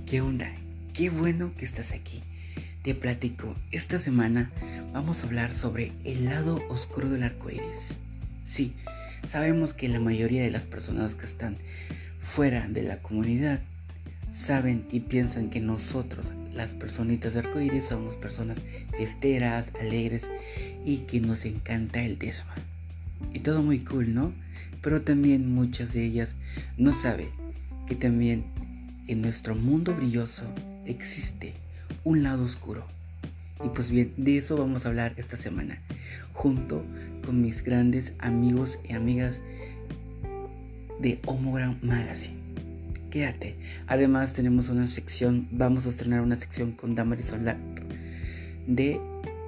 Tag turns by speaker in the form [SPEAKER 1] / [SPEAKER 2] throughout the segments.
[SPEAKER 1] ¿Qué onda? Qué bueno que estás aquí. Te platico, esta semana vamos a hablar sobre el lado oscuro del arco iris. Sí, sabemos que la mayoría de las personas que están fuera de la comunidad saben y piensan que nosotros, las personitas de arco iris, somos personas fiesteras, alegres y que nos encanta el desma. Y todo muy cool, ¿no? Pero también muchas de ellas no saben que también en nuestro mundo brilloso existe un lado oscuro. Y pues bien, de eso vamos a hablar esta semana, junto con mis grandes amigos y amigas de Homogram Magazine. Quédate. Además tenemos una sección, vamos a estrenar una sección con Damaris Solar de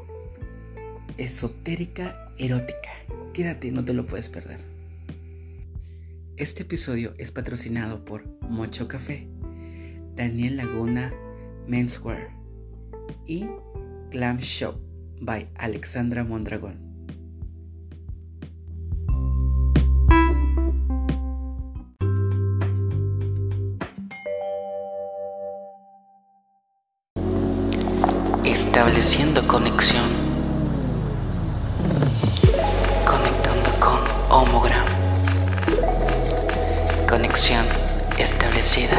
[SPEAKER 1] esotérica erótica. Quédate, no te lo puedes perder. Este episodio es patrocinado por Mocho Café, Daniel Laguna Menswear y Glam Shop by Alexandra Mondragón. Estableciendo conexión. Conectando con Homogram. Conexión establecida.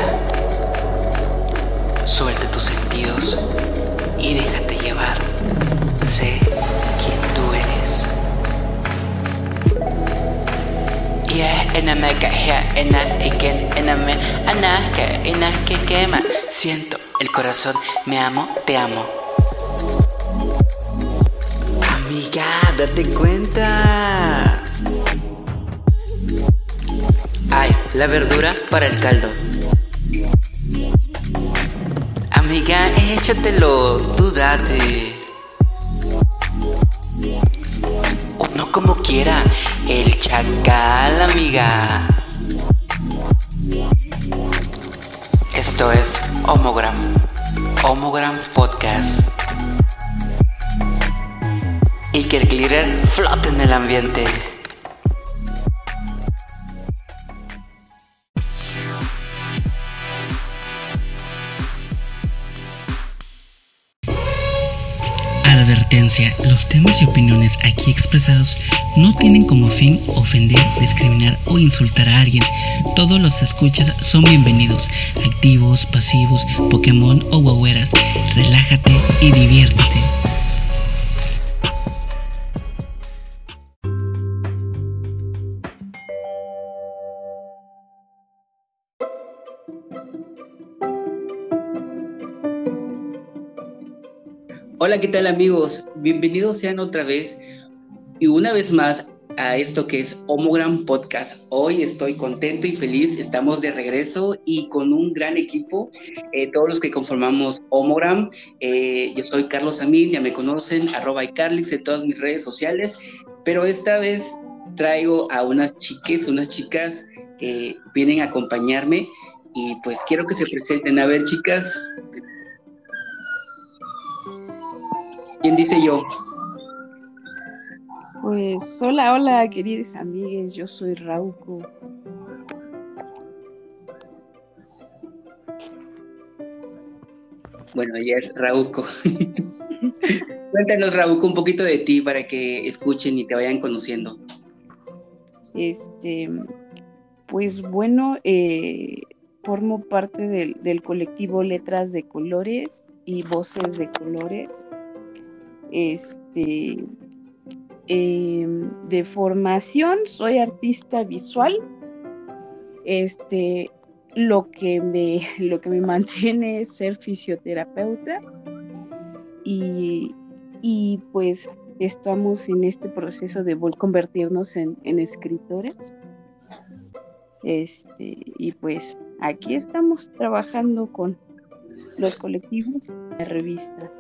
[SPEAKER 1] Suelta tus sentidos y déjate llevar. Sé quién tú eres. Siento el corazón, me amo, te amo. Amiga, date cuenta. Ay, la verdura para el caldo. Amiga, échatelo, tú date. Uno como quiera, el chacal, amiga. Esto es Homogram Podcast. Y que el glitter flote en el ambiente. Advertencia, los temas y opiniones aquí expresados no tienen como fin ofender, discriminar o insultar a alguien. Todos los escuchas son bienvenidos, activos, pasivos, Pokémon o guagueras. Relájate y diviértete. Hola, ¿qué tal amigos? Bienvenidos sean otra vez y una vez más a esto que es Homogram Podcast. Hoy estoy contento y feliz, estamos de regreso y con un gran equipo, todos los que conformamos Homogram. Yo soy Carlos Amin, ya me conocen, @iCarlix en todas mis redes sociales, pero esta vez traigo a unas chicas que vienen a acompañarme y pues quiero que se presenten. A ver, chicas, ¿quién dice yo?
[SPEAKER 2] Pues hola queridos amigues, yo soy Rauco.
[SPEAKER 1] Bueno, ella es Rauco. Cuéntanos, Rauco, un poquito de ti para que escuchen y te vayan conociendo.
[SPEAKER 2] Pues bueno, formo parte del colectivo Letras de Colores y Voces de Colores. De formación soy artista visual. Lo que me mantiene es ser fisioterapeuta y pues estamos en este proceso de convertirnos en escritores. Y pues aquí estamos trabajando con los colectivos de revista.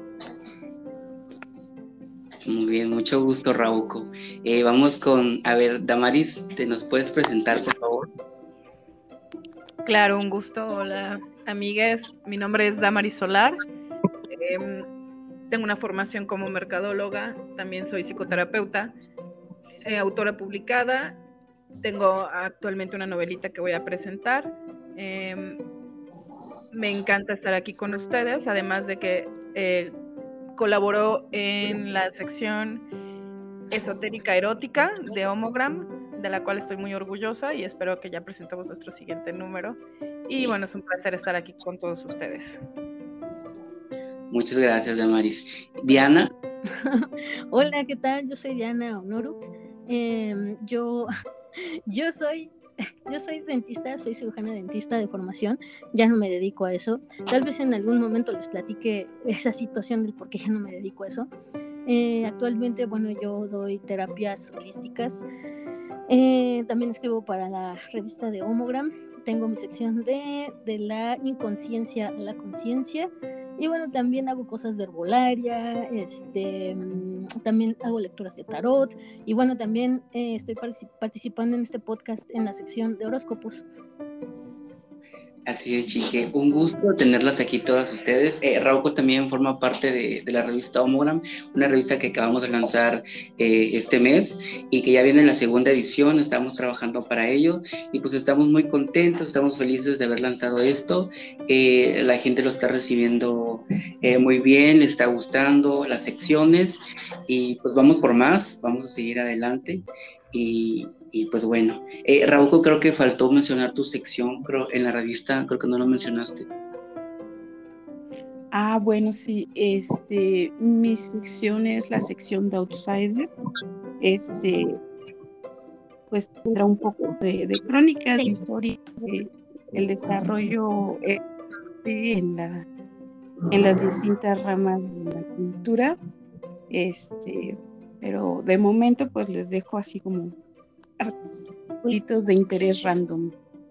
[SPEAKER 1] Muy bien, mucho gusto, Rauco. Vamos con, a ver, Damaris, ¿te nos puedes presentar, por favor?
[SPEAKER 3] Claro, un gusto. Hola, amigas. Mi nombre es Damaris Solar. Tengo una formación como mercadóloga. También soy psicoterapeuta, autora publicada. Tengo actualmente una novelita que voy a presentar. Me encanta estar aquí con ustedes, además de que colaboró en la sección esotérica erótica de Homogram, de la cual estoy muy orgullosa y espero que ya presentemos nuestro siguiente número. Y bueno, es un placer estar aquí con todos ustedes.
[SPEAKER 1] Muchas gracias, Damaris. Diana.
[SPEAKER 4] Hola, ¿qué tal? Yo soy Diana Onoruk. Yo soy dentista, soy cirujana dentista de formación, ya no me dedico a eso. Tal vez en algún momento les platique esa situación del por qué ya no me dedico a eso. Actualmente, bueno, yo doy terapias holísticas. También escribo para la revista de Homogram. Tengo mi sección de la inconsciencia a la conciencia. Y bueno, también hago cosas de herbolaria, también hago lecturas de tarot. Y bueno, también estoy participando en este podcast en la sección de horóscopos.
[SPEAKER 1] Así es, chique. Un gusto tenerlas aquí todas ustedes. Rauco también forma parte de la revista Homogram, una revista que acabamos de lanzar este mes y que ya viene en la segunda edición. Estamos trabajando para ello y pues estamos muy contentos, estamos felices de haber lanzado esto. La gente lo está recibiendo muy bien, le está gustando las secciones y pues vamos por más, vamos a seguir adelante. Y pues bueno, Rauco, creo que faltó mencionar tu sección, creo, en la revista, creo que no lo mencionaste.
[SPEAKER 2] Bueno, sí, mi sección es la sección de Outsiders. Pues tendrá un poco de crónicas, de historia, el desarrollo en las distintas ramas de la cultura. Pero de momento pues les dejo así como artículos de interés random.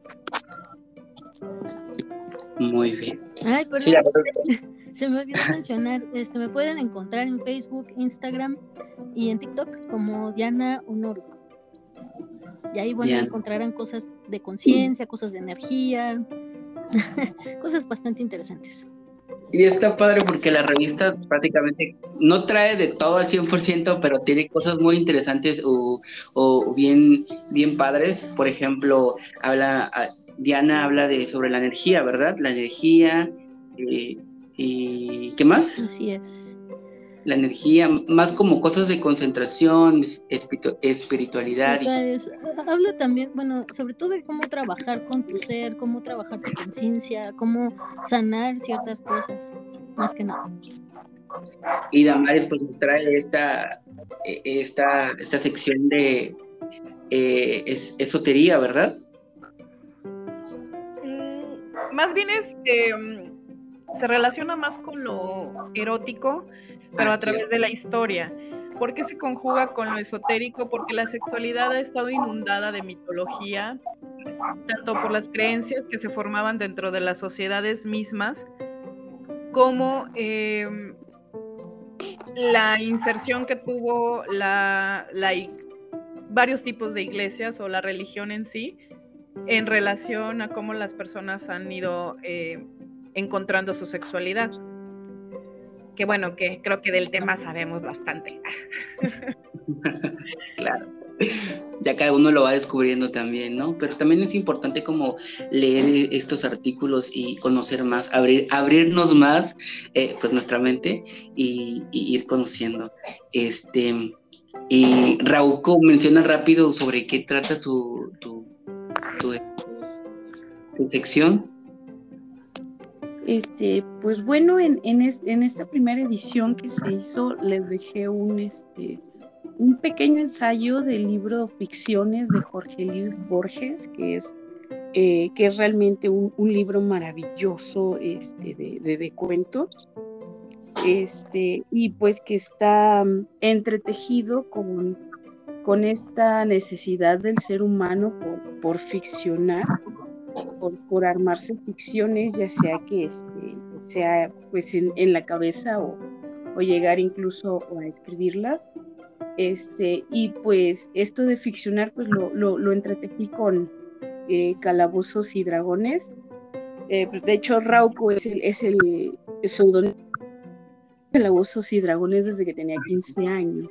[SPEAKER 1] Muy bien.
[SPEAKER 4] Ay, perdón. Sí, se me olvidó mencionar, me pueden encontrar en Facebook, Instagram y en TikTok como Diana Onoruk. Y ahí, bueno, encontrarán cosas de conciencia, cosas de energía, cosas bastante interesantes.
[SPEAKER 1] Y está padre porque la revista prácticamente no trae de todo al 100%, pero tiene cosas muy interesantes o bien padres. Por ejemplo, Diana habla sobre la energía, ¿verdad? La energía y ¿qué más?
[SPEAKER 4] Así es.
[SPEAKER 1] La energía, más como cosas de concentración, espiritualidad.
[SPEAKER 4] Habla también, bueno, sobre todo de cómo trabajar con tu ser, cómo trabajar tu conciencia, cómo sanar ciertas cosas, más que nada.
[SPEAKER 1] Y Damaris pues trae esta sección de esotería, ¿verdad?
[SPEAKER 3] Más bien se relaciona más con lo erótico, pero a través de la historia. ¿Por qué se conjuga con lo esotérico? Porque la sexualidad ha estado inundada de mitología, tanto por las creencias que se formaban dentro de las sociedades mismas, como la inserción que tuvo varios tipos de iglesias o la religión en sí, en relación a cómo las personas han ido encontrando su sexualidad. Que bueno, que creo que del tema sabemos bastante.
[SPEAKER 1] Claro, ya cada uno lo va descubriendo también, ¿no? Pero también es importante como leer estos artículos y conocer más, abrirnos más pues nuestra mente y ir conociendo. Y Rauco, menciona rápido sobre qué trata tu sección.
[SPEAKER 2] Pues bueno, en esta primera edición que se hizo, les dejé un pequeño ensayo del libro Ficciones de Jorge Luis Borges, que es realmente un libro maravilloso de cuentos, y pues que está entretejido con esta necesidad del ser humano por ficcionar, por armarse ficciones, ya sea que sea pues en la cabeza o llegar incluso a escribirlas, y pues esto de ficcionar pues lo entretejí con Calabozos y Dragones. De hecho Rauco es el seudónimo de Calabozos y Dragones desde que tenía 15 años.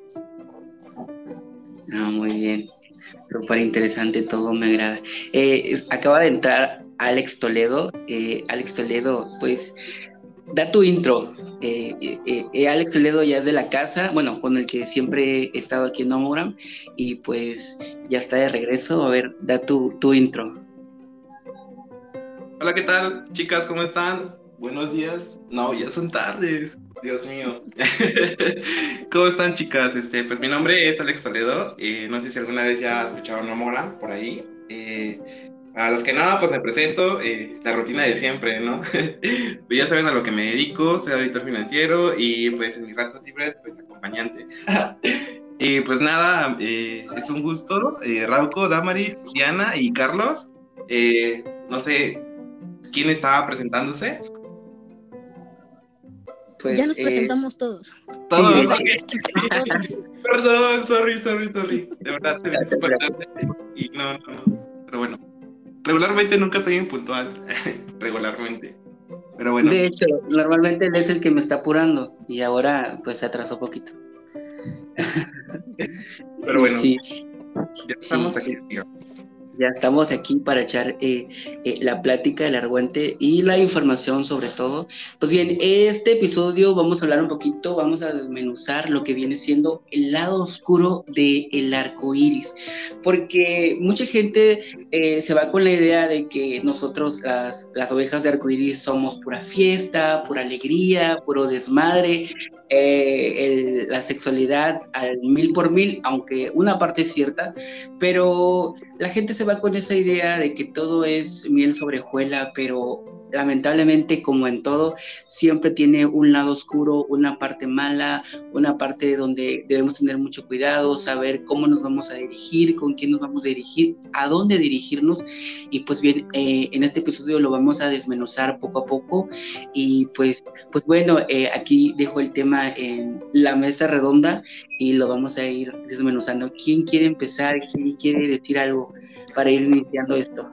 [SPEAKER 1] Muy bien, súper interesante todo, me agrada. Acaba de entrar Alex Toledo. Alex Toledo, pues, da tu intro. Alex Toledo ya es de la casa, bueno, con el que siempre he estado aquí en Nomogram, y pues ya está de regreso. A ver, da tu intro.
[SPEAKER 5] Hola, ¿qué tal, chicas? ¿Cómo están? Buenos días. No, ya son tardes. Dios mío. ¿Cómo están, chicas? Pues mi nombre es Alex Toledo. No sé si alguna vez ya escucharon Nomogram por ahí. A los que no, pues me presento, la rutina de siempre, ¿no? Pues ya saben a lo que me dedico, soy auditor financiero y pues en mis ratos libres, pues acompañante. Y pues nada, es un gusto, Rauco, Damaris, Diana y Carlos. No sé quién estaba presentándose.
[SPEAKER 1] Pues,
[SPEAKER 4] ya nos presentamos todos.
[SPEAKER 5] Todos.
[SPEAKER 1] Sí,
[SPEAKER 4] Todos.
[SPEAKER 5] Perdón, sorry. De verdad, se me hizo bastante. Y no. Pero bueno, regularmente nunca soy impuntual. Regularmente. Pero bueno.
[SPEAKER 1] de hecho, normalmente él es el que me está apurando y ahora pues se atrasó poquito.
[SPEAKER 5] Pero bueno,
[SPEAKER 1] Sí,
[SPEAKER 5] ya estamos aquí, digamos.
[SPEAKER 1] ya estamos aquí para echar la plática, el argüente y la información sobre todo. Pues bien, este episodio vamos a hablar un poquito, vamos a desmenuzar lo que viene siendo el lado oscuro del arco iris, porque mucha gente se va con la idea de que nosotros las ovejas de arco iris somos pura fiesta, pura alegría, puro desmadre, la sexualidad al 1000%, aunque una parte es cierta, pero la gente se va con esa idea de que todo es miel sobre hojuela, pero lamentablemente, como en todo, siempre tiene un lado oscuro, una parte mala, una parte donde debemos tener mucho cuidado, saber cómo nos vamos a dirigir, con quién nos vamos a dirigir, a dónde dirigirnos. Y pues bien, en este episodio lo vamos a desmenuzar poco a poco. Y pues bueno, aquí dejo el tema en la mesa redonda y lo vamos a ir desmenuzando. ¿Quién quiere empezar? ¿Quién quiere decir algo para ir iniciando esto?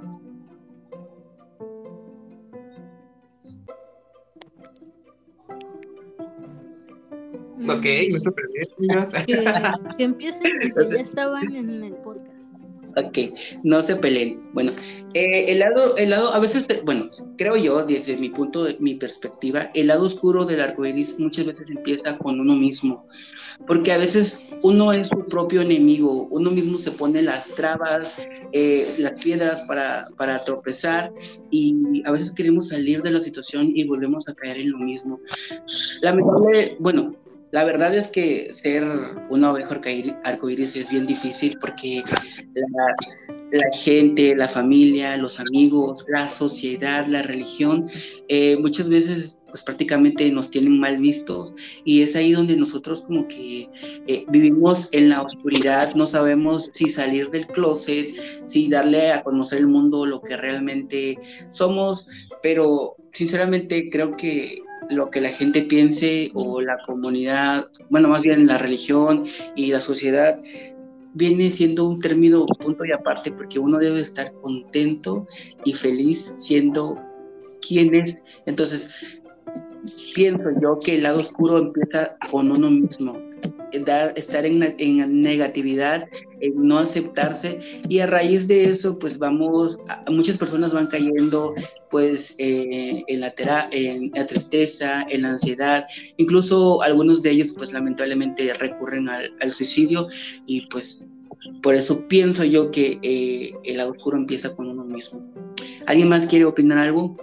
[SPEAKER 5] Ok, me sorprendí, chicas.
[SPEAKER 4] Que empiecen los que ya estaban en el podcast.
[SPEAKER 1] Ok, no se peleen. Bueno, el lado, a veces, bueno, creo yo, desde mi perspectiva, el lado oscuro del arco iris muchas veces empieza con uno mismo, porque a veces uno es su propio enemigo, uno mismo se pone las trabas, las piedras para tropezar, y a veces queremos salir de la situación y volvemos a caer en lo mismo. Bueno, la verdad es que ser una oveja arcoíris es bien difícil porque la gente, la familia, los amigos, la sociedad, la religión, muchas veces pues prácticamente nos tienen mal vistos, y es ahí donde nosotros como que vivimos en la oscuridad, no sabemos si salir del closet, si darle a conocer el mundo lo que realmente somos, pero sinceramente creo que lo que la gente piense o la comunidad, bueno, más bien la religión y la sociedad, viene siendo un término punto y aparte, porque uno debe estar contento y feliz siendo quien es. Entonces, pienso yo que el lado oscuro empieza con uno mismo, estar en negatividad, en no aceptarse, y a raíz de eso pues muchas personas van cayendo pues en la tristeza, en la ansiedad, incluso algunos de ellos pues lamentablemente recurren al suicidio, y pues por eso pienso yo que el lado oscuro empieza con uno mismo. ¿Alguien más quiere opinar algo?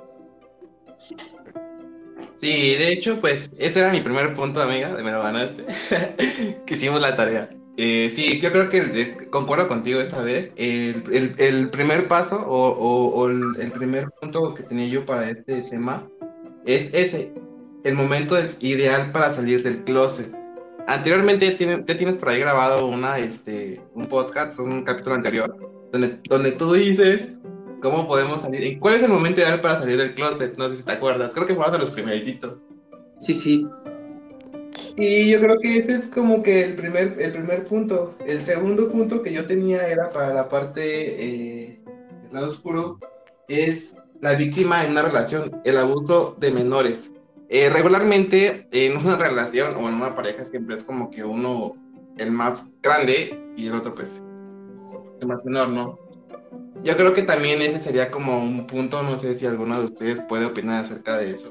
[SPEAKER 5] Sí, de hecho, pues ese era mi primer punto, amiga, me lo ganaste, que hicimos la tarea. Sí, yo creo que concuerdo contigo esta vez. El primer paso o el primer punto que tenía yo para este tema es ese, el momento ideal para salir del closet. Anteriormente ya tienes por ahí grabado un podcast, un capítulo anterior, donde tú dices cómo podemos salir, y cuál es el momento ideal para salir del closet. No sé si te acuerdas, creo que fueron de los primeritos.
[SPEAKER 1] Sí.
[SPEAKER 5] Y yo creo que ese es como que el primer punto. El segundo punto que yo tenía era para la parte del lado oscuro, es la víctima en una relación, el abuso de menores. Regularmente en una relación o en una pareja siempre es como que uno el más grande y el otro pues el más menor, ¿no? Yo creo que también ese sería como un punto, no sé si alguno de ustedes puede opinar acerca de eso.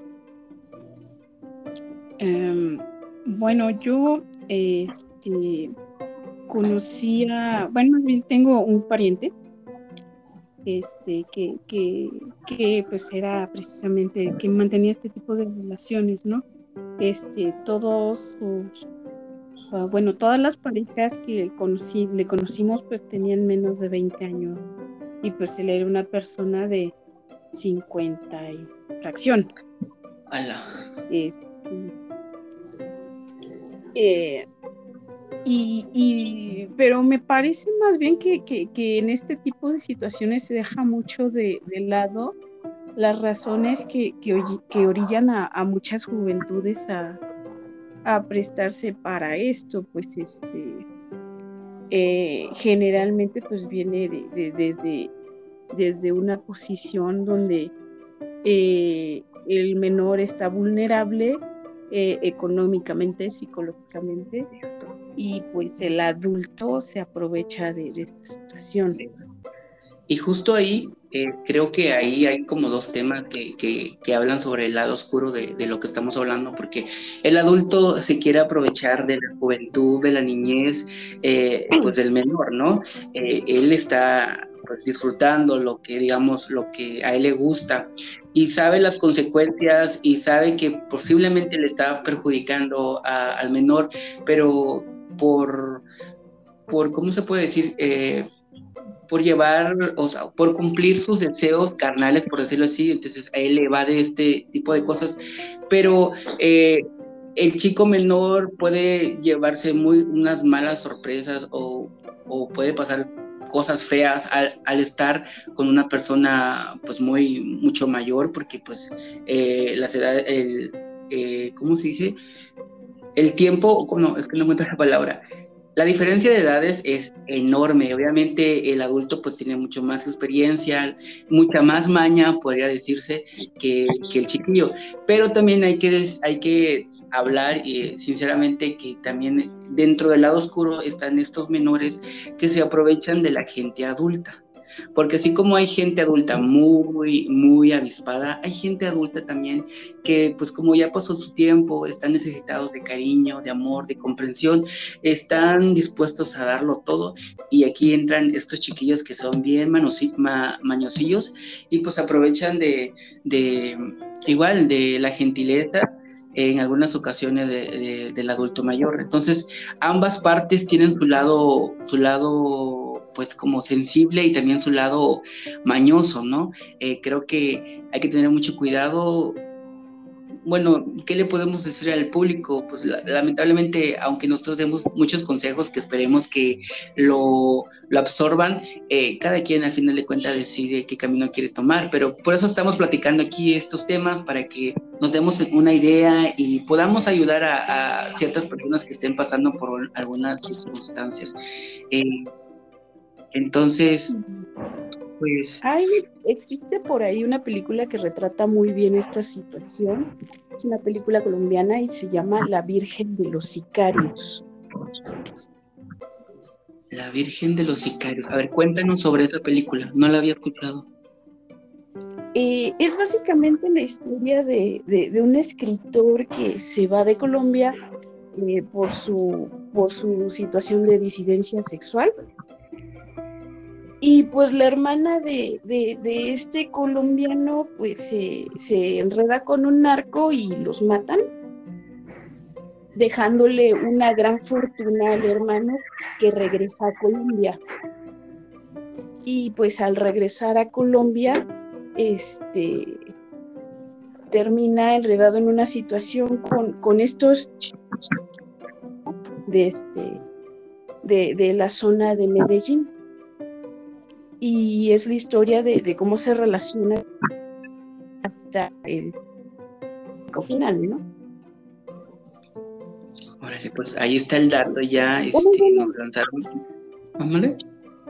[SPEAKER 2] Bueno, yo conocía, bueno, más bien tengo un pariente que pues era precisamente que mantenía este tipo de relaciones, ¿no? Todos sus, bueno, todas las parejas que le conocimos pues tenían menos de 20 años y pues él era una persona de 50 y fracción.
[SPEAKER 1] Ala.
[SPEAKER 2] Pero me parece más bien que en este tipo de situaciones se deja mucho de lado las razones que orillan a muchas juventudes a prestarse para esto, pues generalmente pues viene desde una posición donde el menor está vulnerable económicamente, psicológicamente, y pues el adulto se aprovecha de esta situación.
[SPEAKER 1] Y justo ahí, creo que ahí hay como dos temas que hablan sobre el lado oscuro de lo que estamos hablando, porque el adulto se quiere aprovechar de la juventud, de la niñez, pues del menor, ¿no? Él está pues disfrutando lo que, digamos, lo que a él le gusta y sabe las consecuencias y sabe que posiblemente le está perjudicando al menor, pero por ¿cómo se puede decir? Por llevar, o sea, por cumplir sus deseos carnales, por decirlo así, entonces a él le va de este tipo de cosas, pero el chico menor puede llevarse unas malas sorpresas o puede pasar cosas feas al estar con una persona pues mucho mayor, porque pues las edades, ¿cómo se dice? El tiempo, no, es que no encuentro la palabra. La diferencia de edades es enorme. Obviamente el adulto pues tiene mucho más experiencia, mucha más maña, podría decirse, que el chiquillo. Pero también hay que hablar sinceramente que también dentro del lado oscuro están estos menores que se aprovechan de la gente adulta. Porque así como hay gente adulta muy, muy avispada, hay gente adulta también que pues como ya pasó su tiempo, están necesitados de cariño, de amor, de comprensión, están dispuestos a darlo todo, y aquí entran estos chiquillos que son bien mañosillos y pues aprovechan de igual de la gentileza en algunas ocasiones del adulto mayor. Entonces ambas partes tienen su lado pues como sensible y también su lado mañoso, ¿no? Creo que hay que tener mucho cuidado. Bueno, ¿qué le podemos decir al público? Pues lamentablemente, aunque nosotros demos muchos consejos que esperemos que lo absorban, cada quien al final de cuentas decide qué camino quiere tomar, pero por eso estamos platicando aquí estos temas, para que nos demos una idea y podamos ayudar a ciertas personas que estén pasando por algunas circunstancias. Entonces, pues...
[SPEAKER 2] Existe por ahí una película que retrata muy bien esta situación. Es una película colombiana y se llama La Virgen de los Sicarios.
[SPEAKER 1] La Virgen de los Sicarios. A ver, cuéntanos sobre esa película. No la había escuchado.
[SPEAKER 2] Es básicamente la historia de un escritor que se va de Colombia por su situación de disidencia sexual. Y pues la hermana de este colombiano pues se enreda con un narco y los matan, dejándole una gran fortuna al hermano, que regresa a Colombia. Y pues al regresar a Colombia, termina enredado en una situación con estos de la zona de Medellín. Y es la historia de cómo se relaciona hasta el final, ¿no?
[SPEAKER 1] Órale, pues ahí está el dato ya, nos lanzaron. ¿Vale?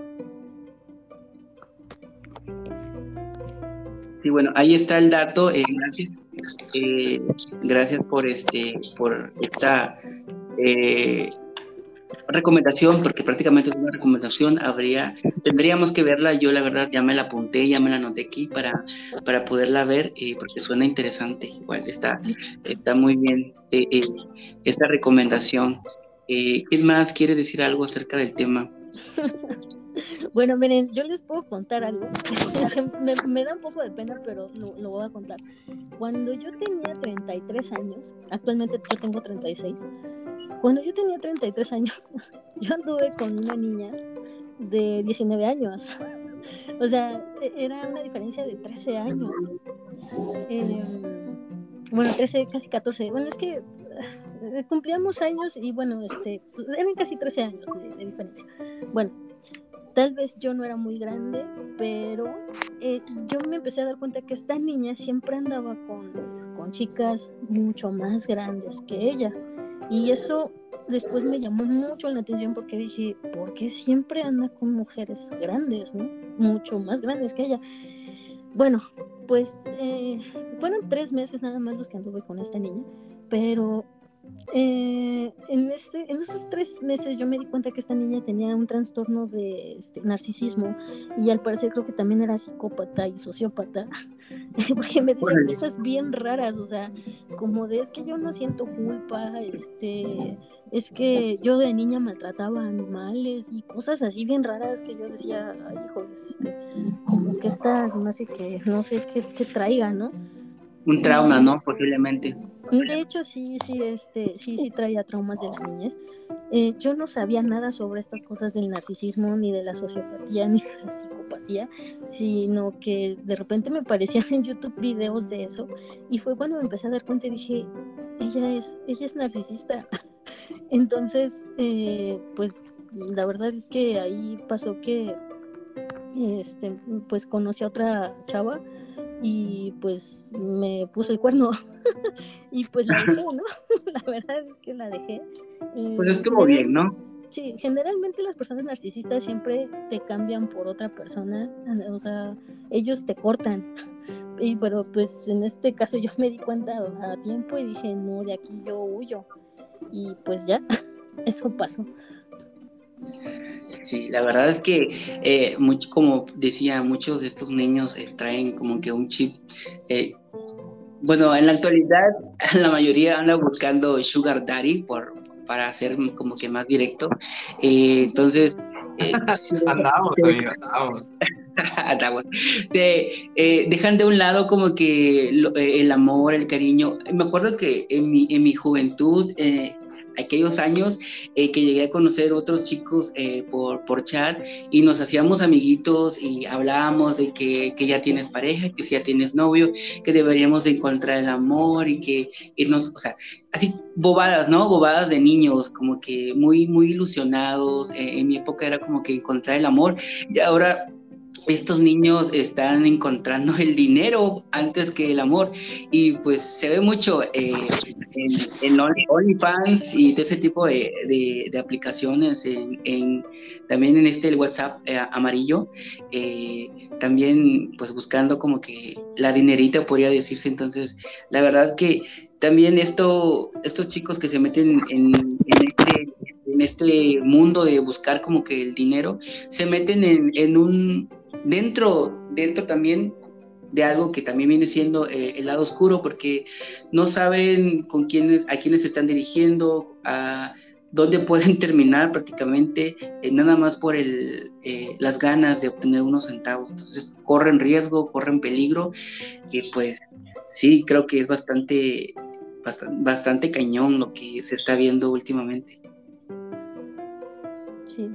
[SPEAKER 1] Sí, bueno, ahí está el dato, gracias. Gracias por esta recomendación, porque prácticamente es una recomendación, tendríamos que verla. Yo la verdad ya me la apunté, ya me la anoté aquí para poderla ver, porque suena interesante. Igual está muy bien esta recomendación. ¿Quién más quiere decir algo acerca del tema?
[SPEAKER 4] Bueno, miren, yo les puedo contar algo. me da un poco de pena, pero lo voy a contar. Cuando yo tenía 33 años, actualmente yo tengo 36, cuando yo tenía 33 años, yo anduve con una niña de 19 años. O sea, era una diferencia de 13 años. Bueno, 13, casi 14. Bueno, es que cumplíamos años y bueno, pues eran casi 13 años de diferencia. Bueno, tal vez yo no era muy grande, pero yo me empecé a dar cuenta que esta niña siempre andaba con chicas mucho más grandes que ella. Y eso después me llamó mucho la atención porque dije, ¿por qué siempre anda con mujeres grandes, ¿no? Mucho más grandes que ella. Bueno, pues fueron 3 meses nada más los que anduve con esta niña, pero en esos 3 meses yo me di cuenta que esta niña tenía un trastorno de narcisismo, y al parecer creo que también era psicópata y sociópata, porque me decía cosas bien raras, o sea, como de es que yo no siento culpa, es que yo de niña maltrataba a animales y cosas así bien raras que yo decía, ay, hijos, como que estas, no sé qué traiga, ¿no?
[SPEAKER 1] Un trauma, ¿no? Posiblemente.
[SPEAKER 4] De hecho, sí traía traumas de la niñez. Yo no sabía nada sobre estas cosas del narcisismo, ni de la sociopatía, ni de la psicopatía, sino que de repente me aparecían en YouTube videos de eso, y fue cuando me empecé a dar cuenta y dije, ella es narcisista. Entonces, pues la verdad es que ahí pasó que pues conocí a otra chava y pues me puso el cuerno y pues la dejé, ¿no? La verdad es que la dejé.
[SPEAKER 1] Pues estuvo bien, ¿no?
[SPEAKER 4] Sí, generalmente las personas narcisistas siempre te cambian por otra persona, o sea, ellos te cortan. Pero pues en este caso yo me di cuenta a tiempo y dije, no, de aquí yo huyo. Y pues ya, eso pasó.
[SPEAKER 1] Sí, la verdad es que, como decía, muchos de estos niños traen como que un chip. Bueno, en la actualidad la mayoría anda buscando Sugar Daddy para ser como que más directo. Entonces,
[SPEAKER 5] andamos.
[SPEAKER 1] Dejan de un lado como que el amor, el cariño. Me acuerdo que en mi juventud, aquellos años, que llegué a conocer otros chicos por chat, y nos hacíamos amiguitos y hablábamos de que ya tienes pareja, que si ya tienes novio, que deberíamos de encontrar el amor y que irnos, o sea, así bobadas, ¿no? Bobadas de niños, como que muy, muy ilusionados. En mi época era como que encontrar el amor, y ahora estos niños están encontrando el dinero antes que el amor, y pues se ve mucho en OnlyFans y de ese tipo de aplicaciones, también en el WhatsApp amarillo, también pues buscando como que la dinerita, podría decirse. Entonces la verdad que también estos chicos que se meten en este mundo de buscar como que el dinero, se meten en un dentro también de algo que también viene siendo el lado oscuro, porque no saben a quiénes se están dirigiendo, a dónde pueden terminar prácticamente, nada más por las ganas de obtener unos centavos. Entonces corren riesgo, corren peligro, y pues sí, creo que es bastante cañón lo que se está viendo últimamente.
[SPEAKER 4] Sí.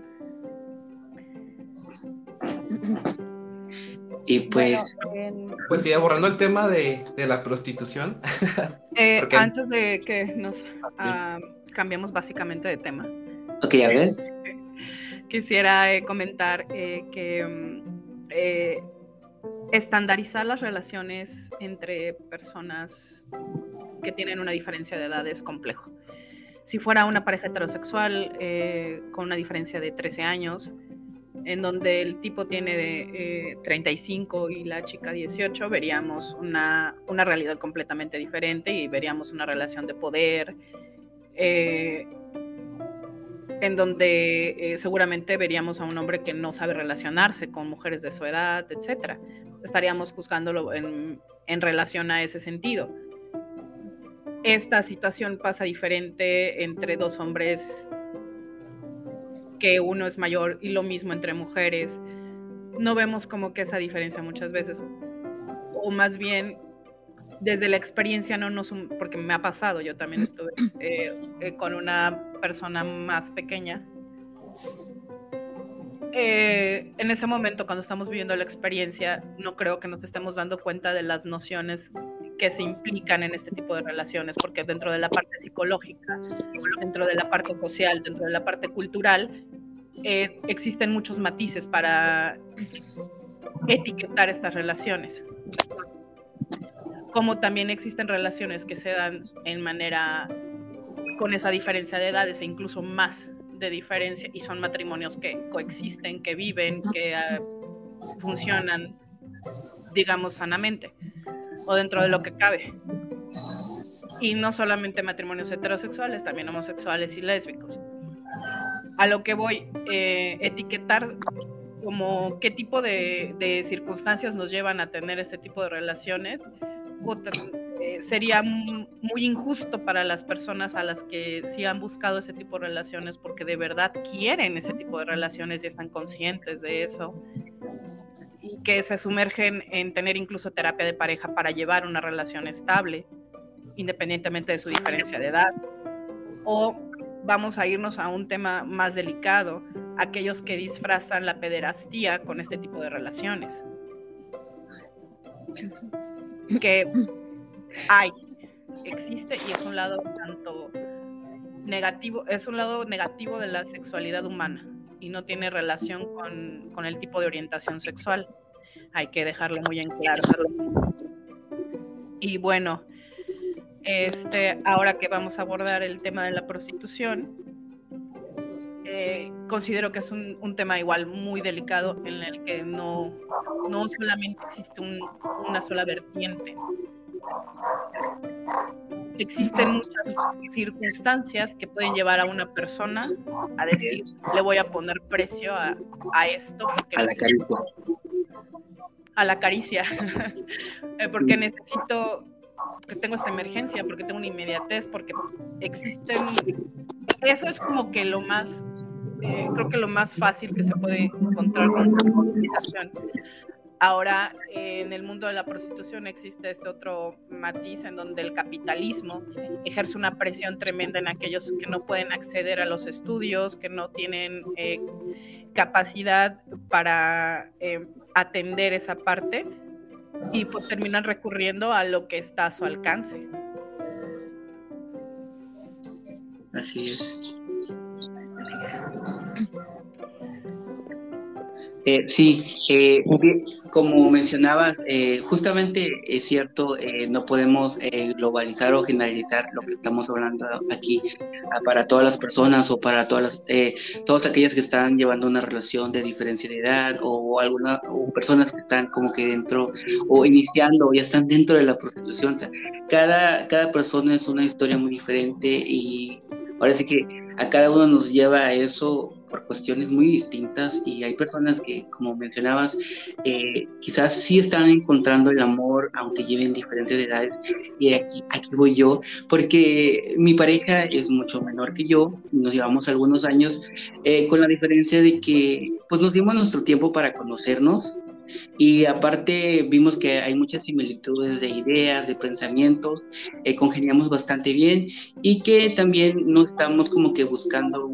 [SPEAKER 1] Y pues...
[SPEAKER 3] Bueno,
[SPEAKER 5] pues sí, abordando el tema de la prostitución.
[SPEAKER 3] porque... antes de que nos cambiemos básicamente de tema.
[SPEAKER 1] Ok, a ver.
[SPEAKER 3] Quisiera comentar que estandarizar las relaciones entre personas que tienen una diferencia de edad es complejo. Si fuera una pareja heterosexual con una diferencia de 13 años, en donde el tipo tiene de 35 y la chica 18, veríamos una realidad completamente diferente y veríamos una relación de poder en donde seguramente veríamos a un hombre que no sabe relacionarse con mujeres de su edad, etcétera. Estaríamos juzgándolo en relación a ese sentido. Esta situación pasa diferente entre dos hombres, que uno es mayor, y lo mismo entre mujeres. No vemos como que esa diferencia muchas veces, o más bien desde la experiencia porque me ha pasado, yo también estuve con una persona más pequeña. En ese momento, cuando estamos viviendo la experiencia, no creo que nos estemos dando cuenta de las nociones que se implican en este tipo de relaciones, porque dentro de la parte psicológica, dentro de la parte social, dentro de la parte cultural, existen muchos matices para etiquetar estas relaciones. Como también existen relaciones que se dan con esa diferencia de edades e incluso más de diferencia, y son matrimonios que coexisten, que viven, que funcionan, digamos, sanamente o dentro de lo que cabe. Y no solamente matrimonios heterosexuales, también homosexuales y lésbicos. A lo que voy, etiquetar como qué tipo de circunstancias nos llevan a tener este tipo de relaciones, sería muy injusto para las personas a las que sí han buscado ese tipo de relaciones porque de verdad quieren ese tipo de relaciones y están conscientes de eso, y que se sumergen en tener incluso terapia de pareja para llevar una relación estable, independientemente de su diferencia de edad. O vamos a irnos a un tema más delicado, aquellos que disfrazan la pederastía con este tipo de relaciones. Que existe, y es un lado tanto negativo, es un lado negativo de la sexualidad humana y no tiene relación con el tipo de orientación sexual. Hay que dejarlo muy en claro. Y bueno, ahora que vamos a abordar el tema de la prostitución, considero que es un tema igual muy delicado, en el que no solamente existe una sola vertiente. Existen muchas circunstancias que pueden llevar a una persona a decir, le voy a poner precio a esto, porque a la caricia, porque necesito, porque tengo esta emergencia, porque tengo una inmediatez, porque existen. Eso es como que lo más, creo que lo más fácil que se puede encontrar con la prostitución. Ahora, en el mundo de la prostitución existe este otro matiz en donde el capitalismo ejerce una presión tremenda en aquellos que no pueden acceder a los estudios, que no tienen capacidad para atender esa parte, y pues terminan recurriendo a lo que está a su alcance.
[SPEAKER 1] Así es. Sí, como mencionabas, justamente es cierto, no podemos globalizar o generalizar lo que estamos hablando aquí para todas las personas o para todas aquellas que están llevando una relación de diferencia de edad o personas que están como que dentro o iniciando o ya están dentro de la prostitución. O sea, cada persona es una historia muy diferente, y ahora sí que a cada uno nos lleva a eso por cuestiones muy distintas, y hay personas que, como mencionabas, quizás sí están encontrando el amor aunque lleven diferencias de edades, y aquí voy yo, porque mi pareja es mucho menor que yo, nos llevamos algunos años, con la diferencia de que pues nos dimos nuestro tiempo para conocernos, y aparte vimos que hay muchas similitudes de ideas, de pensamientos, congeniamos bastante bien, y que también no estamos como que buscando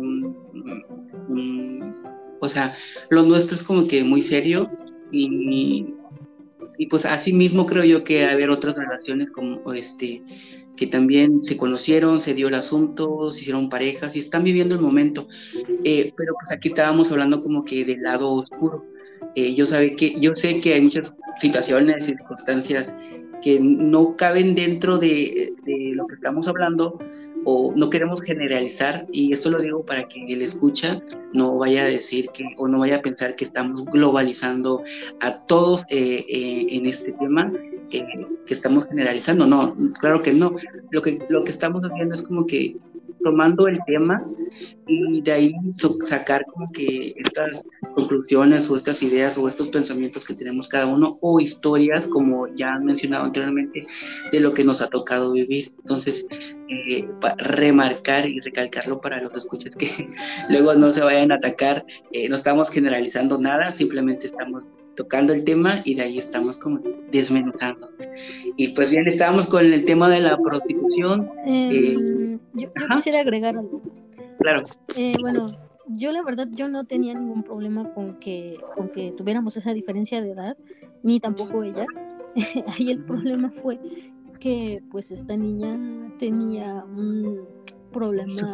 [SPEAKER 1] o sea, lo nuestro es como que muy serio, y pues así mismo creo yo que haber otras relaciones como que también se conocieron, se dio el asunto, se hicieron parejas y están viviendo el momento, pero pues aquí estábamos hablando como que del lado oscuro. Yo sé que hay muchas situaciones, circunstancias que no caben dentro de lo que estamos hablando, o no queremos generalizar, y esto lo digo para que el escucha no vaya a decir o no vaya a pensar que estamos globalizando a todos en este tema, que estamos generalizando. No, claro que no. Lo que estamos haciendo es como que tomando el tema y de ahí sacar como que estas conclusiones o estas ideas o estos pensamientos que tenemos cada uno o historias, como ya han mencionado anteriormente, de lo que nos ha tocado vivir. Entonces, remarcar y recalcarlo para los escuchas que luego no se vayan a atacar, no estamos generalizando nada, simplemente estamos tocando el tema y de ahí estamos como desmenuzando. Y pues bien, estábamos con el tema de la prostitución.
[SPEAKER 4] Yo quisiera agregar algo.
[SPEAKER 1] Claro.
[SPEAKER 4] Bueno, yo la verdad, yo no tenía ningún problema con que tuviéramos esa diferencia de edad, ni tampoco ella. Ahí el problema fue que pues esta niña tenía un problema,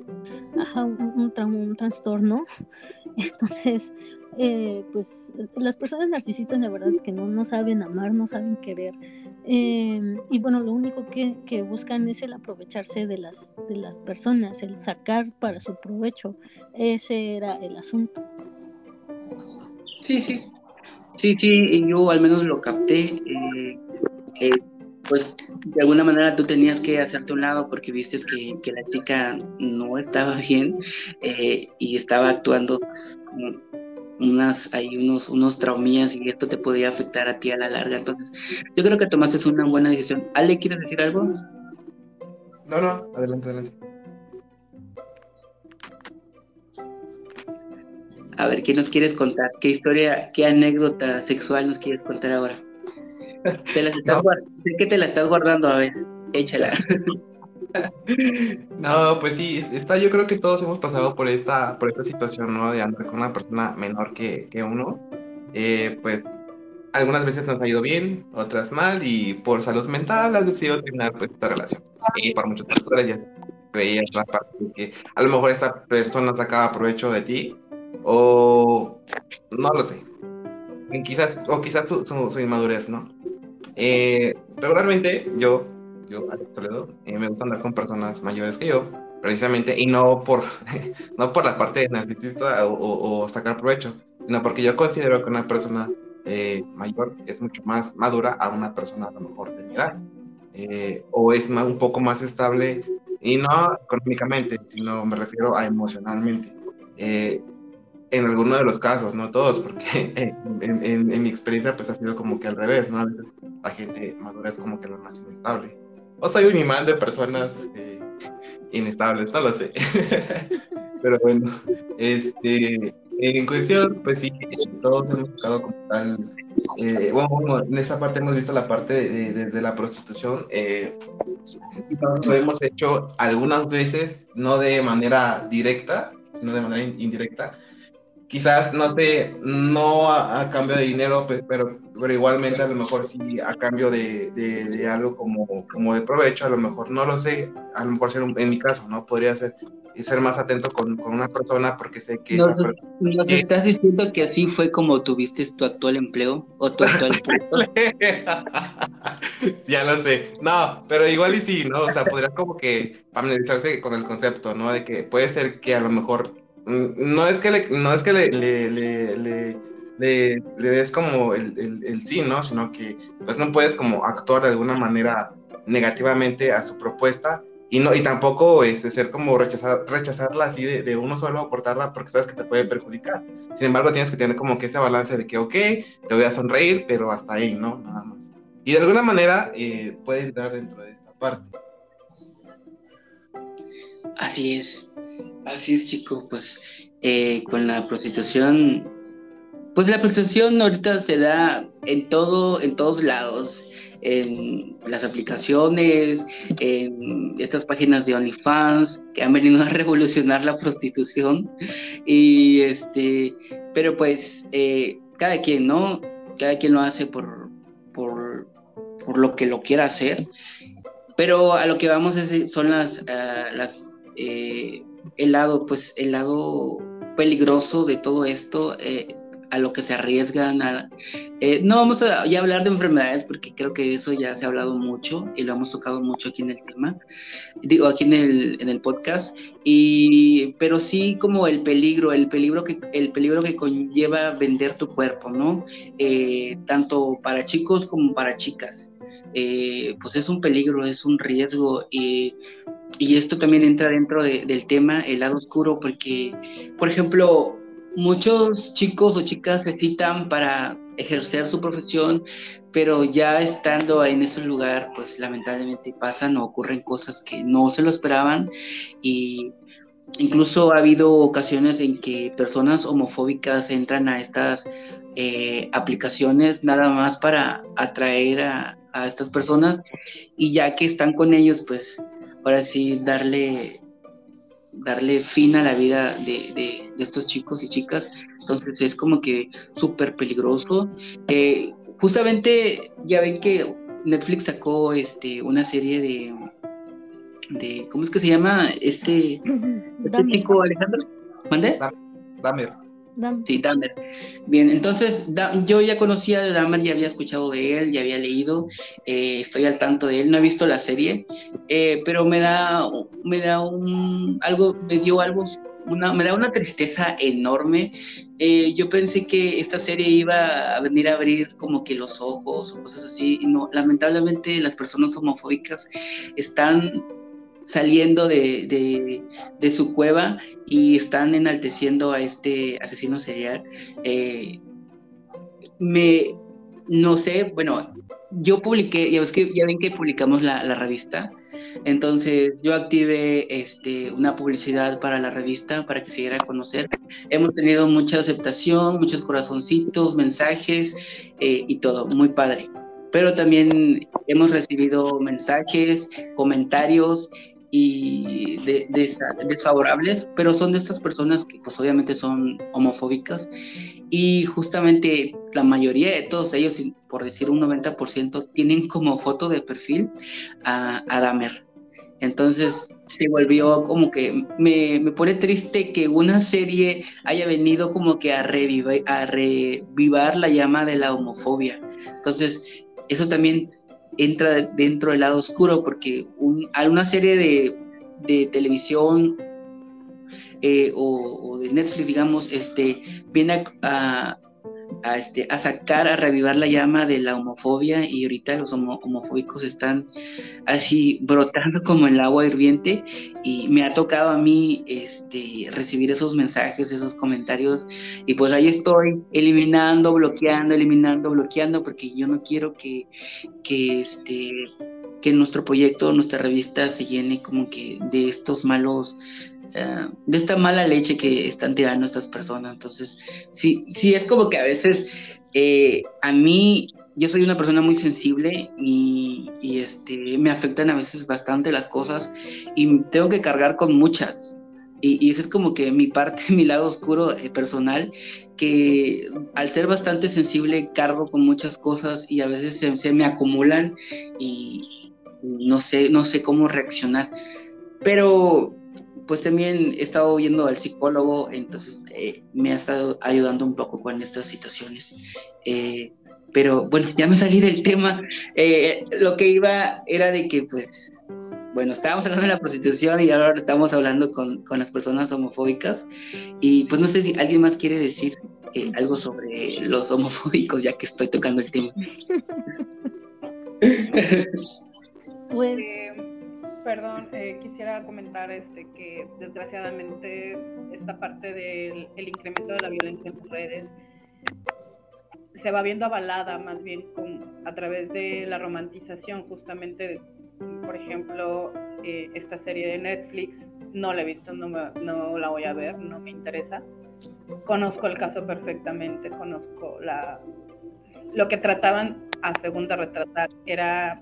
[SPEAKER 4] un trastorno. Entonces, pues las personas narcisistas la verdad es que no saben amar, no saben querer, y bueno, lo único que buscan es el aprovecharse de las personas, el sacar para su provecho. Ese era el asunto.
[SPEAKER 1] Sí, y yo al menos lo capté. Pues de alguna manera tú tenías que hacerte a un lado porque vistes que la chica no estaba bien, y estaba actuando pues, como unos traumillas, y esto te podía afectar a ti a la larga. Entonces yo creo que tomaste una buena decisión. Ale, ¿quieres decir algo?
[SPEAKER 5] No, adelante.
[SPEAKER 1] A ver, ¿qué nos quieres contar? ¿Qué historia, qué anécdota sexual nos quieres contar ahora? Sé que te la estás guardando, a ver, échala.
[SPEAKER 5] No, pues sí, yo creo que todos hemos pasado por esta situación, ¿no? De andar con una persona menor que uno. Pues algunas veces nos ha ido bien, otras mal, y por salud mental has decidido terminar pues esta relación. Y por muchos factores ya veías la parte de que a lo mejor esta persona sacaba provecho de ti, o no lo sé. Quizás su inmadurez, ¿no? Regularmente yo, Alex Toledo, me gusta andar con personas mayores que yo, precisamente, y no por la parte de narcisista o sacar provecho, sino porque yo considero que una persona mayor es mucho más madura a una persona a lo mejor de mi edad, o es un poco más estable, y no económicamente, sino me refiero a emocionalmente. En alguno de los casos, no todos, porque en mi experiencia pues ha sido como que al revés, ¿no? A veces la gente madura es como que la más inestable. O soy un imán de personas inestables, no lo sé. Pero bueno, en cuestión, pues sí, todos hemos tocado como tal. Bueno, en esta parte hemos visto la parte de la prostitución. Lo hemos hecho algunas veces, no de manera directa, sino de manera indirecta. Quizás, no sé, no a cambio de dinero, pero igualmente a lo mejor sí a cambio de algo como de provecho, a lo mejor no lo sé, a lo mejor en mi caso, ¿no? Podría ser más atento con una persona porque sé que esa persona...
[SPEAKER 1] ¿Nos estás diciendo que así fue como tuviste tu actual empleo o tu actual puesto?
[SPEAKER 5] Ya lo sé, no, pero igual y sí, ¿no? O sea, podría como que familiarizarse con el concepto, ¿no? De que puede ser que a lo mejor no es que le des como el sí, ¿no? Sino que pues no puedes como actuar de alguna manera negativamente a su propuesta y tampoco ser como rechazarla así de uno solo o cortarla porque sabes que te puede perjudicar. Sin embargo, tienes que tener como que ese balance de que, ok, te voy a sonreír, pero hasta ahí, ¿no? Nada más. Y de alguna manera puede entrar dentro de esta parte.
[SPEAKER 1] Así es, chico, pues con la prostitución, pues la prostitución ahorita se da en todos lados, en las aplicaciones, en estas páginas de OnlyFans que han venido a revolucionar la prostitución, y pero pues cada quien, ¿no? Cada quien lo hace por lo que lo quiera hacer, pero a lo que vamos son el lado peligroso de todo esto, a lo que se arriesgan. No vamos a ya hablar de enfermedades porque creo que eso ya se ha hablado mucho y lo hemos tocado mucho aquí en el tema, aquí en el podcast, pero sí como el peligro que conlleva vender tu cuerpo, ¿no? Tanto para chicos como para chicas. Pues es un peligro, es un riesgo, y esto también entra dentro del tema, el lado oscuro, porque, por ejemplo, muchos chicos o chicas se citan para ejercer su profesión, pero ya estando en ese lugar, pues lamentablemente pasan o ocurren cosas que no se lo esperaban, y incluso ha habido ocasiones en que personas homofóbicas entran a estas aplicaciones nada más para atraer a estas personas, y ya que están con ellos, pues ahora sí darle fin a la vida de estos chicos y chicas. Entonces es como que súper peligroso. Justamente ya ven que Netflix sacó una serie de ¿cómo es que se llama? Este chico, Alejandro. ¿Mande?
[SPEAKER 5] Dahmer.
[SPEAKER 1] Sí, Dahmer. Bien, entonces yo ya conocía de Dahmer, ya había escuchado de él, ya había leído, estoy al tanto de él, no he visto la serie, pero me da una tristeza enorme. Yo pensé que esta serie iba a venir a abrir como que los ojos o cosas así, y no, lamentablemente las personas homofóbicas están saliendo de su cueva y están enalteciendo a este asesino serial. No sé, bueno, yo publiqué, ya ven que publicamos la revista, entonces yo activé una publicidad para la revista para que se diera a conocer. Hemos tenido mucha aceptación, muchos corazoncitos, mensajes y todo, muy padre. Pero también hemos recibido mensajes, comentarios y desfavorables, pero son de estas personas que pues obviamente son homofóbicas, y justamente la mayoría de todos ellos, por decir un 90%, tienen como foto de perfil a Dahmer. Entonces se volvió como que me pone triste que una serie haya venido como que a revivar la llama de la homofobia. Entonces eso también entra dentro del lado oscuro, porque una serie de televisión o de Netflix, digamos, viene a sacar, a revivar la llama de la homofobia, y ahorita los homofóbicos están así brotando como el agua hirviente, y me ha tocado a mí recibir esos mensajes, esos comentarios, y pues ahí estoy eliminando, bloqueando, porque yo no quiero que nuestro proyecto, nuestra revista se llene como que de estos malos, de esta mala leche que están tirando estas personas. Entonces, sí es como que a veces a mí, yo soy una persona muy sensible y me afectan a veces bastante las cosas, y tengo que cargar con muchas. Y ese es como que mi parte, mi lado oscuro personal, que al ser bastante sensible cargo con muchas cosas, y a veces se me acumulan y no sé cómo reaccionar. Pero pues también he estado yendo al psicólogo, entonces me ha estado ayudando un poco con estas situaciones. Pero bueno, ya me salí del tema. Lo que iba era de que, pues, bueno, estábamos hablando de la prostitución y ahora estamos hablando con las personas homofóbicas. Y pues no sé si alguien más quiere decir algo sobre los homofóbicos, ya que estoy tocando el tema.
[SPEAKER 4] Pues...
[SPEAKER 3] Perdón, quisiera comentar que desgraciadamente esta parte del incremento de la violencia en las redes se va viendo avalada más bien a través de la romantización, justamente, por ejemplo, esta serie de Netflix, no la he visto, no la voy a ver, no me interesa. Conozco el caso perfectamente, conozco lo que trataban a segunda retratar, era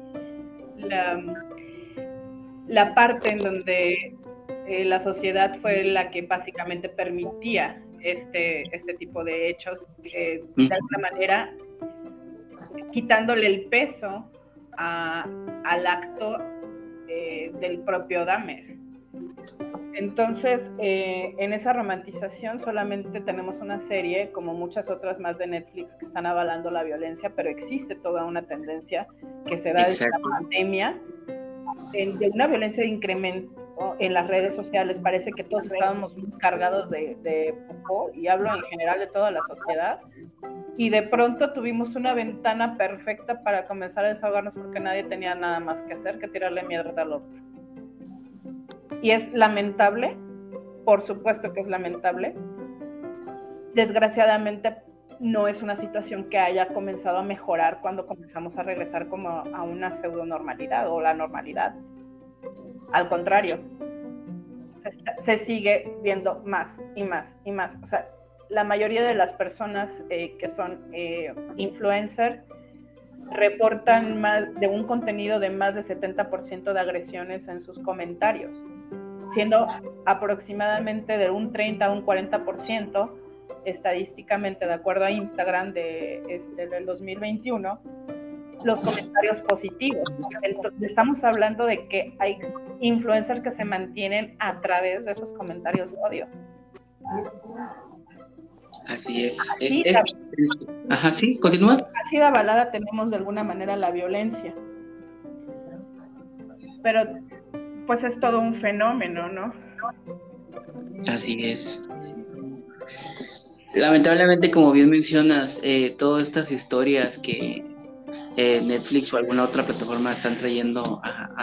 [SPEAKER 3] la parte en donde la sociedad fue la que básicamente permitía este tipo de hechos, de alguna manera quitándole el peso al acto del propio Dahmer. Entonces, en esa romantización solamente tenemos una serie, como muchas otras más de Netflix, que están avalando la violencia, pero existe toda una tendencia que se da desde la pandemia, de una violencia de incremento en las redes sociales. Parece que todos estábamos cargados de popó, y hablo en general de toda la sociedad, y de pronto tuvimos una ventana perfecta para comenzar a desahogarnos porque nadie tenía nada más que hacer que tirarle mierda al otro. y es lamentable, por supuesto que es lamentable. Desgraciadamente no es una situación que haya comenzado a mejorar cuando comenzamos a regresar como a una pseudo normalidad o la normalidad. Al contrario, se sigue viendo más y más y más. O sea, la mayoría de las personas que son influencers reportan más de un contenido de más de 70% de agresiones en sus comentarios, siendo aproximadamente de un 30 a un 40% estadísticamente, de acuerdo a Instagram del 2021, los comentarios positivos. Estamos hablando de que hay influencers que se mantienen a través de esos comentarios de odio.
[SPEAKER 1] Así es. Ajá, sí, continúa.
[SPEAKER 3] Así de avalada tenemos de alguna manera la violencia. Pero pues es todo un fenómeno, ¿no?
[SPEAKER 1] Así es. Lamentablemente, como bien mencionas, todas estas historias que Netflix o alguna otra plataforma están trayendo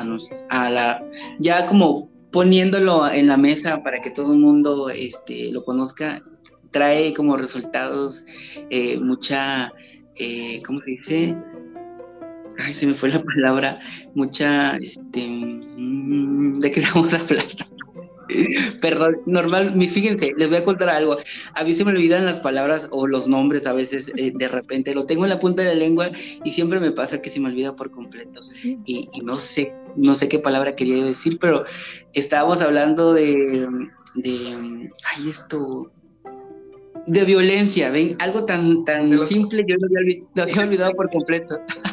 [SPEAKER 1] ya como poniéndolo en la mesa para que todo el mundo lo conozca, trae como resultados mucha, ¿cómo se dice? Ay, se me fue la palabra, mucha, ¿de qué estamos hablando? Perdón, fíjense, les voy a contar algo. A mí se me olvidan las palabras o los nombres a veces, de repente, lo tengo en la punta de la lengua y siempre me pasa que se me olvida por completo. Y no sé qué palabra quería decir, pero estábamos hablando de violencia, ¿ven? Algo tan simple, yo lo había olvidado por completo.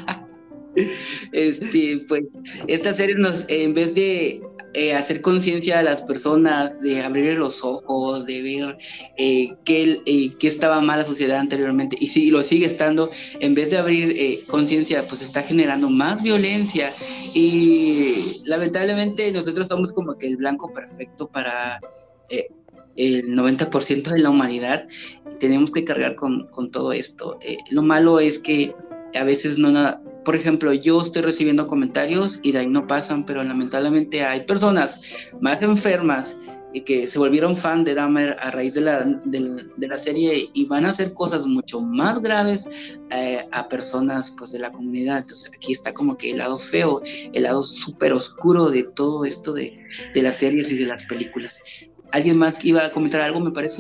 [SPEAKER 1] Pues, estas series en vez de hacer conciencia a las personas, de abrir los ojos, de ver qué estaba mal la sociedad anteriormente, y sí, lo sigue estando, en vez de abrir conciencia, pues está generando más violencia, y lamentablemente nosotros somos como que el blanco perfecto para el 90% de la humanidad, y tenemos que cargar con todo esto. Lo malo es que a veces por ejemplo, yo estoy recibiendo comentarios y de ahí no pasan, pero lamentablemente hay personas más enfermas y que se volvieron fan de Dahmer a raíz de la serie y van a hacer cosas mucho más graves a personas pues de la comunidad. Entonces aquí está como que el lado feo, el lado súper oscuro de todo esto de las series y de las películas. ¿Alguien más iba a comentar algo, me parece?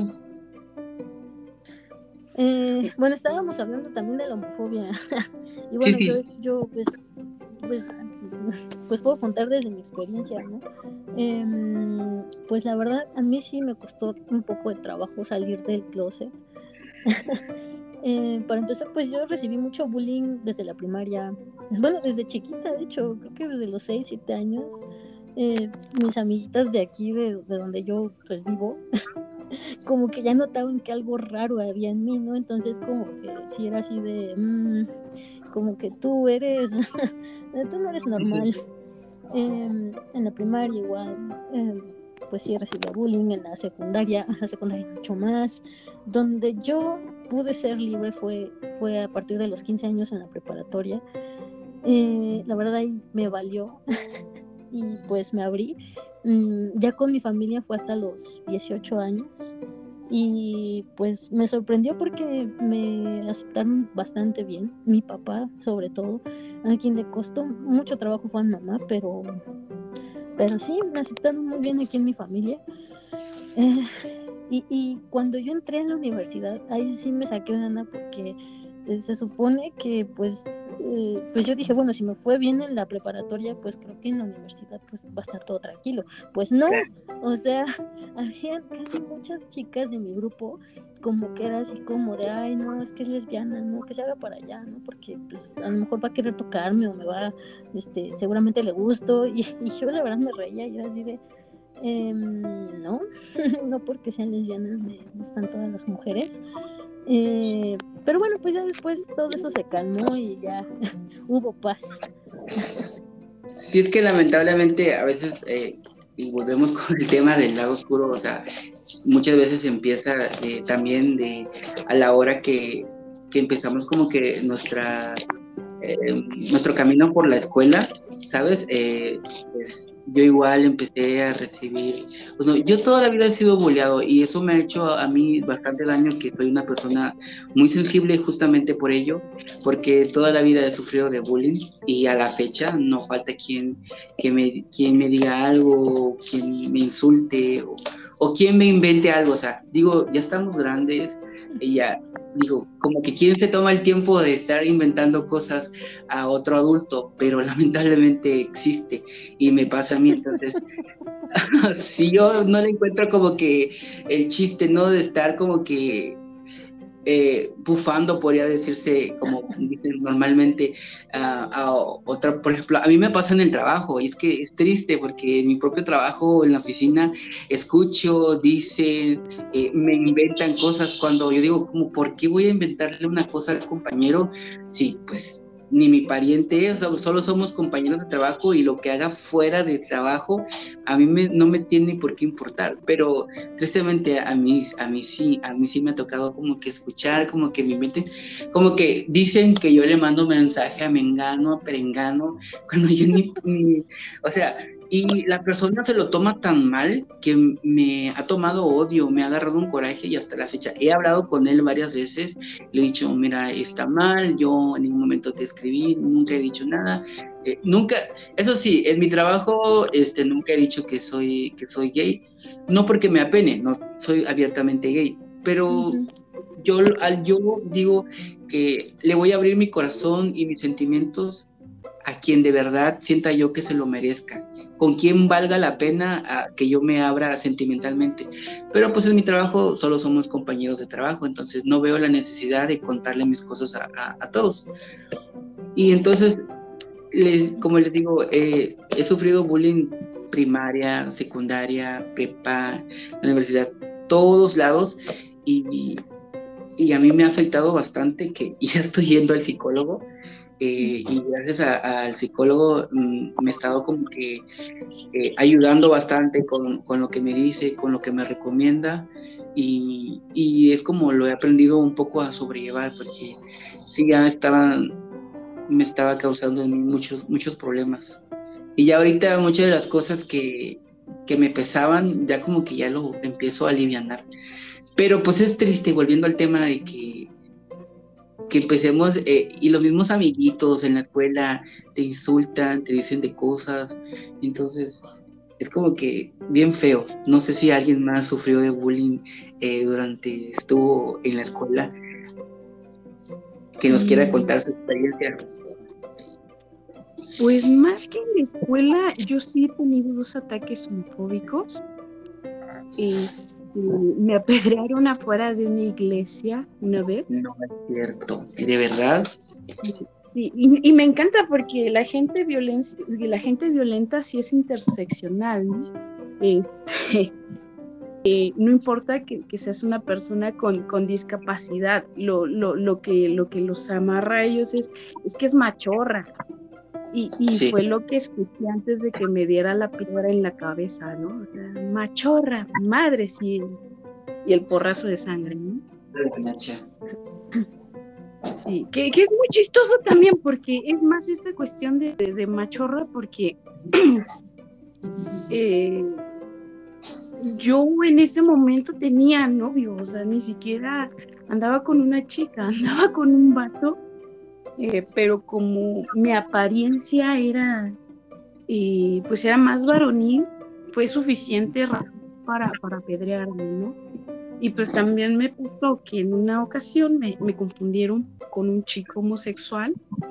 [SPEAKER 4] Bueno, estábamos hablando también de la homofobia. Y bueno, sí. yo pues puedo contar desde mi experiencia, ¿no? Pues la verdad, a mí sí me costó un poco de trabajo salir del closet. Para empezar, pues yo recibí mucho bullying desde la primaria. Bueno, desde chiquita, de hecho, creo que desde los 6, 7 años. Mis amiguitas de aquí, de donde yo pues vivo, como que ya notaban que algo raro había en mí, ¿no? Entonces como que sí era así de como que tú no eres normal. En la primaria igual, pues sí recibí bullying. En la secundaria mucho más. Donde yo pude ser libre fue a partir de los 15 años en la preparatoria. La verdad ahí me valió y pues me abrí. Ya con mi familia fue hasta los 18 años y pues me sorprendió porque me aceptaron bastante bien, mi papá sobre todo, a quien le costó mucho trabajo fue a mi mamá, pero sí, me aceptaron muy bien aquí en mi familia. Y cuando yo entré en la universidad, ahí sí me saqué de onda porque se supone que pues yo dije, bueno, si me fue bien en la preparatoria, pues creo que en la universidad pues va a estar todo tranquilo. Pues no, o sea, había casi muchas chicas de mi grupo como que era así como de, ay, no, es que es lesbiana, no, que se haga para allá, ¿no? Porque pues a lo mejor va a querer tocarme o me va, seguramente le gusto. Y yo la verdad me reía y era así de, no, no porque sean lesbianas me gustan todas las mujeres. Pero bueno, pues ya después todo eso se calmó y ya hubo paz.
[SPEAKER 1] Sí, es que lamentablemente a veces, y volvemos con el tema del lado oscuro, o sea, muchas veces empieza también a la hora que empezamos como que nuestro camino por la escuela, ¿sabes? Pues yo igual empecé a recibir, pues yo toda la vida he sido bulleado y eso me ha hecho a mí bastante daño, que soy una persona muy sensible justamente por ello, porque toda la vida he sufrido de bullying y a la fecha no falta quien me diga algo, quien me insulte o quien me invente algo, o sea, digo, ya estamos grandes y ya, digo, como que quién se toma el tiempo de estar inventando cosas a otro adulto, pero lamentablemente existe y me pasa a mí, entonces, si yo no le encuentro como que el chiste, ¿no? De estar como que bufando, podría decirse, como dicen normalmente, a otra, por ejemplo, a mí me pasa en el trabajo, y es que es triste porque en mi propio trabajo, en la oficina, escucho, dicen, me inventan cosas cuando yo digo, como, ¿por qué voy a inventarle una cosa al compañero si, pues, ni mi pariente es, solo somos compañeros de trabajo y lo que haga fuera de trabajo a mí no me tiene por qué importar, pero tristemente a mí sí me ha tocado como que escuchar, como que me inventen, como que dicen que yo le mando mensaje a Mengano, a Perengano, cuando yo o sea, y la persona se lo toma tan mal que me ha tomado odio, me ha agarrado un coraje y hasta la fecha he hablado con él varias veces, le he dicho, mira, está mal, yo en ningún momento te escribí, nunca he dicho nada, nunca, eso sí, en mi trabajo nunca he dicho que soy gay, no porque me apene, no soy abiertamente gay, pero yo digo que le voy a abrir mi corazón y mis sentimientos a quien de verdad sienta yo que se lo merezca, con quien valga la pena que yo me abra sentimentalmente. Pero pues en mi trabajo solo somos compañeros de trabajo, entonces no veo la necesidad de contarle mis cosas a todos. Y entonces, como les digo, he sufrido bullying primaria, secundaria, prepa, universidad, todos lados, y a mí me ha afectado bastante que ya estoy yendo al psicólogo, y gracias al psicólogo me he estado como que ayudando bastante con lo que me dice, con lo que me recomienda, y es como lo he aprendido un poco a sobrellevar, porque sí, me estaba causando en mí muchos problemas. Y ya ahorita muchas de las cosas que me pesaban, ya como que ya lo empiezo a alivianar. Pero pues es triste, volviendo al tema de que empecemos, y los mismos amiguitos en la escuela te insultan, te dicen de cosas, entonces es como que bien feo. No sé si alguien más sufrió de bullying durante estuvo en la escuela, que nos quiera contar su experiencia.
[SPEAKER 2] Pues más que en la escuela, yo sí he tenido 2 ataques homofóbicos. Me apedrearon afuera de una iglesia una vez.
[SPEAKER 1] No es cierto, ¿de verdad?
[SPEAKER 2] Sí, y me encanta porque la gente violenta sí es interseccional, ¿no? No importa que seas una persona con discapacidad, lo que los amarra a ellos es que es machorra. Y sí, fue lo que escuché antes de que me diera la piedra en la cabeza, ¿no? O sea, machorra, madre, sí, y el porrazo de sangre, ¿no? Sí, que es muy chistoso también, porque es más esta cuestión de machorra, porque yo en ese momento tenía novio, o sea, ni siquiera andaba con una chica, andaba con un vato, pero como mi apariencia era, pues era más varonil, fue suficiente para apedrearme, ¿no? Y pues también me pasó que en una ocasión me confundieron con un chico homosexual,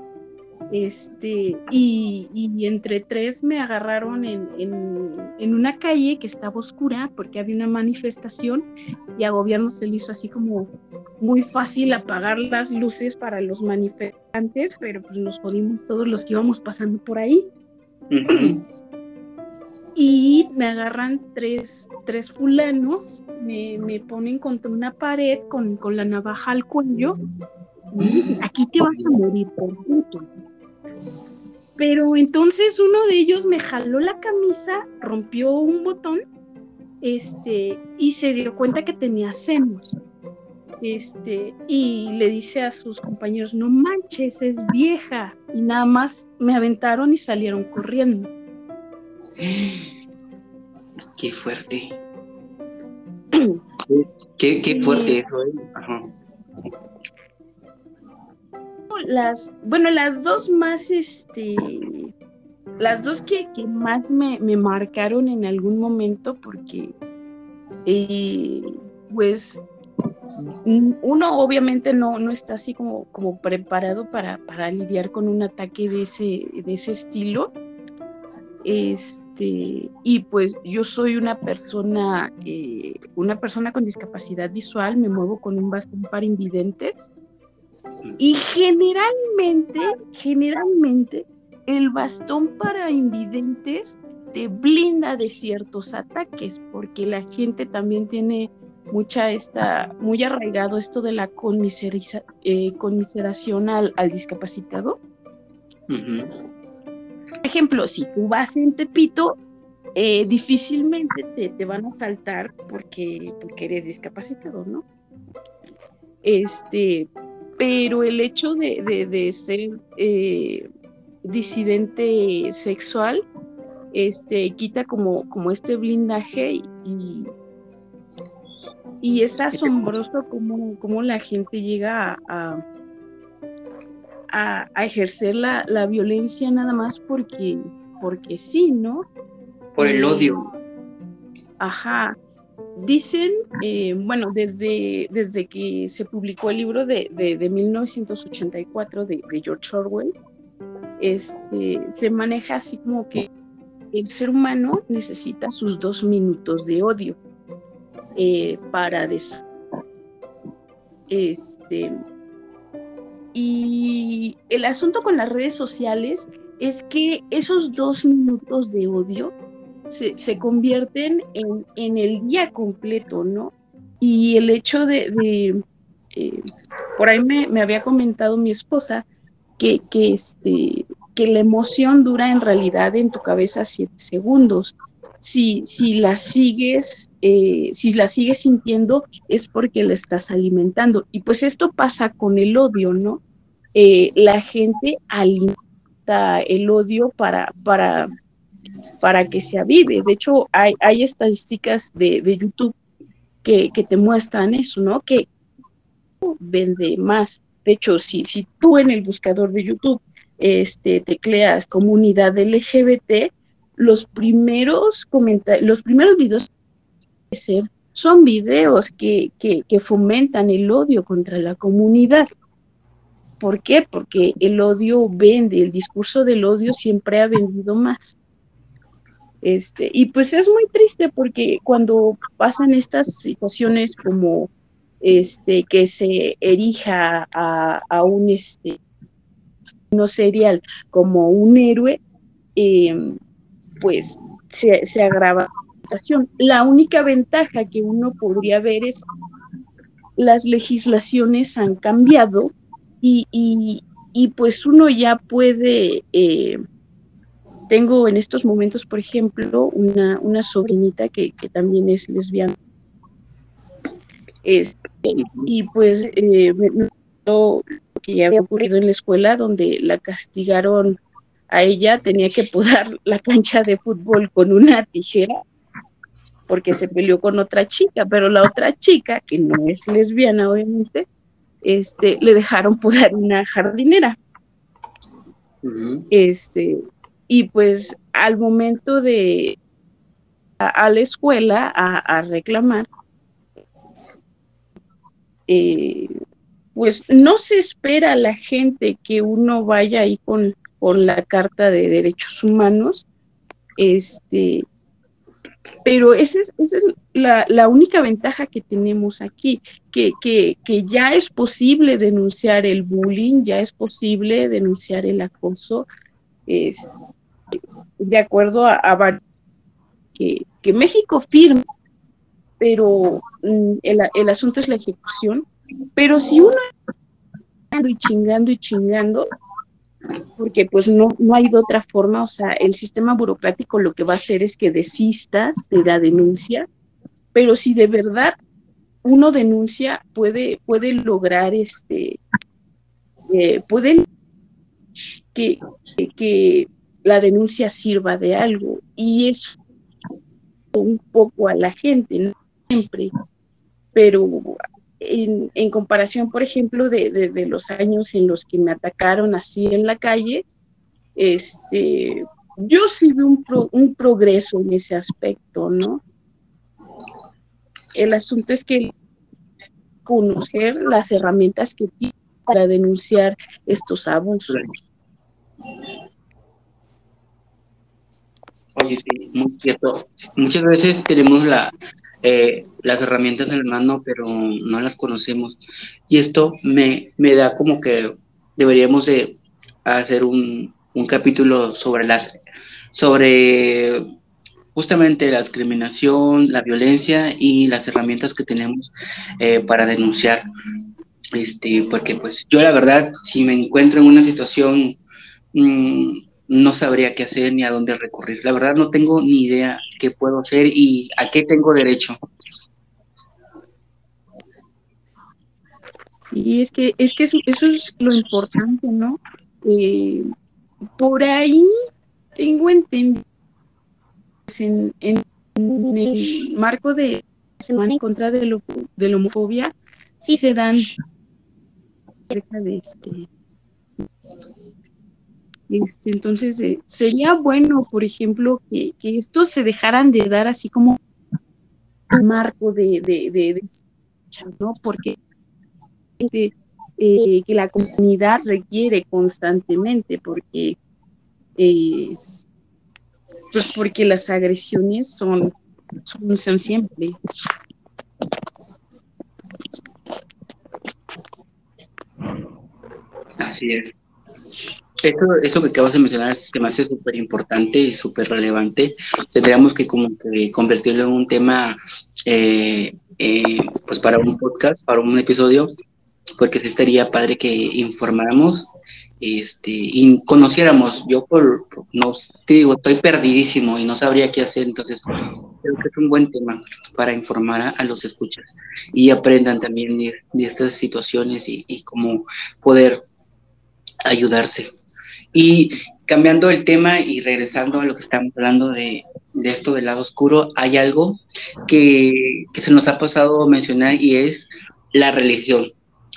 [SPEAKER 2] y entre 3 me agarraron en una calle que estaba oscura porque había una manifestación y a gobierno se le hizo así como muy fácil apagar las luces para los manifestantes, pero pues nos jodimos todos los que íbamos pasando por ahí. Y me agarran 3 fulanos, me ponen contra una pared con la navaja al cuello y me dicen, aquí te vas a morir por puto. Pero entonces uno de ellos me jaló la camisa, rompió un botón, y se dio cuenta que tenía senos. Y le dice a sus compañeros, no manches, es vieja. Y nada más me aventaron y salieron corriendo.
[SPEAKER 1] Qué fuerte. Qué fuerte eso, ¿eh? Ajá.
[SPEAKER 2] Las dos más, las dos que más me marcaron en algún momento, porque pues uno obviamente no está así como preparado para lidiar con un ataque de ese estilo. Y pues yo soy una persona con discapacidad visual, me muevo con un bastón para invidentes, y generalmente el bastón para invidentes te blinda de ciertos ataques, porque la gente también tiene muy arraigado esto de la conmiseración al discapacitado.
[SPEAKER 1] Uh-huh.
[SPEAKER 2] Por ejemplo, si tú vas en Tepito, difícilmente te van a asaltar porque eres discapacitado, ¿no? Pero el hecho de ser disidente sexual, quita como este blindaje, y es asombroso cómo la gente llega a ejercer la violencia nada más porque sí, ¿no?
[SPEAKER 1] Por el odio.
[SPEAKER 2] Ajá. Dicen, desde que se publicó el libro de 1984 de George Orwell, se maneja así como que el ser humano necesita sus 2 minutos de odio para y el asunto con las redes sociales es que esos 2 minutos de odio se convierten en el día completo, ¿no? Y el hecho por ahí me había comentado mi esposa que la emoción dura en realidad en tu cabeza 7 segundos. Si la sigues sintiendo, es porque la estás alimentando. Y pues esto pasa con el odio, ¿no? La gente alimenta el odio para que se avive. De hecho, hay estadísticas de YouTube que te muestran eso, ¿no? Que vende más. De hecho, si tú en el buscador de YouTube tecleas comunidad LGBT, los primeros videos son videos que fomentan el odio contra la comunidad. ¿Por qué? Porque el odio vende, el discurso del odio siempre ha vendido más. Y pues es muy triste porque cuando pasan estas situaciones como que se erija a un no serial como un héroe, pues se agrava la situación. La única ventaja que uno podría ver es las legislaciones han cambiado y pues uno ya puede tengo en estos momentos, por ejemplo, una sobrinita que también es lesbiana. Y pues lo que había ocurrido en la escuela, donde la castigaron a ella, tenía que podar la cancha de fútbol con una tijera porque se peleó con otra chica, pero la otra chica, que no es lesbiana obviamente, le dejaron podar una jardinera. Uh-huh. Y pues al momento de a la escuela a reclamar, pues no se espera a la gente que uno vaya ahí con la Carta de Derechos Humanos, pero esa es la única ventaja que tenemos aquí, que ya es posible denunciar el bullying, ya es posible denunciar el acoso, de acuerdo a que México firma, pero el asunto es la ejecución. Pero si uno está chingando, porque pues no hay de otra forma, o sea, el sistema burocrático lo que va a hacer es que desistas de la denuncia, pero si de verdad uno denuncia, puede lograr pueden que la denuncia sirva de algo, y eso un poco a la gente, no siempre, pero en comparación, por ejemplo, de los años en los que me atacaron así en la calle, yo sí vi un progreso en ese aspecto, ¿no? El asunto es que conocer las herramientas que tiene para denunciar estos abusos.
[SPEAKER 1] Oye, sí, muy cierto. Muchas veces tenemos las herramientas en la mano, pero no las conocemos. Y esto me da como que deberíamos de hacer un capítulo sobre justamente la discriminación, la violencia y las herramientas que tenemos para denunciar. Porque pues yo la verdad, si me encuentro en una situación, no sabría qué hacer ni a dónde recurrir. La verdad no tengo ni idea qué puedo hacer y a qué tengo derecho.
[SPEAKER 2] Sí, es que eso es lo importante, ¿no? Por ahí tengo entendido en el marco de la Semana en contra de la homofobia, sí se dan cerca de entonces sería bueno, por ejemplo, que estos se dejaran de dar así como un marco de ¿no? Porque que la comunidad requiere constantemente, porque pues porque las agresiones son siempre.
[SPEAKER 1] Así es. Eso que acabas de mencionar se me hace súper importante y súper relevante. Tendríamos que como que convertirlo en un tema pues para un podcast, para un episodio, porque sí estaría padre que informáramos y conociéramos. Yo no te digo, estoy perdidísimo y no sabría qué hacer, entonces creo que es un buen tema para informar a los escuchas y aprendan también de estas situaciones y cómo poder ayudarse. Y cambiando el tema y regresando a lo que estamos hablando de esto del lado oscuro, hay algo que se nos ha pasado a mencionar y es la religión.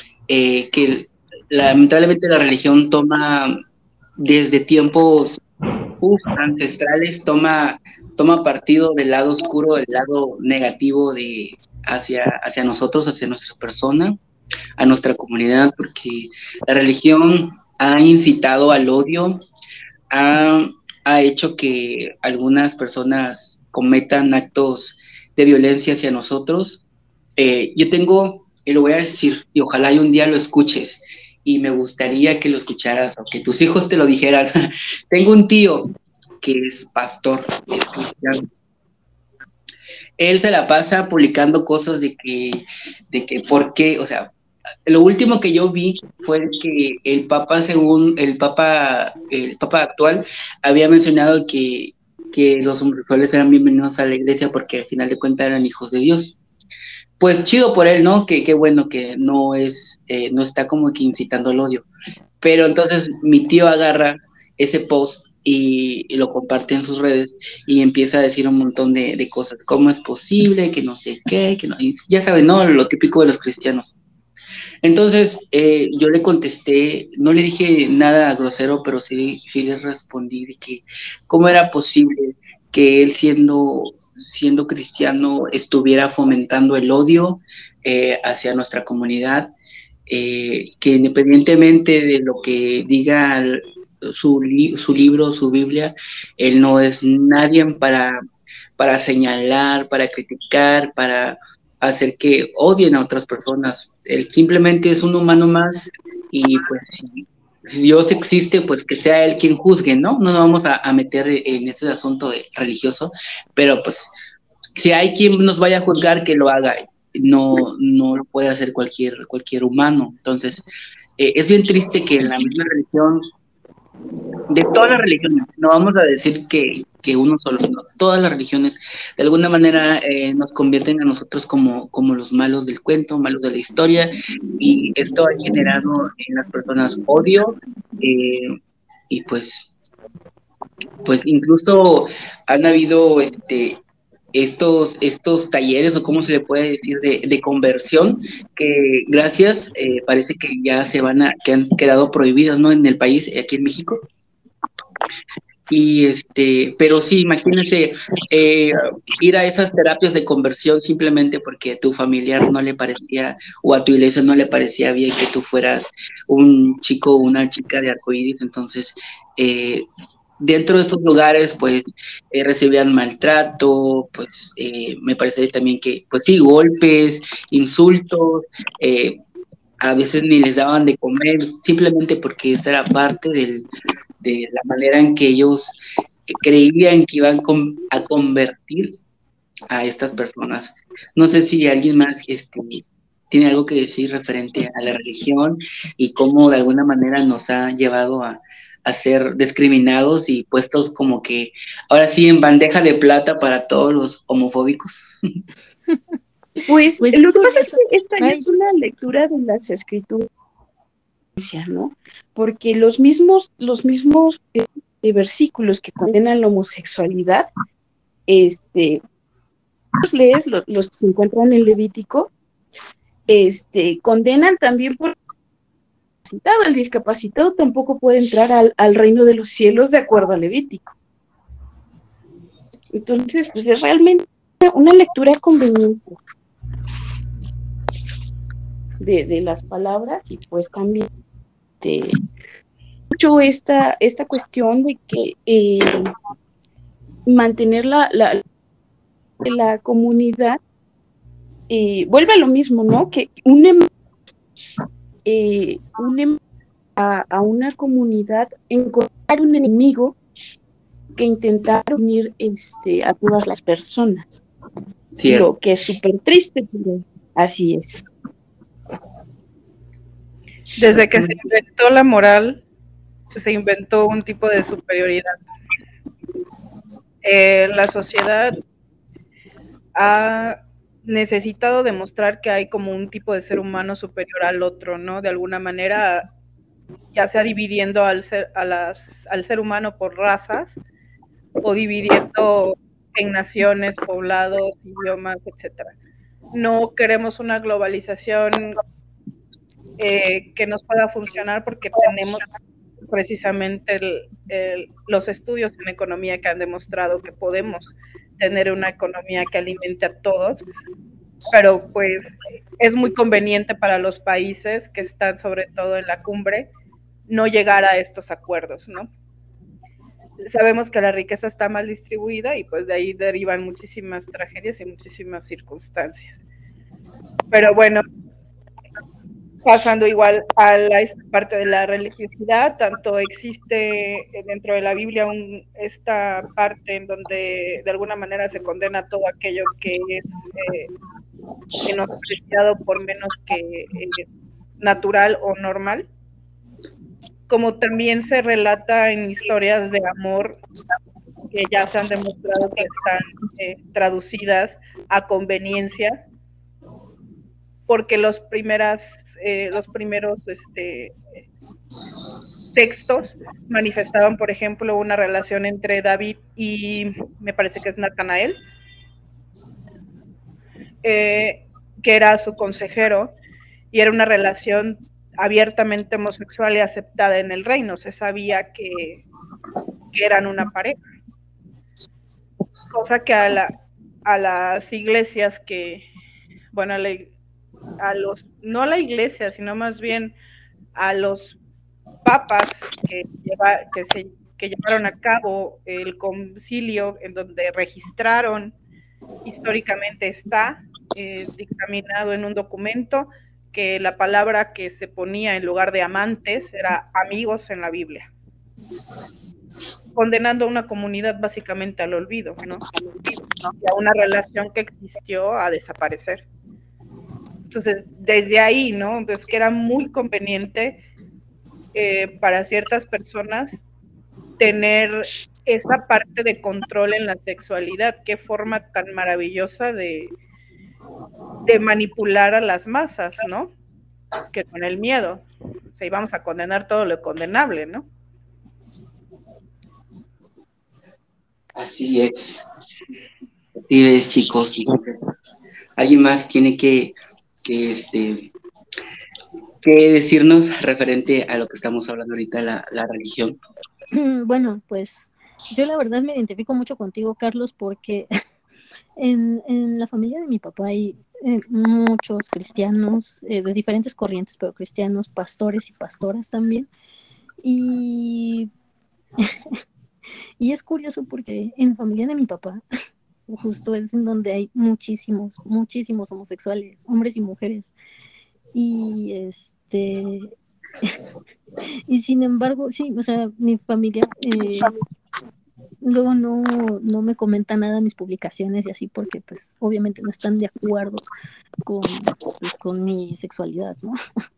[SPEAKER 1] Que lamentablemente la religión toma desde tiempos ancestrales, toma partido del lado oscuro, del lado negativo hacia nosotros, hacia nuestra persona, a nuestra comunidad, porque la religión ha incitado al odio, ha hecho que algunas personas cometan actos de violencia hacia nosotros. Yo tengo, y lo voy a decir, y ojalá y un día lo escuches, y me gustaría que lo escucharas, o que tus hijos te lo dijeran. Tengo un tío que es pastor, es cristiano. Él se la pasa publicando cosas de que por qué, o sea, lo último que yo vi fue que el Papa, según el Papa actual, había mencionado que los homosexuales eran bienvenidos a la iglesia porque al final de cuentas eran hijos de Dios. Pues chido por él, ¿no? Qué bueno que no está como que incitando al odio. Pero entonces mi tío agarra ese post y lo comparte en sus redes y empieza a decir un montón de cosas. ¿Cómo es posible? Que no sé qué, que no. Ya saben, ¿no? Lo típico de los cristianos. Entonces yo le contesté, no le dije nada grosero, pero sí le respondí de que cómo era posible que él siendo cristiano estuviera fomentando el odio hacia nuestra comunidad, que independientemente de lo que diga su libro, su Biblia, él no es nadie para señalar, para criticar, para hacer que odien a otras personas. Él simplemente es un humano más y pues si Dios existe, pues que sea Él quien juzgue, ¿no? No nos vamos a meter en ese asunto religioso, pero pues si hay quien nos vaya a juzgar, que lo haga. No lo puede hacer cualquier humano. Entonces, es bien triste que en la misma religión, de todas las religiones, no vamos a decir que uno solo, no, todas las religiones de alguna manera nos convierten a nosotros como los malos del cuento, malos de la historia, y esto ha generado en las personas odio, y pues pues incluso han habido estos talleres, o cómo se le puede decir, de conversión, que gracias, parece que ya que han quedado prohibidas, ¿no? En el país, aquí en México. Y pero sí, imagínense ir a esas terapias de conversión simplemente porque a tu familiar no le parecía, o a tu iglesia no le parecía bien que tú fueras un chico o una chica de arcoíris. Entonces, dentro de estos lugares, pues, recibían maltrato, pues, me parece también que, pues sí, golpes, insultos, a veces ni les daban de comer, simplemente porque esta era parte de la manera en que ellos creían que iban a convertir a estas personas. No sé si alguien más tiene algo que decir referente a la religión y cómo de alguna manera nos ha llevado a ser discriminados y puestos como que ahora sí en bandeja de plata para todos los homofóbicos.
[SPEAKER 2] Pues
[SPEAKER 4] Pues
[SPEAKER 2] lo
[SPEAKER 4] es
[SPEAKER 2] que pasa es
[SPEAKER 4] curioso.
[SPEAKER 2] que esta ya es una lectura de las escrituras, ¿no? Porque los mismos versículos que condenan la homosexualidad, los lees, los que se encuentran en Levítico, condenan también por el discapacitado tampoco puede entrar al reino de los cielos de acuerdo a Levítico. Entonces, pues es realmente una lectura a conveniencia de las palabras, y pues también mucho esta cuestión de que mantener la comunidad vuelve a lo mismo, ¿no? Que une a una comunidad, encontrar un enemigo que intentar unir a todas las personas.
[SPEAKER 1] Cierto.
[SPEAKER 2] Lo que es súper triste, pero así es.
[SPEAKER 3] Desde que se inventó la moral, se inventó un tipo de superioridad. La sociedad ha necesitado demostrar que hay como un tipo de ser humano superior al otro, ¿no? De alguna manera, ya sea dividiendo al ser humano por razas, o dividiendo en naciones, poblados, idiomas, etcétera. No queremos una globalización que nos pueda funcionar, porque tenemos precisamente los estudios en economía que han demostrado que podemos tener una economía que alimente a todos, pero pues es muy conveniente para los países que están sobre todo en la cumbre no llegar a estos acuerdos, ¿no? Sabemos que la riqueza está mal distribuida y pues de ahí derivan muchísimas tragedias y muchísimas circunstancias. Pero bueno, pasando igual a esta parte de la religiosidad, tanto existe dentro de la Biblia esta parte en donde de alguna manera se condena todo aquello que es menospreciado por menos que natural o normal, como también se relata en historias de amor que ya se han demostrado que están traducidas a conveniencia, porque los primeros textos manifestaban, por ejemplo, una relación entre David y, me parece que es Natanael, que era su consejero, y era una relación abiertamente homosexual y aceptada en el reino. Se sabía que eran una pareja, cosa que a las iglesias que, bueno, no a la iglesia, sino más bien a los papas que llevaron a cabo el concilio, en donde registraron históricamente está dictaminado en un documento que la palabra que se ponía en lugar de amantes era amigos en la Biblia, condenando a una comunidad básicamente al olvido, ¿no? Y a una relación que existió a desaparecer. Entonces, desde ahí, ¿no? Pues que era muy conveniente para ciertas personas tener esa parte de control en la sexualidad. Qué forma tan maravillosa de manipular a las masas, ¿no? Que con el miedo. O sea, íbamos a condenar todo lo condenable, ¿no?
[SPEAKER 1] Así es. Así es, chicos. ¿Alguien más tiene que, este, que decirnos referente a lo que estamos hablando ahorita, la religión?
[SPEAKER 4] Bueno, pues yo la verdad me identifico mucho contigo, Carlos, porque en la familia de mi papá hay muchos cristianos de diferentes corrientes, pero cristianos, pastores y pastoras también. Y, y es curioso porque en la familia de mi papá justo es en donde hay muchísimos homosexuales, hombres y mujeres. Y y sin embargo, sí, o sea, mi familia luego no me comenta nada mis publicaciones y así porque pues obviamente no están de acuerdo con mi sexualidad, ¿no?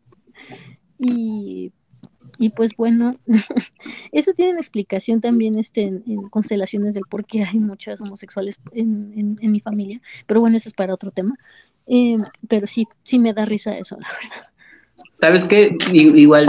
[SPEAKER 4] Y, y pues bueno, eso tiene una explicación también en constelaciones del por qué hay muchas homosexuales en mi familia, pero bueno, eso es para otro tema. Pero sí me da risa eso, la verdad.
[SPEAKER 1] ¿Sabes qué? Igual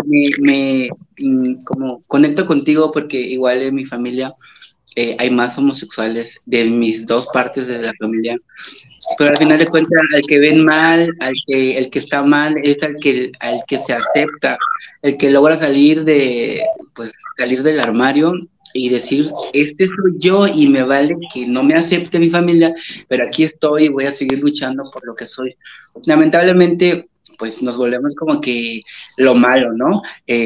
[SPEAKER 1] como conecto contigo porque igual en mi familia hay más homosexuales de mis dos partes de la familia, pero al final de cuentas al que ven mal, el que está mal es al que se acepta, el que logra salir del armario y decir, este soy yo y me vale que no me acepte mi familia, pero aquí estoy y voy a seguir luchando por lo que soy. Lamentablemente, pues nos volvemos como que lo malo, ¿no?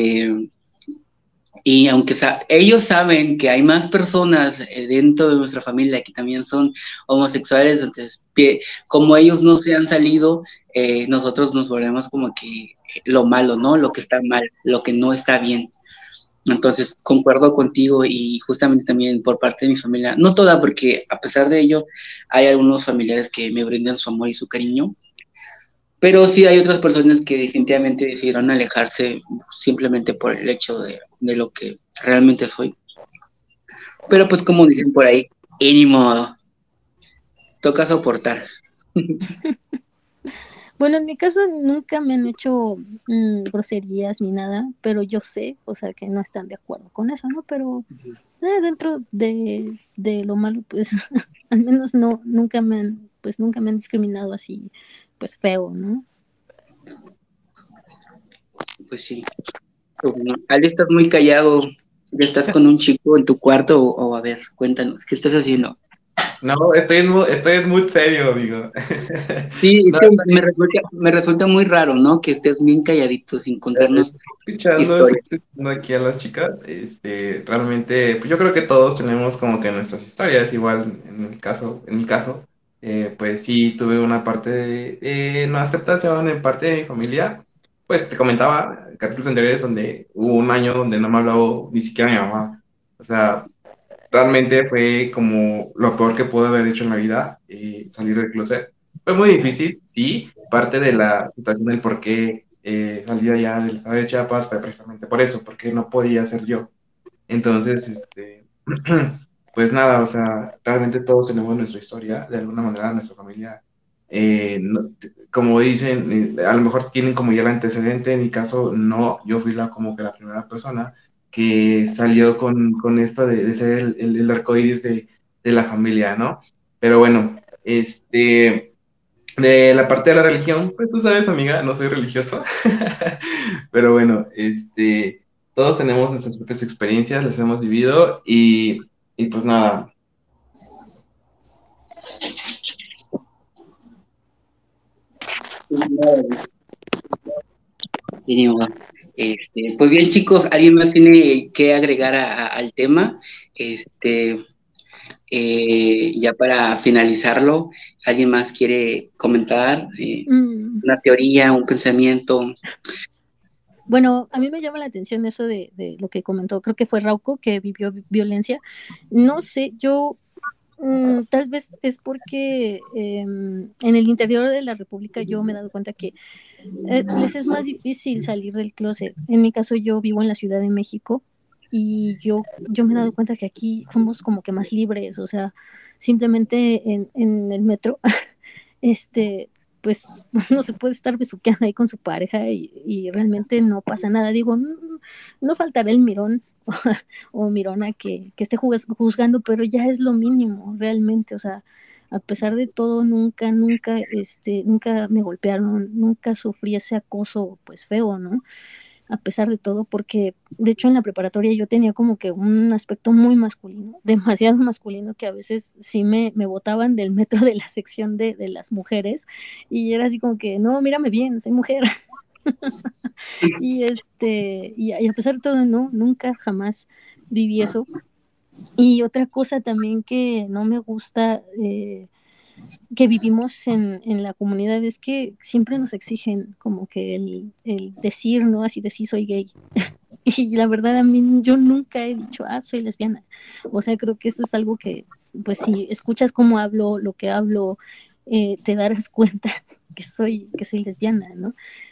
[SPEAKER 1] Y aunque ellos saben que hay más personas dentro de nuestra familia que también son homosexuales, entonces como ellos no se han salido, nosotros nos volvemos como que lo malo, ¿no? Lo que está mal, lo que no está bien. Entonces concuerdo contigo y justamente también por parte de mi familia, no toda, porque a pesar de ello hay algunos familiares que me brindan su amor y su cariño, pero sí hay otras personas que definitivamente decidieron alejarse simplemente por el hecho de lo que realmente soy. Pero pues como dicen por ahí, ni modo, toca soportar.
[SPEAKER 4] Bueno, en mi caso nunca me han hecho groserías ni nada, pero yo sé, o sea, que no están de acuerdo con eso, ¿no? Pero dentro de lo malo, pues al menos nunca nunca me han discriminado así, pues feo, ¿no?
[SPEAKER 1] Pues sí. Bueno, Ali, estás muy callado. ¿Ya estás con un chico en tu cuarto? O a ver, cuéntanos, ¿qué estás haciendo?
[SPEAKER 5] No, estoy en muy serio, amigo.
[SPEAKER 1] Sí, es
[SPEAKER 5] No,
[SPEAKER 1] que me resulta muy raro, ¿no? Que estés bien calladito sin contarnos historias.
[SPEAKER 5] estoy escuchando aquí a las chicas, realmente, pues yo creo que todos tenemos como que nuestras historias, igual en mi caso, pues sí tuve una parte de no aceptación en parte de mi familia, pues te comentaba, capítulos anteriores donde hubo un año donde no me habló ni siquiera mi mamá, o sea, realmente fue como lo peor que pude haber hecho en la vida, salir del closet. Fue muy difícil, sí, parte de la situación del por qué salí allá del estado de Chiapas fue precisamente por eso, porque no podía ser yo. Entonces, pues nada, o sea, realmente todos tenemos nuestra historia, de alguna manera nuestra familia, como dicen, a lo mejor tienen como ya el antecedente, en mi caso no, yo fui como que la primera persona que salió con esto de ser el arco iris de la familia, ¿no? Pero bueno, de la parte de la religión, pues tú sabes, amiga, no soy religioso, pero bueno, todos tenemos nuestras propias experiencias, las hemos vivido y pues nada.
[SPEAKER 1] Y ni modo. Pues bien, chicos, ¿alguien más tiene que agregar al tema? Ya para finalizarlo, ¿alguien más quiere comentar una teoría, un pensamiento?
[SPEAKER 4] Bueno, a mí me llama la atención eso de lo que comentó, creo que fue Rauco que vivió violencia. No sé, yo tal vez es porque en el interior de la República yo me he dado cuenta que les es más difícil salir del closet. En mi caso yo vivo en la Ciudad de México y yo me he dado cuenta que aquí somos como que más libres, o sea, simplemente en el metro, pues no se puede estar besuqueando ahí con su pareja y realmente no pasa nada. Digo, no faltará el mirón o mirona que esté juzgando, pero ya es lo mínimo realmente, o sea, a pesar de todo, nunca me golpearon, nunca sufrí ese acoso pues feo, ¿no? A pesar de todo, porque de hecho en la preparatoria yo tenía como que un aspecto muy masculino, demasiado masculino, que a veces sí me botaban del metro de la sección de las mujeres, y era así como que, no, mírame bien, soy mujer. y a pesar de todo, no, nunca jamás viví eso. Y otra cosa también que no me gusta, que vivimos en la comunidad, es que siempre nos exigen como que el decir, ¿no? Así decir soy gay. Y la verdad, a mí, yo nunca he dicho, soy lesbiana. O sea, creo que eso es algo que, pues si escuchas cómo hablo, lo que hablo, te darás cuenta que soy lesbiana, ¿no?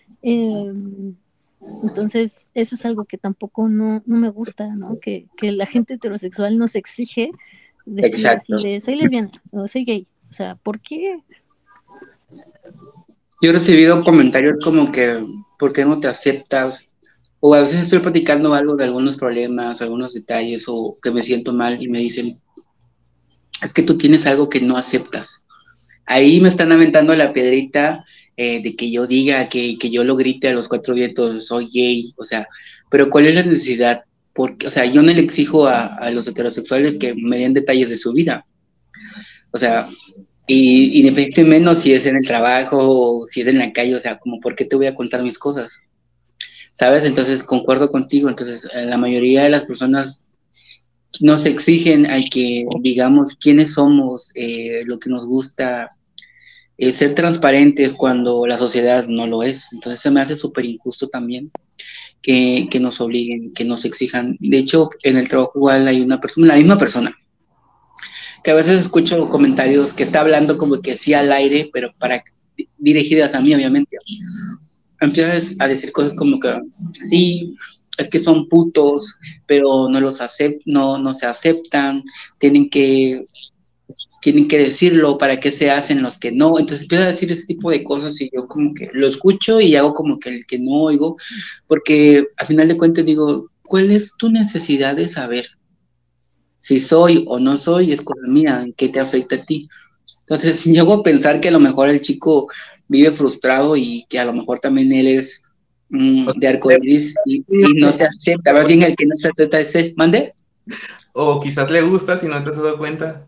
[SPEAKER 4] Entonces, eso es algo que tampoco no me gusta, ¿no? Que la gente heterosexual nos exige decir así de soy lesbiana o soy gay. O sea, ¿por qué?
[SPEAKER 1] Yo he recibido comentarios como que, ¿por qué no te aceptas? O a veces estoy platicando algo de algunos problemas, algunos detalles, o que me siento mal y me dicen, es que tú tienes algo que no aceptas. Ahí me están aventando la piedrita de que yo diga, que yo lo grite a los cuatro vientos, soy gay, o sea, pero ¿cuál es la necesidad? Porque, o sea, yo no le exijo a los heterosexuales que me den detalles de su vida. O sea, y independientemente si es en el trabajo o si es en la calle, o sea, como por qué te voy a contar mis cosas, ¿sabes? Entonces, concuerdo contigo, entonces la mayoría de las personas nos exigen a que digamos quiénes somos, lo que nos gusta, ser transparentes cuando la sociedad no lo es. Entonces se me hace súper injusto también que nos obliguen, que nos exijan. De hecho, en el trabajo igual hay una persona, la misma persona, que a veces escucho comentarios que está hablando como que sí al aire, pero dirigidas a mí, obviamente. Empiezas a decir cosas como que sí, es que son putos, pero no no se aceptan, tienen que decirlo, para qué se hacen los que no. Entonces empieza a decir ese tipo de cosas y yo como que lo escucho y hago como que el que no oigo, porque al final de cuentas digo, ¿cuál es tu necesidad de saber? Si soy o no soy, es cosa mía, ¿qué te afecta a ti? Entonces llego a pensar que a lo mejor el chico vive frustrado y que a lo mejor también él es de arcoíris y no se acepta, más bien el que no se acepta es él. ¿Mande?
[SPEAKER 5] O quizás le gusta si no te has dado cuenta.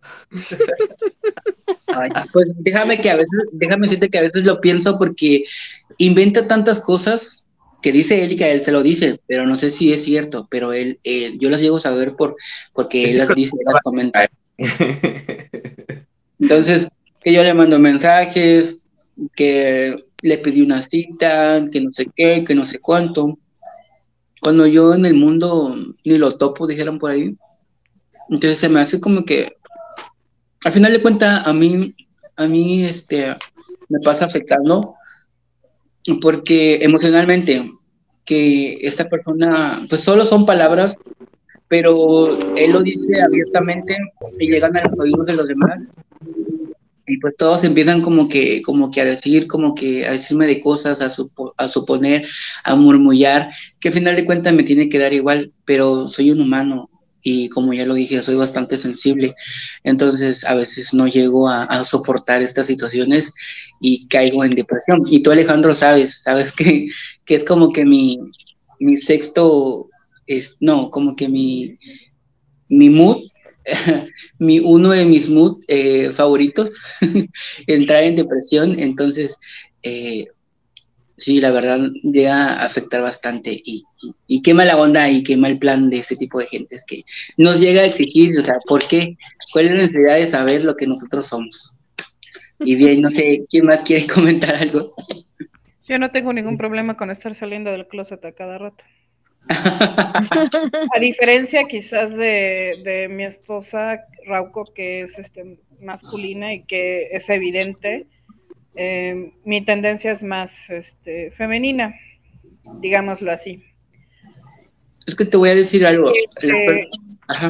[SPEAKER 1] Ay, pues déjame decirte que a veces lo pienso porque inventa tantas cosas que dice él y que a él se lo dice, pero no sé si es cierto, pero yo las llego a saber porque él las dice, las comenta. Entonces, que yo le mando mensajes, que le pedí una cita, que no sé qué, que no sé cuánto. Cuando yo en el mundo ni lo topo, dijeron por ahí. Entonces se me hace como que, al final de cuentas, a mí, me pasa afectando, porque emocionalmente, que esta persona, pues solo son palabras, pero él lo dice abiertamente y llegan a los oídos de los demás. Y pues todos empiezan como que a decir, como que a decirme de cosas, a suponer, a murmullar, que al final de cuentas me tiene que dar igual, pero soy un humano y como ya lo dije, soy bastante sensible. Entonces a veces no llego a soportar estas situaciones y caigo en depresión. Y tú, Alejandro, sabes que es como que mi sexto, no, como que mi mood, uno de mis mood favoritos, entrar en depresión. Entonces, sí, la verdad llega a afectar bastante y qué mala onda y qué mal plan de este tipo de gente es que nos llega a exigir, o sea, ¿por qué? ¿Cuál es la necesidad de saber lo que nosotros somos? Y bien, no sé, ¿quién más quiere comentar algo?
[SPEAKER 3] Yo no tengo ningún problema con estar saliendo del closet a cada rato. A diferencia quizás de mi esposa Rauco, que es masculina y que es evidente, mi tendencia es más femenina, digámoslo así.
[SPEAKER 1] Es que te voy a decir algo. Ajá.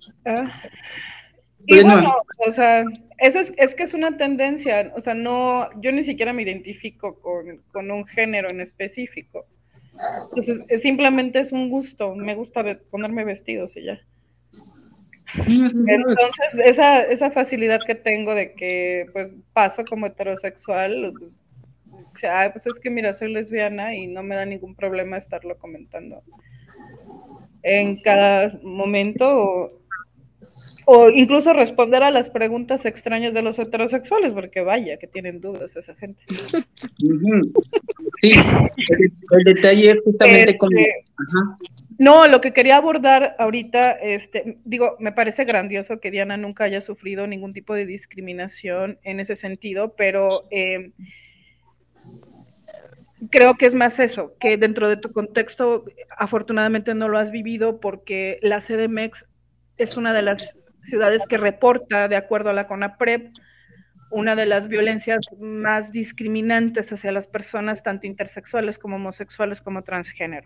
[SPEAKER 3] Y bueno, o sea, es que es una tendencia, o sea, no, yo ni siquiera me identifico con un género en específico. Entonces, simplemente es un gusto, me gusta ponerme vestidos y ya. Entonces, esa facilidad que tengo de que pues paso como heterosexual, pues es que mira, soy lesbiana y no me da ningún problema estarlo comentando en cada momento, o incluso responder a las preguntas extrañas de los heterosexuales, porque vaya, que tienen dudas esa gente.
[SPEAKER 1] Sí, el detalle es justamente con... Ajá.
[SPEAKER 3] No, lo que quería abordar ahorita, digo, me parece grandioso que Diana nunca haya sufrido ningún tipo de discriminación en ese sentido, pero creo que es más eso, que dentro de tu contexto afortunadamente no lo has vivido porque la CDMX es una de las ciudades que reporta, de acuerdo a la CONAPRED, una de las violencias más discriminantes hacia las personas, tanto intersexuales como homosexuales como transgénero.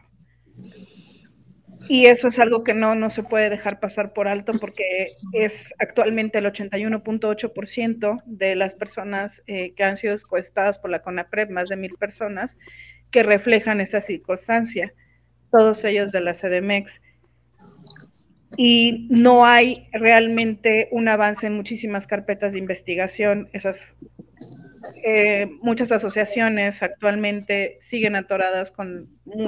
[SPEAKER 3] Y eso es algo que no se puede dejar pasar por alto porque es actualmente el 81.8% de las personas que han sido encuestadas por la CONAPRED, más de 1,000 personas, que reflejan esa circunstancia, todos ellos de la CDMX. Y no hay realmente un avance en muchísimas carpetas de investigación. Muchas asociaciones actualmente siguen atoradas con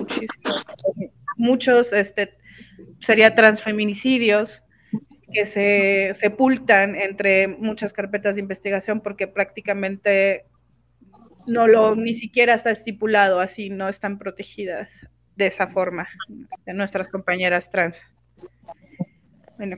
[SPEAKER 3] muchos sería transfeminicidios que se sepultan entre muchas carpetas de investigación porque prácticamente ni siquiera está estipulado así, no están protegidas de esa forma de nuestras compañeras trans. Bueno.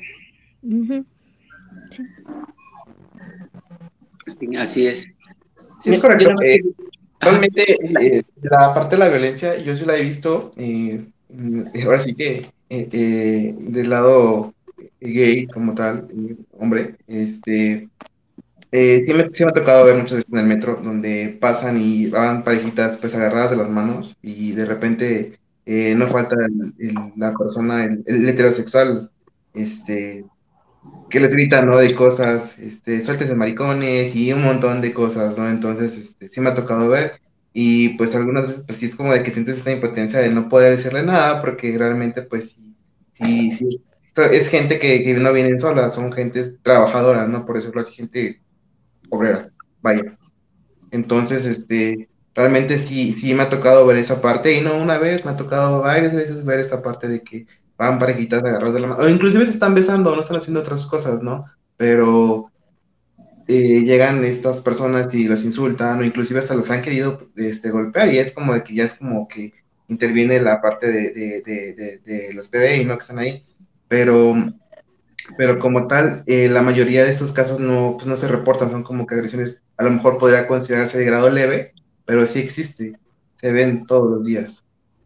[SPEAKER 1] Sí, así es.
[SPEAKER 5] Sí, es correcto. Realmente, la parte de la violencia, yo sí la he visto, ahora sí que del lado gay como tal, hombre, sí me ha tocado ver muchas veces en el metro donde pasan y van parejitas pues agarradas de las manos y de repente no falta la persona, el heterosexual, que les gritan, ¿no? De cosas, suéltense maricones y un montón de cosas, ¿no? Entonces, sí me ha tocado ver y pues algunas veces pues sí es como de que sientes esa impotencia de no poder decirle nada porque realmente pues sí es gente que no vienen sola, son gente trabajadora, ¿no? Por eso es gente obrera, vaya. Entonces, realmente sí me ha tocado ver esa parte y no una vez, me ha tocado varias veces ver esta parte de que van parejitas agarradas de la mano, o inclusive se están besando, no están haciendo otras cosas, ¿no? Pero llegan estas personas y los insultan, o inclusive hasta los han querido golpear, y es como de que ya es como que interviene la parte de los PBI, ¿no? Que están ahí, pero como tal, la mayoría de estos casos pues no se reportan, son como que agresiones, a lo mejor podría considerarse de grado leve, pero sí existe, se ven todos los días.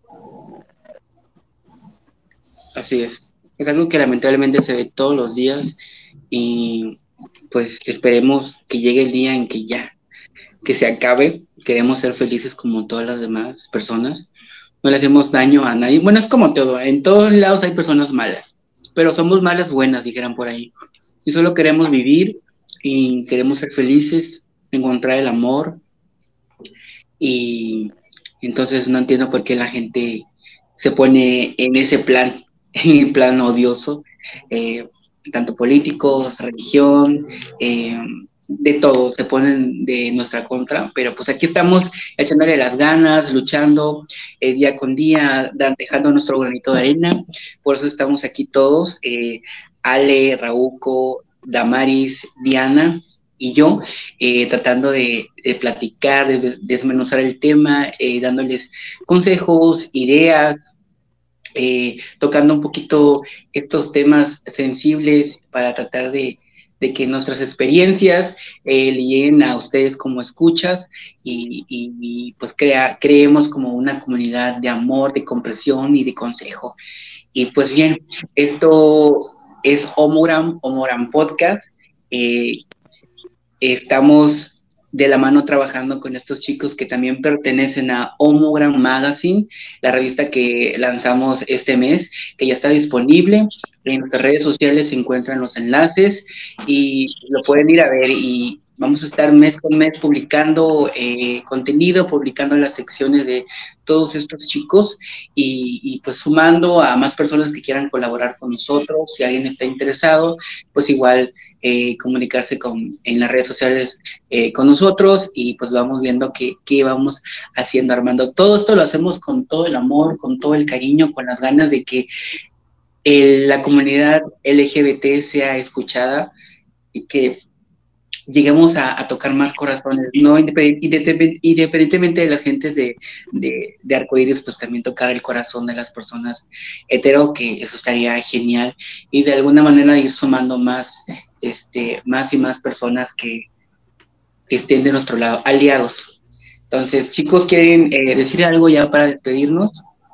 [SPEAKER 1] Así es algo que lamentablemente se ve todos los días y pues esperemos que llegue el día en que se acabe. Queremos ser felices como todas las demás personas, no le hacemos daño a nadie, bueno, es como todo, en todos lados hay personas malas, pero somos malas buenas, dijeran por ahí, y solo queremos vivir y queremos ser felices, encontrar el amor, y entonces no entiendo por qué la gente se pone en ese plan, en el plan odioso, tanto políticos, religión, de todo, se ponen de nuestra contra, pero pues aquí estamos echándole las ganas, luchando día con día, dejando nuestro granito de arena, por eso estamos aquí todos, Ale, Rauco, Damaris, Diana y yo, tratando de platicar, de desmenuzar el tema, dándoles consejos, ideas, tocando un poquito estos temas sensibles para tratar de que nuestras experiencias le lleguen a ustedes como escuchas y pues creemos como una comunidad de amor, de comprensión y de consejo. Y pues bien, esto es Homogram Podcast. Estamos de la mano trabajando con estos chicos que también pertenecen a Homogram Magazine, la revista que lanzamos este mes, que ya está disponible. En nuestras redes sociales se encuentran los enlaces y lo pueden ir a ver y vamos a estar mes con mes publicando contenido, publicando las secciones de todos estos chicos y pues sumando a más personas que quieran colaborar con nosotros. Si alguien está interesado, pues igual comunicarse en las redes sociales con nosotros y pues vamos viendo qué vamos haciendo, Armando. Todo esto lo hacemos con todo el amor, con todo el cariño, con las ganas de que la comunidad LGBT sea escuchada y que lleguemos a tocar más corazones, ¿no? Independientemente de las gentes de Arcoíris, pues también tocar el corazón de las personas hetero, que eso estaría genial, y de alguna manera ir sumando más y más personas que estén de nuestro lado, aliados. Entonces, chicos, ¿quieren decir algo ya para despedirnos?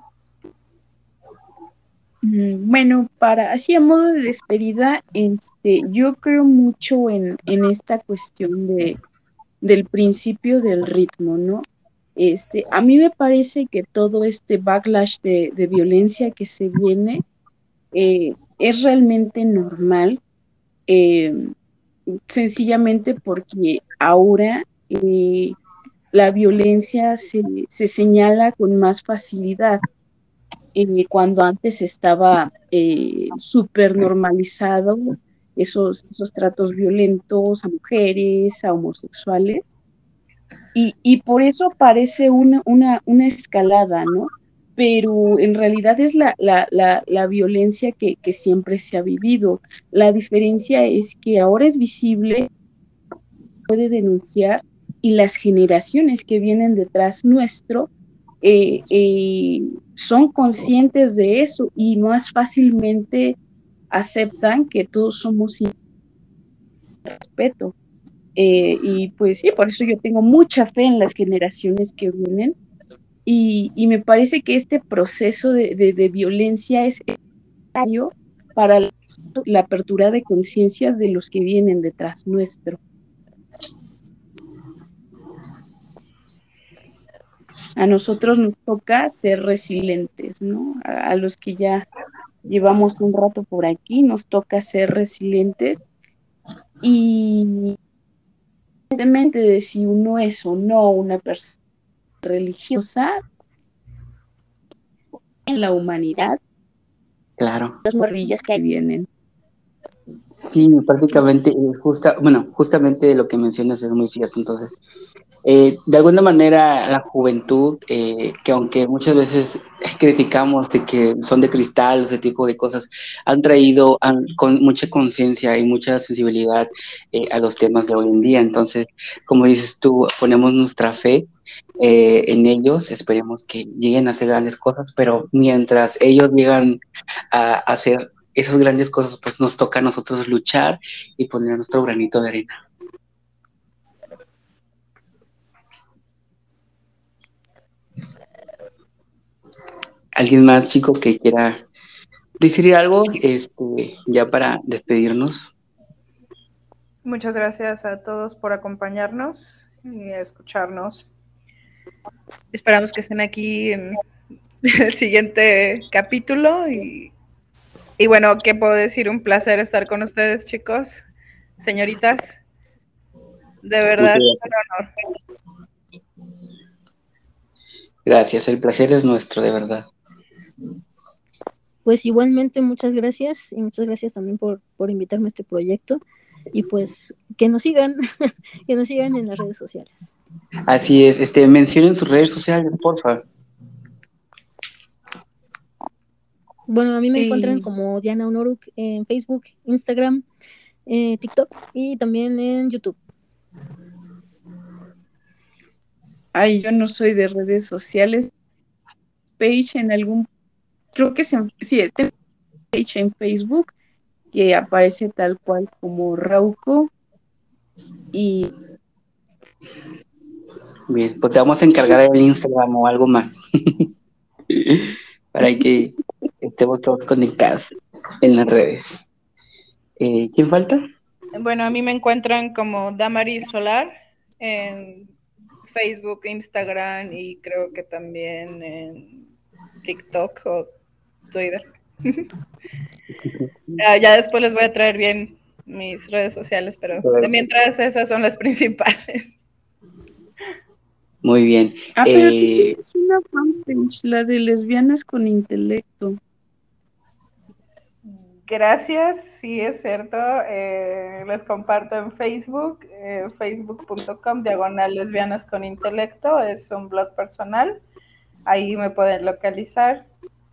[SPEAKER 2] Bueno, así a modo de despedida, yo creo mucho en esta cuestión del principio del ritmo, ¿no? A mí me parece que todo este backlash de violencia que se viene es realmente normal, sencillamente porque ahora la violencia se señala con más facilidad. Cuando antes estaba súper normalizado esos tratos violentos a mujeres, a homosexuales, y por eso parece una escalada, ¿no? Pero en realidad es la violencia que siempre se ha vivido. La diferencia es que ahora es visible, puede denunciar, y las generaciones que vienen detrás nuestro son conscientes de eso y más fácilmente aceptan que todos somos sin respeto. Y pues sí, por eso yo tengo mucha fe en las generaciones que vienen y me parece que este proceso de violencia es necesario para la apertura de conciencias de los que vienen detrás nuestro. A nosotros nos toca ser resilientes, ¿no? A los que ya llevamos un rato por aquí, nos toca ser resilientes y independientemente de si uno es o no una persona religiosa en la humanidad,
[SPEAKER 1] Claro.
[SPEAKER 2] los morrillos que vienen.
[SPEAKER 1] Sí, prácticamente, justamente lo que mencionas es muy cierto. Entonces, de alguna manera, la juventud, que aunque muchas veces criticamos de que son de cristal, ese tipo de cosas, han traído con mucha conciencia y mucha sensibilidad a los temas de hoy en día. Entonces, como dices tú, ponemos nuestra fe en ellos, esperemos que lleguen a hacer grandes cosas, pero mientras ellos llegan a hacer esas grandes cosas, pues nos toca a nosotros luchar y poner nuestro granito de arena. ¿Alguien más, chico, que quiera decir algo ya para despedirnos?
[SPEAKER 3] Muchas gracias a todos por acompañarnos y escucharnos. Esperamos que estén aquí en el siguiente capítulo y bueno, ¿qué puedo decir? Un placer estar con ustedes, chicos, señoritas. De verdad, un honor.
[SPEAKER 1] Gracias, el placer es nuestro, de verdad.
[SPEAKER 4] Pues igualmente muchas gracias y muchas gracias también por invitarme a este proyecto y pues que nos sigan, que nos sigan en las redes sociales.
[SPEAKER 1] Así es, mencionen sus redes sociales, por favor.
[SPEAKER 4] Bueno, a mí me encuentran como Diana Onoruk en Facebook, Instagram, TikTok y también en YouTube.
[SPEAKER 2] Ay, yo no soy de redes sociales. Page en algún, creo que sí, tengo page en Facebook que aparece tal cual como Rauco y
[SPEAKER 1] Bien, pues te vamos a encargar el Instagram o algo más para que estemos todos conectados en las redes. ¿Quién falta?
[SPEAKER 3] Bueno, a mí me encuentran como Damaris Solar en Facebook, Instagram y creo que también en TikTok o Twitter. Ya después les voy a traer bien mis redes sociales, pero de mientras esas son las principales.
[SPEAKER 1] Muy bien.
[SPEAKER 2] Pero tú tienes una fanpage, la de Lesbianas con Intelecto.
[SPEAKER 3] Gracias, sí es cierto. Les comparto en Facebook, facebook.com/lesbianas con intelecto, es un blog personal, ahí me pueden localizar.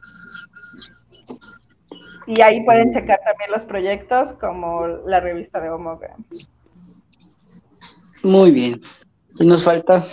[SPEAKER 3] Y ahí pueden checar también los proyectos como la revista de Homogram.
[SPEAKER 1] Muy bien. ¿Qué nos falta?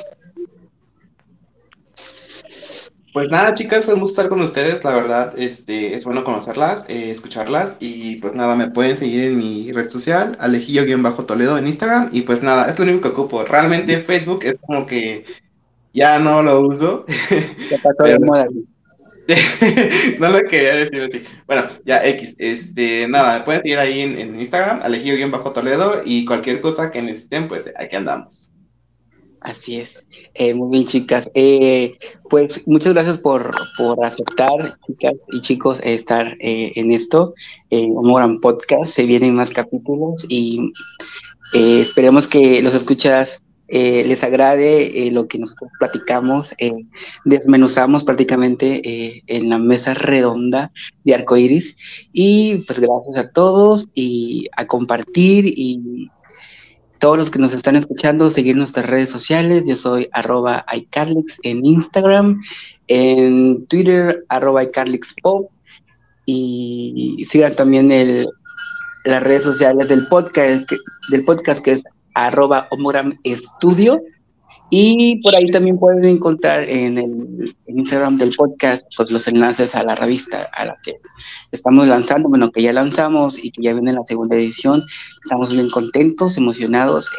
[SPEAKER 5] Pues nada, chicas, fue un gusto estar con ustedes, la verdad, es bueno conocerlas, escucharlas, y pues nada, me pueden seguir en mi red social, Alejillo-Toledo en Instagram, y pues nada, es lo único que ocupo. Realmente Facebook es como que ya no lo uso,
[SPEAKER 1] Ya pasó de
[SPEAKER 5] pero
[SPEAKER 1] moda.
[SPEAKER 5] no lo quería decir así. Bueno, ya X, nada, me pueden seguir ahí en Instagram, Alejillo-Toledo, y cualquier cosa que necesiten, pues aquí andamos.
[SPEAKER 1] Así es. Muy bien, chicas. Pues muchas gracias por aceptar, chicas y chicos, estar en esto. Homogram Podcast, se vienen más capítulos y esperemos que los escuchas les agrade lo que nosotros platicamos. Desmenuzamos prácticamente en la mesa redonda de Arcoiris. Y pues gracias a todos y a compartir y todos los que nos están escuchando, seguir nuestras redes sociales. Yo soy @iCarlix en Instagram, en Twitter @iCarlixPop, y sigan también las redes sociales del podcast que es @homogramestudio. Y por ahí también pueden encontrar en el Instagram del podcast pues, los enlaces a la revista a la que estamos lanzando, bueno, que ya lanzamos y que ya viene la segunda edición. Estamos bien contentos, emocionados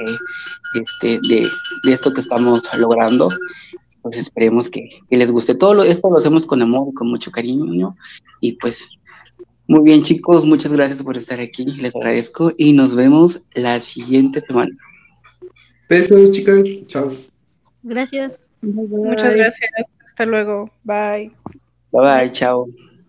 [SPEAKER 1] de esto que estamos logrando. Pues esperemos que les guste. Esto lo hacemos con amor y con mucho cariño. Y pues muy bien, chicos, muchas gracias por estar aquí, les agradezco y nos vemos la siguiente semana.
[SPEAKER 5] Besos, chicas, chao.
[SPEAKER 4] Gracias.
[SPEAKER 3] Muchas gracias, hasta luego, bye.
[SPEAKER 1] Bye bye, chao.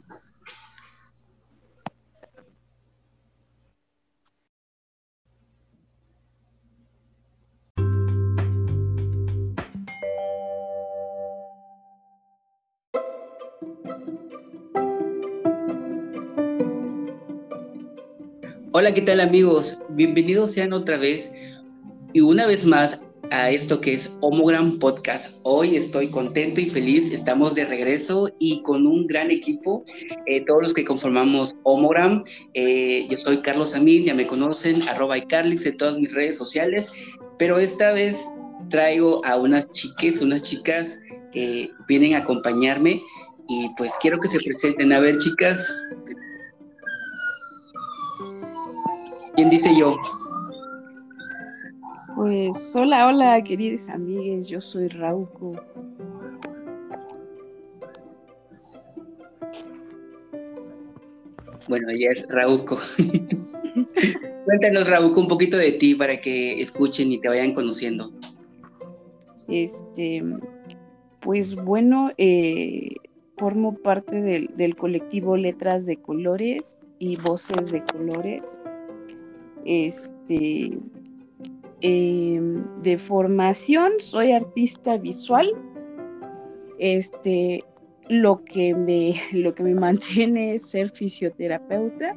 [SPEAKER 1] Hola, ¿qué tal, amigos? Bienvenidos sean otra vez y una vez más a esto que es Homogram Podcast. Hoy estoy contento y feliz, estamos de regreso y con un gran equipo, todos los que conformamos Homogram. Yo soy Carlos Amin, ya me conocen, @iCarlix en todas mis redes sociales, pero esta vez traigo a unas chicas que vienen a acompañarme y pues quiero que se presenten. A ver, chicas, ¿quién dice yo?
[SPEAKER 2] Pues hola, queridos amigues, yo soy Rauco.
[SPEAKER 1] Bueno, ella es Rauco. Cuéntanos, Rauco, un poquito de ti para que escuchen y te vayan conociendo.
[SPEAKER 2] Pues bueno, formo parte del colectivo Letras de Colores y Voces de Colores. De formación soy artista visual. Lo que me mantiene es ser fisioterapeuta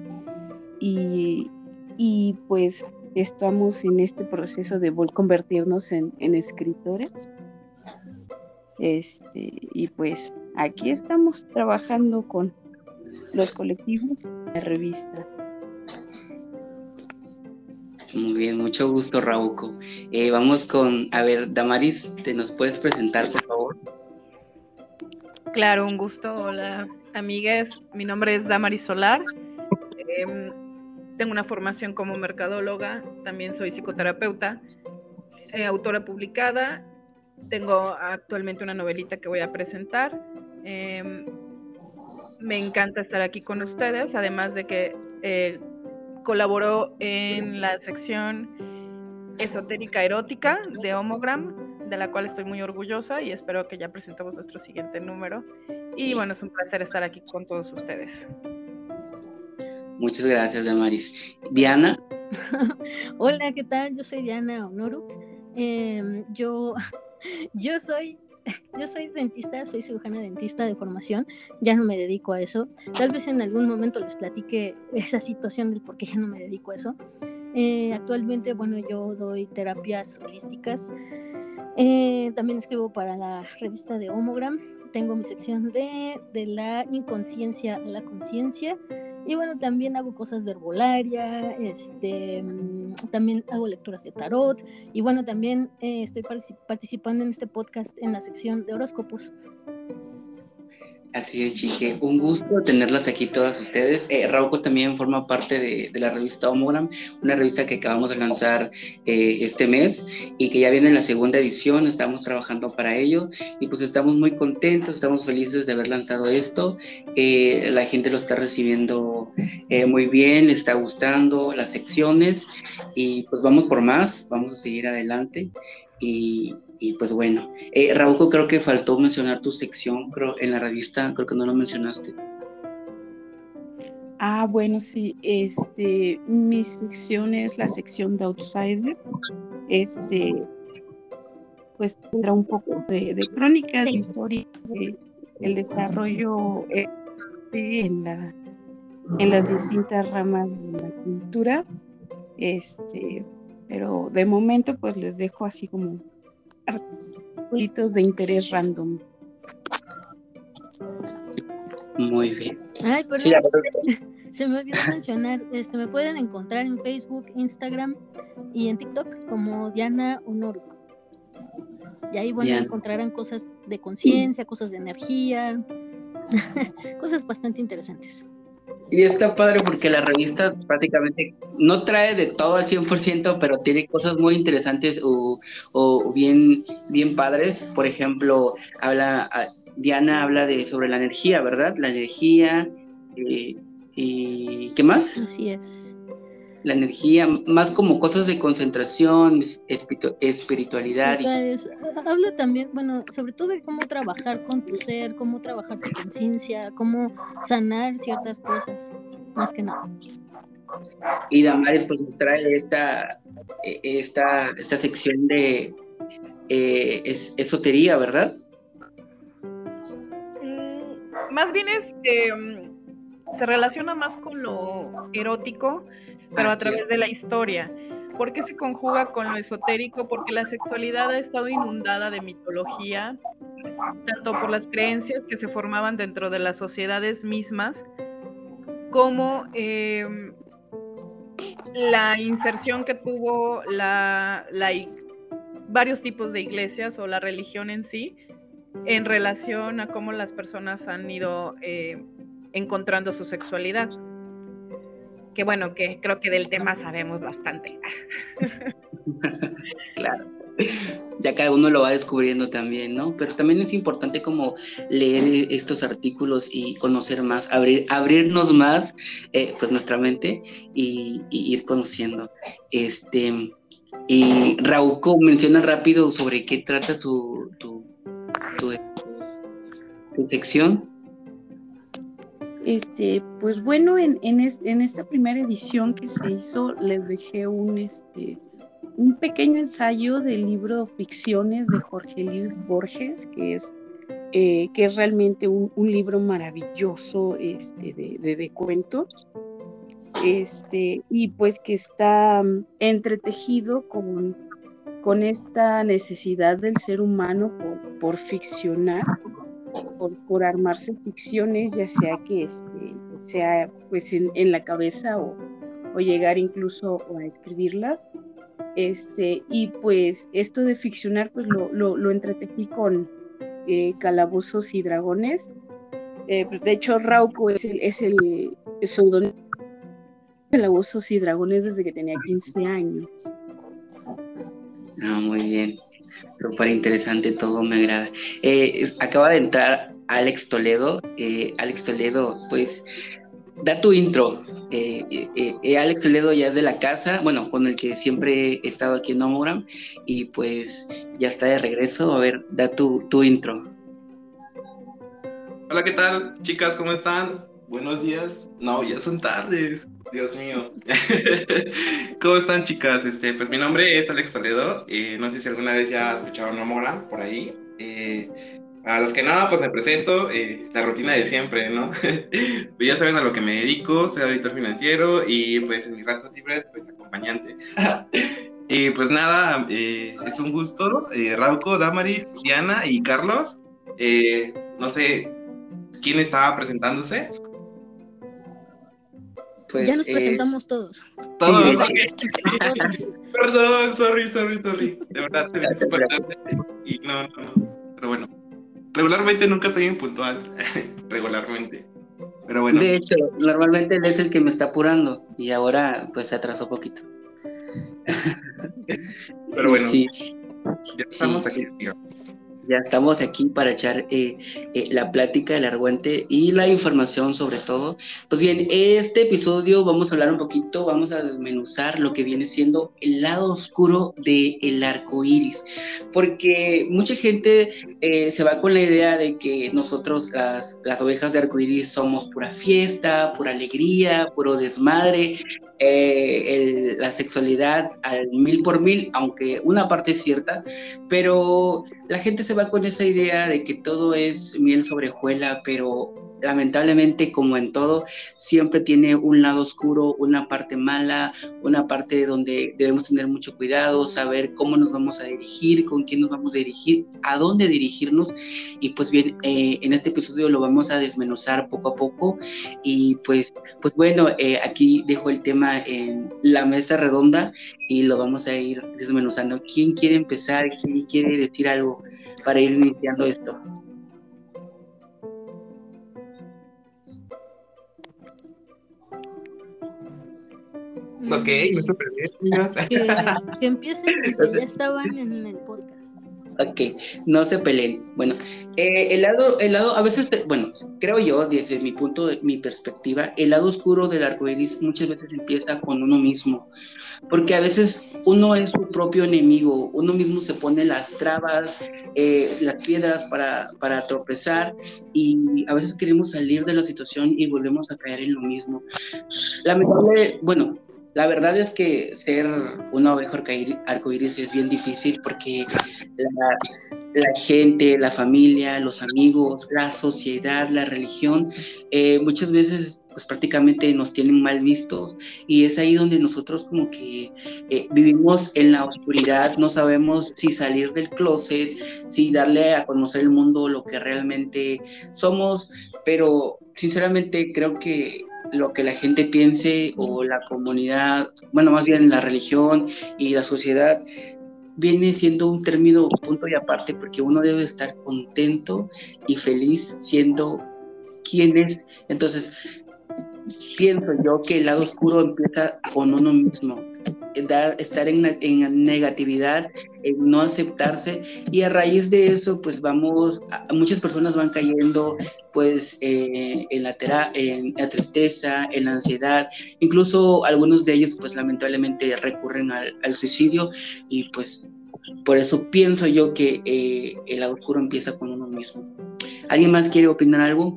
[SPEAKER 2] y pues estamos en este proceso de convertirnos en escritores. Y pues aquí estamos trabajando con los colectivos de revista.
[SPEAKER 1] Muy bien, mucho gusto, Rauco. Vamos con, a ver, Damaris, ¿te nos puedes presentar, por favor?
[SPEAKER 3] Claro, un gusto. Hola, amigues. Mi nombre es Damaris Solar. Tengo una formación como mercadóloga. También soy psicoterapeuta, autora publicada. Tengo actualmente una novelita que voy a presentar. Me encanta estar aquí con ustedes, además de que colaboró en la sección esotérica erótica de Homogram, de la cual estoy muy orgullosa y espero que ya presentemos nuestro siguiente número. Y bueno, es un placer estar aquí con todos ustedes.
[SPEAKER 1] Muchas gracias, Damaris. Diana.
[SPEAKER 4] Hola, ¿qué tal? Yo soy Diana Onoruk. Yo soy dentista, soy cirujana dentista de formación, ya no me dedico a eso. Tal vez en algún momento les platique esa situación del por qué ya no me dedico a eso. Actualmente, bueno, yo doy terapias holísticas. También escribo para la revista de Homogram. Tengo mi sección de la inconsciencia a la conciencia. Y bueno, también hago cosas de herbolaria, también hago lecturas de tarot. Y bueno, también estoy participando en este podcast en la sección de horóscopos.
[SPEAKER 1] Así es, chique. Un gusto tenerlas aquí todas ustedes. Rauco también forma parte de la revista Homogram, una revista que acabamos de lanzar este mes y que ya viene en la segunda edición. Estamos trabajando para ello y pues estamos muy contentos, estamos felices de haber lanzado esto. La gente lo está recibiendo muy bien, le está gustando las secciones y pues vamos por más, vamos a seguir adelante. Y pues bueno, Rauco, creo que faltó mencionar tu sección, creo, en la revista, creo que no lo mencionaste.
[SPEAKER 2] Bueno, sí, mi sección es la sección de Outsiders. Pues tendrá un poco de crónicas, de historia, de el desarrollo en las distintas ramas de la cultura. Pero de momento pues les dejo así como artículos de interés random.
[SPEAKER 1] Muy bien.
[SPEAKER 4] Ay, perdón. Sí, se me olvidó mencionar, me pueden encontrar en Facebook, Instagram y en TikTok como Diana Onoruk. Y ahí, bueno, encontrarán cosas de conciencia, cosas de energía, cosas bastante interesantes.
[SPEAKER 1] Y está padre porque la revista prácticamente no trae de todo al 100%, pero tiene cosas muy interesantes o bien padres. Por ejemplo, Diana habla sobre la energía, ¿verdad? La energía y ¿qué más?
[SPEAKER 4] Así es.
[SPEAKER 1] La energía, más como cosas de concentración, espiritualidad.
[SPEAKER 4] Habla también, bueno, sobre todo de cómo trabajar con tu ser, cómo trabajar tu conciencia, cómo sanar ciertas cosas, más que nada.
[SPEAKER 1] Y Damaris pues trae esta sección de esotería, ¿verdad?
[SPEAKER 3] Más bien se relaciona más con lo erótico, pero a través de la historia. ¿Por qué se conjuga con lo esotérico? Porque la sexualidad ha estado inundada de mitología, tanto por las creencias que se formaban dentro de las sociedades mismas, como la inserción que tuvo varios tipos de iglesias o la religión en sí, en relación a cómo las personas han ido encontrando su sexualidad. Que bueno, que creo que del tema sabemos bastante.
[SPEAKER 1] Claro, ya cada uno lo va descubriendo también, ¿no? Pero también es importante como leer estos artículos y conocer más, abrirnos más pues nuestra mente y ir conociendo. Y Rauco, menciona rápido sobre qué trata tu sección.
[SPEAKER 2] Pues bueno, en esta primera edición que se hizo les dejé un pequeño ensayo del libro Ficciones de Jorge Luis Borges, que es realmente un libro maravilloso de cuentos, y pues que está entretejido con esta necesidad del ser humano por ficcionar, por armarse ficciones, ya sea que sea pues en la cabeza o llegar incluso a escribirlas, y pues esto de ficcionar pues lo entretejí con Calabozos y Dragones. De hecho Rauco es el seudónimo de Calabozos y Dragones desde que tenía 15 años.
[SPEAKER 1] Muy bien, súper interesante todo, me agrada. Acaba de entrar Alex Toledo. Alex Toledo, pues, da tu intro. Alex Toledo ya es de la casa, bueno, con el que siempre he estado aquí en Homogram, y pues ya está de regreso. A ver, da tu intro.
[SPEAKER 5] Hola, ¿qué tal, chicas? ¿Cómo están? buenos días. No, ya son tardes. Dios mío. ¿Cómo están, chicas? Pues mi nombre es Alex Toledo. No sé si alguna vez ya escucharon a Mora por ahí. A los que no, pues me presento, la rutina de siempre, ¿no? Pues ya saben a lo que me dedico, soy auditor financiero y pues en mis ratos libres, pues acompañante. Y pues nada, es un gusto. Rauco, Damaris, Diana y Carlos. No sé quién estaba presentándose.
[SPEAKER 4] Pues, ya nos presentamos todos.
[SPEAKER 5] Todos.
[SPEAKER 4] Todos.
[SPEAKER 5] Perdón, sorry. De verdad, se me hizo súper tarde. Y no. Pero bueno, regularmente nunca soy impuntual. Regularmente. Pero bueno.
[SPEAKER 1] De hecho, normalmente él es el que me está apurando y ahora pues se atrasó poquito.
[SPEAKER 5] Pero bueno,
[SPEAKER 1] sí.
[SPEAKER 5] Ya estamos aquí, digamos.
[SPEAKER 1] Ya estamos aquí para echar la plática, el argüente y la información sobre todo. Pues bien, este episodio vamos a hablar un poquito, vamos a desmenuzar lo que viene siendo el lado oscuro del arco iris. Porque mucha gente se va con la idea de que nosotros, las ovejas de arco iris, somos pura fiesta, pura alegría, puro desmadre. La sexualidad al 1000%, aunque una parte es cierta, pero la gente se va con esa idea de que todo es miel sobre hojuela, pero lamentablemente, como en todo, siempre tiene un lado oscuro, una parte mala, una parte donde debemos tener mucho cuidado, saber cómo nos vamos a dirigir, con quién nos vamos a dirigir, a dónde dirigirnos. Y pues bien, en este episodio lo vamos a desmenuzar poco a poco. Y pues bueno, aquí dejo el tema en la mesa redonda y lo vamos a ir desmenuzando. ¿Quién quiere empezar? ¿Quién quiere decir algo para ir iniciando esto?
[SPEAKER 5] Ok, me sorprendí.
[SPEAKER 4] Que empiecen los que ya estaban en el podcast.
[SPEAKER 1] Ok, no se peleen. Bueno, el lado, a veces, bueno, creo yo, desde mi perspectiva, el lado oscuro del arco iris muchas veces empieza con uno mismo, porque a veces uno es su propio enemigo, uno mismo se pone las trabas, las piedras para tropezar, y a veces queremos salir de la situación y volvemos a caer en lo mismo. La verdad es que ser una oveja arcoíris es bien difícil porque la gente, la familia, los amigos, la sociedad, la religión, muchas veces pues prácticamente nos tienen mal vistos, y es ahí donde nosotros como que vivimos en la oscuridad, no sabemos si salir del closet, si darle a conocer el mundo lo que realmente somos, pero sinceramente creo que lo que la gente piense o la comunidad, bueno, más bien la religión y la sociedad, viene siendo un término punto y aparte, porque uno debe estar contento y feliz siendo quien es. Entonces, pienso yo que el lado oscuro empieza con uno mismo, estar en negatividad, en no aceptarse, y a raíz de eso pues muchas personas van cayendo pues en la tristeza, en la ansiedad, incluso algunos de ellos pues lamentablemente recurren al suicidio, y pues por eso pienso yo que el lado oscuro empieza con uno mismo. ¿Alguien más quiere opinar algo?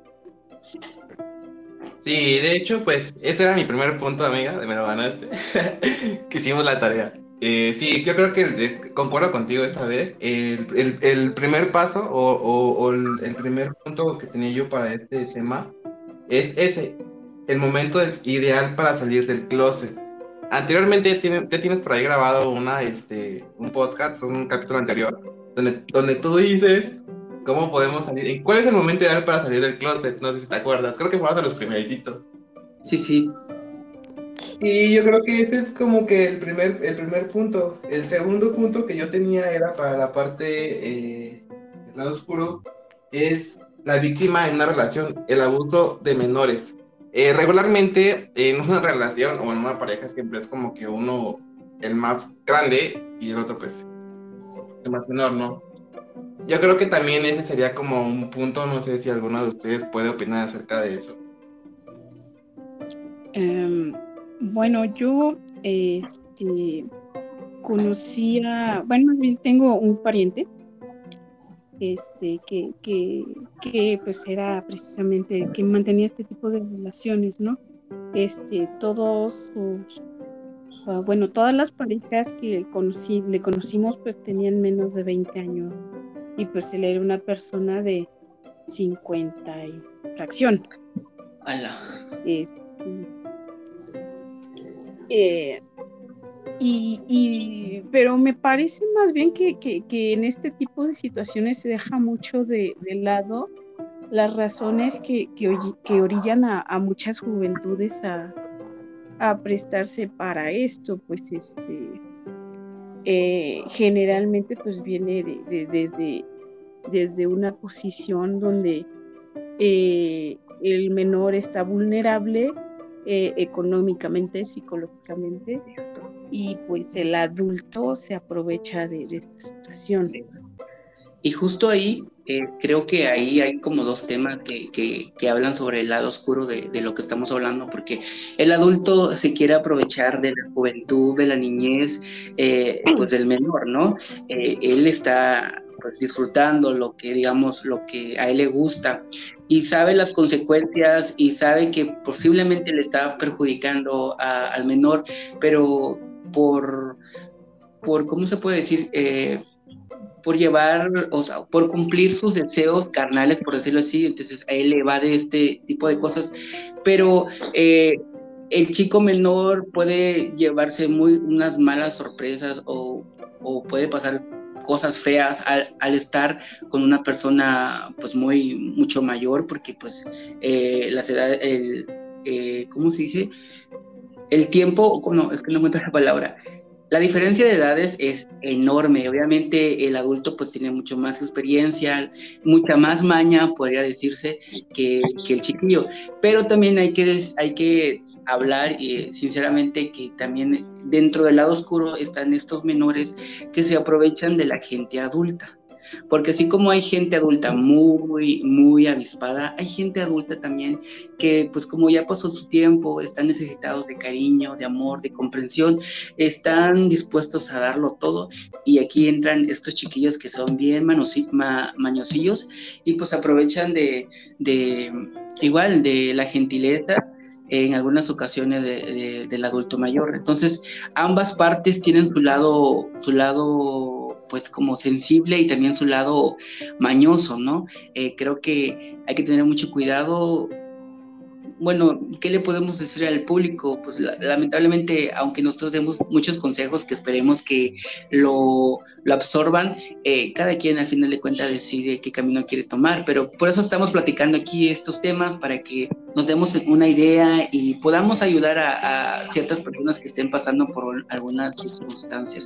[SPEAKER 5] Sí, de hecho, pues ese era mi primer punto, amiga, me lo ganaste, que hicimos la tarea. Sí, yo creo que concuerdo contigo esta vez. El primer paso o el primer punto que tenía yo para este tema es ese, el momento ideal para salir del closet. Anteriormente ya tienes por ahí grabado un podcast, un capítulo anterior, donde tú dices cómo podemos salir, ¿cuál es el momento ideal para salir del closet? No sé si te acuerdas, creo que fuimos a los primeritos.
[SPEAKER 1] Sí.
[SPEAKER 5] Y yo creo que ese es como que el primer punto. El segundo punto que yo tenía era para la parte del lado oscuro, es la víctima en una relación, el abuso de menores. Regularmente en una relación o en una pareja siempre es como que uno el más grande y el otro pues el más menor, ¿no? Yo creo que también ese sería como un punto, no sé si alguno de ustedes puede opinar acerca de eso.
[SPEAKER 2] Bueno, yo conocía, bueno, más bien tengo un pariente que pues era precisamente que mantenía este tipo de relaciones, ¿no? Todas las parejas que le conocimos pues tenían menos de 20 años y pues él era una persona de 50 y fracción.
[SPEAKER 1] ¡Hala!
[SPEAKER 2] Pero me parece más bien que en este tipo de situaciones se deja mucho de lado las razones que orillan a muchas juventudes a prestarse para esto, pues generalmente pues viene desde una posición donde el menor está vulnerable económicamente, psicológicamente, y pues el adulto se aprovecha de esta situación.
[SPEAKER 1] Y justo ahí, creo que ahí hay como dos temas que hablan sobre el lado oscuro de lo que estamos hablando, porque el adulto se quiere aprovechar de la juventud, de la niñez, pues del menor, ¿no? Él está pues disfrutando lo que a él le gusta y sabe las consecuencias y sabe que posiblemente le está perjudicando al menor, pero por ¿cómo se puede decir? Por llevar, o sea, por cumplir sus deseos carnales, por decirlo así, entonces a él le va de este tipo de cosas, pero el chico menor puede llevarse unas malas sorpresas o puede pasar cosas feas al estar con una persona pues mucho mayor, porque pues las edades, ¿cómo se dice? El tiempo, no, es que no encuentro la palabra. La diferencia de edades es enorme. Obviamente el adulto pues tiene mucho más experiencia, mucha más maña, podría decirse, que el chiquillo. Pero también hay que hablar sinceramente que también dentro del lado oscuro están estos menores que se aprovechan de la gente adulta. Porque así como hay gente adulta muy, muy avispada, hay gente adulta también que, pues como ya pasó su tiempo, están necesitados de cariño, de amor, de comprensión, están dispuestos a darlo todo, y aquí entran estos chiquillos que son bien mañosillos y pues aprovechan de igual de la gentileza en algunas ocasiones del adulto mayor. Entonces, ambas partes tienen su lado pues como sensible y también su lado mañoso, ¿no? Creo que hay que tener mucho cuidado. Bueno, ¿qué le podemos decir al público? Pues lamentablemente, aunque nosotros demos muchos consejos que esperemos que lo absorban, cada quien al final de cuentas decide qué camino quiere tomar, pero por eso estamos platicando aquí estos temas, para que nos demos una idea y podamos ayudar a ciertas personas que estén pasando por algunas circunstancias.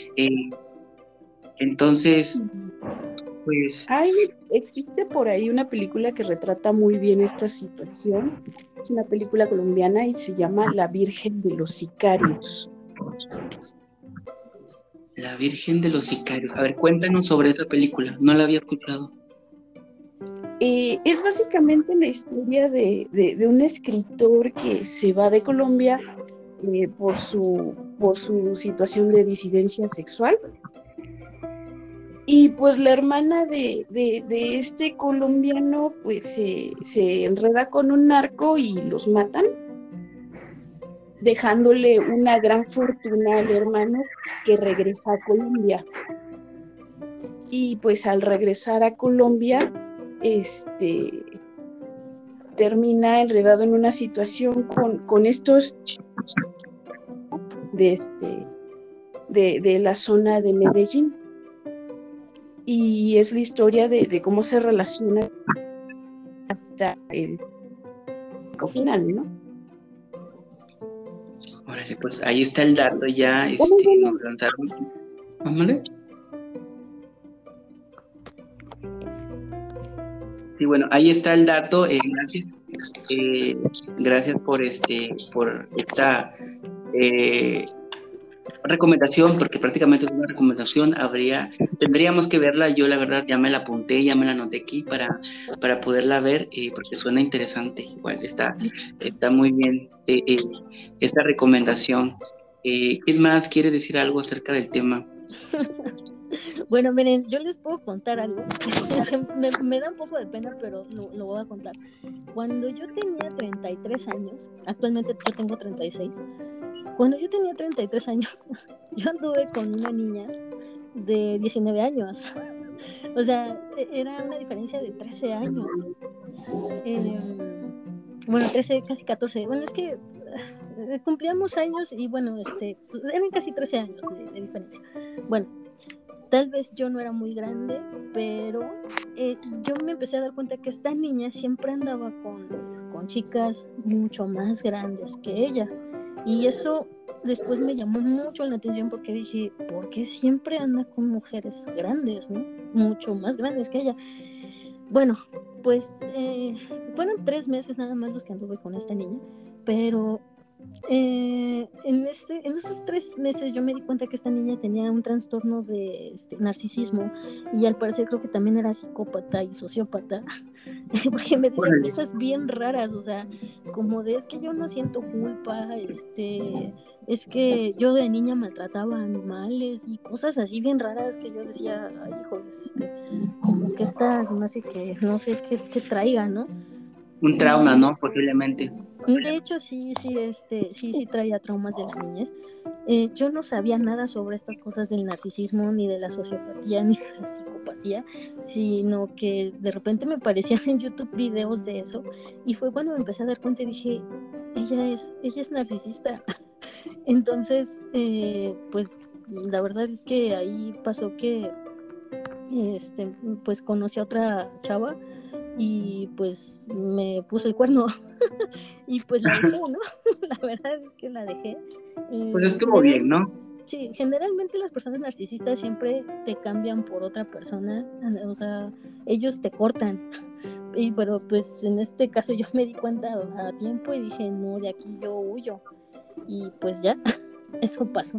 [SPEAKER 1] Entonces, pues...
[SPEAKER 2] Existe por ahí una película que retrata muy bien esta situación. Es una película colombiana y se llama La Virgen de los Sicarios.
[SPEAKER 1] La Virgen de los Sicarios. A ver, cuéntanos sobre esa película. No la había escuchado.
[SPEAKER 2] Es básicamente la historia de un escritor que se va de Colombia por su situación de disidencia sexual. Y pues la hermana de este colombiano pues se enreda con un narco y los matan, dejándole una gran fortuna al hermano, que regresa a Colombia. Y pues al regresar a Colombia, termina enredado en una situación con estos chicos de la zona de Medellín. Y es la historia de cómo se relaciona hasta el final, ¿no?
[SPEAKER 1] Órale, pues ahí está el dato ya, nos lanzaron. ¿Vale? Sí, bueno, ahí está el dato, gracias. Gracias por esta recomendación, porque prácticamente es una recomendación. Tendríamos que verla. Yo la verdad ya me la apunté, ya me la anoté aquí para poderla ver, porque suena interesante. Igual está muy bien esta recomendación. ¿Quién más quiere decir algo acerca del tema?
[SPEAKER 4] Bueno, miren, yo les puedo contar algo. me da un poco de pena, pero lo voy a contar. Cuando yo tenía 33 años, actualmente yo tengo 36, cuando yo tenía 33 años, yo anduve con una niña de 19 años. O sea, era una diferencia de 13 años. Bueno, 13, casi 14. Bueno, es que cumplíamos años y bueno, pues eran casi 13 años de diferencia. Bueno, tal vez yo no era muy grande, pero yo me empecé a dar cuenta que esta niña siempre andaba con chicas mucho más grandes que ella. Y eso después me llamó mucho la atención porque dije, ¿por qué siempre anda con mujeres grandes, ¿no? Mucho más grandes que ella. Bueno, pues fueron 3 meses nada más los que anduve con esta niña, pero en esos 3 meses yo me di cuenta que esta niña tenía un trastorno de narcisismo y al parecer creo que también era psicópata y sociópata porque me decía cosas bien raras, o sea, como de es que yo no siento culpa, es que yo de niña maltrataba a animales y cosas así bien raras que yo decía, ay hijos, como que estas, no sé qué traiga, ¿no?
[SPEAKER 1] Un trauma, ¿no? Posiblemente.
[SPEAKER 4] De hecho, sí traía traumas de la niñez. Yo no sabía nada sobre estas cosas del narcisismo, ni de la sociopatía, ni de la psicopatía, sino que de repente me aparecían en YouTube videos de eso, y fue cuando me empecé a dar cuenta y dije, ella es narcisista. Entonces, pues la verdad es que ahí pasó que pues conocí a otra chava y pues me puso el cuerno y pues la dejé, ¿no? La verdad es que la dejé.
[SPEAKER 1] Pues estuvo bien, ¿no?
[SPEAKER 4] Sí, generalmente las personas narcisistas siempre te cambian por otra persona, o sea, ellos te cortan. Pero pues en este caso yo me di cuenta a tiempo y dije, no, de aquí yo huyo. Y pues ya, eso pasó.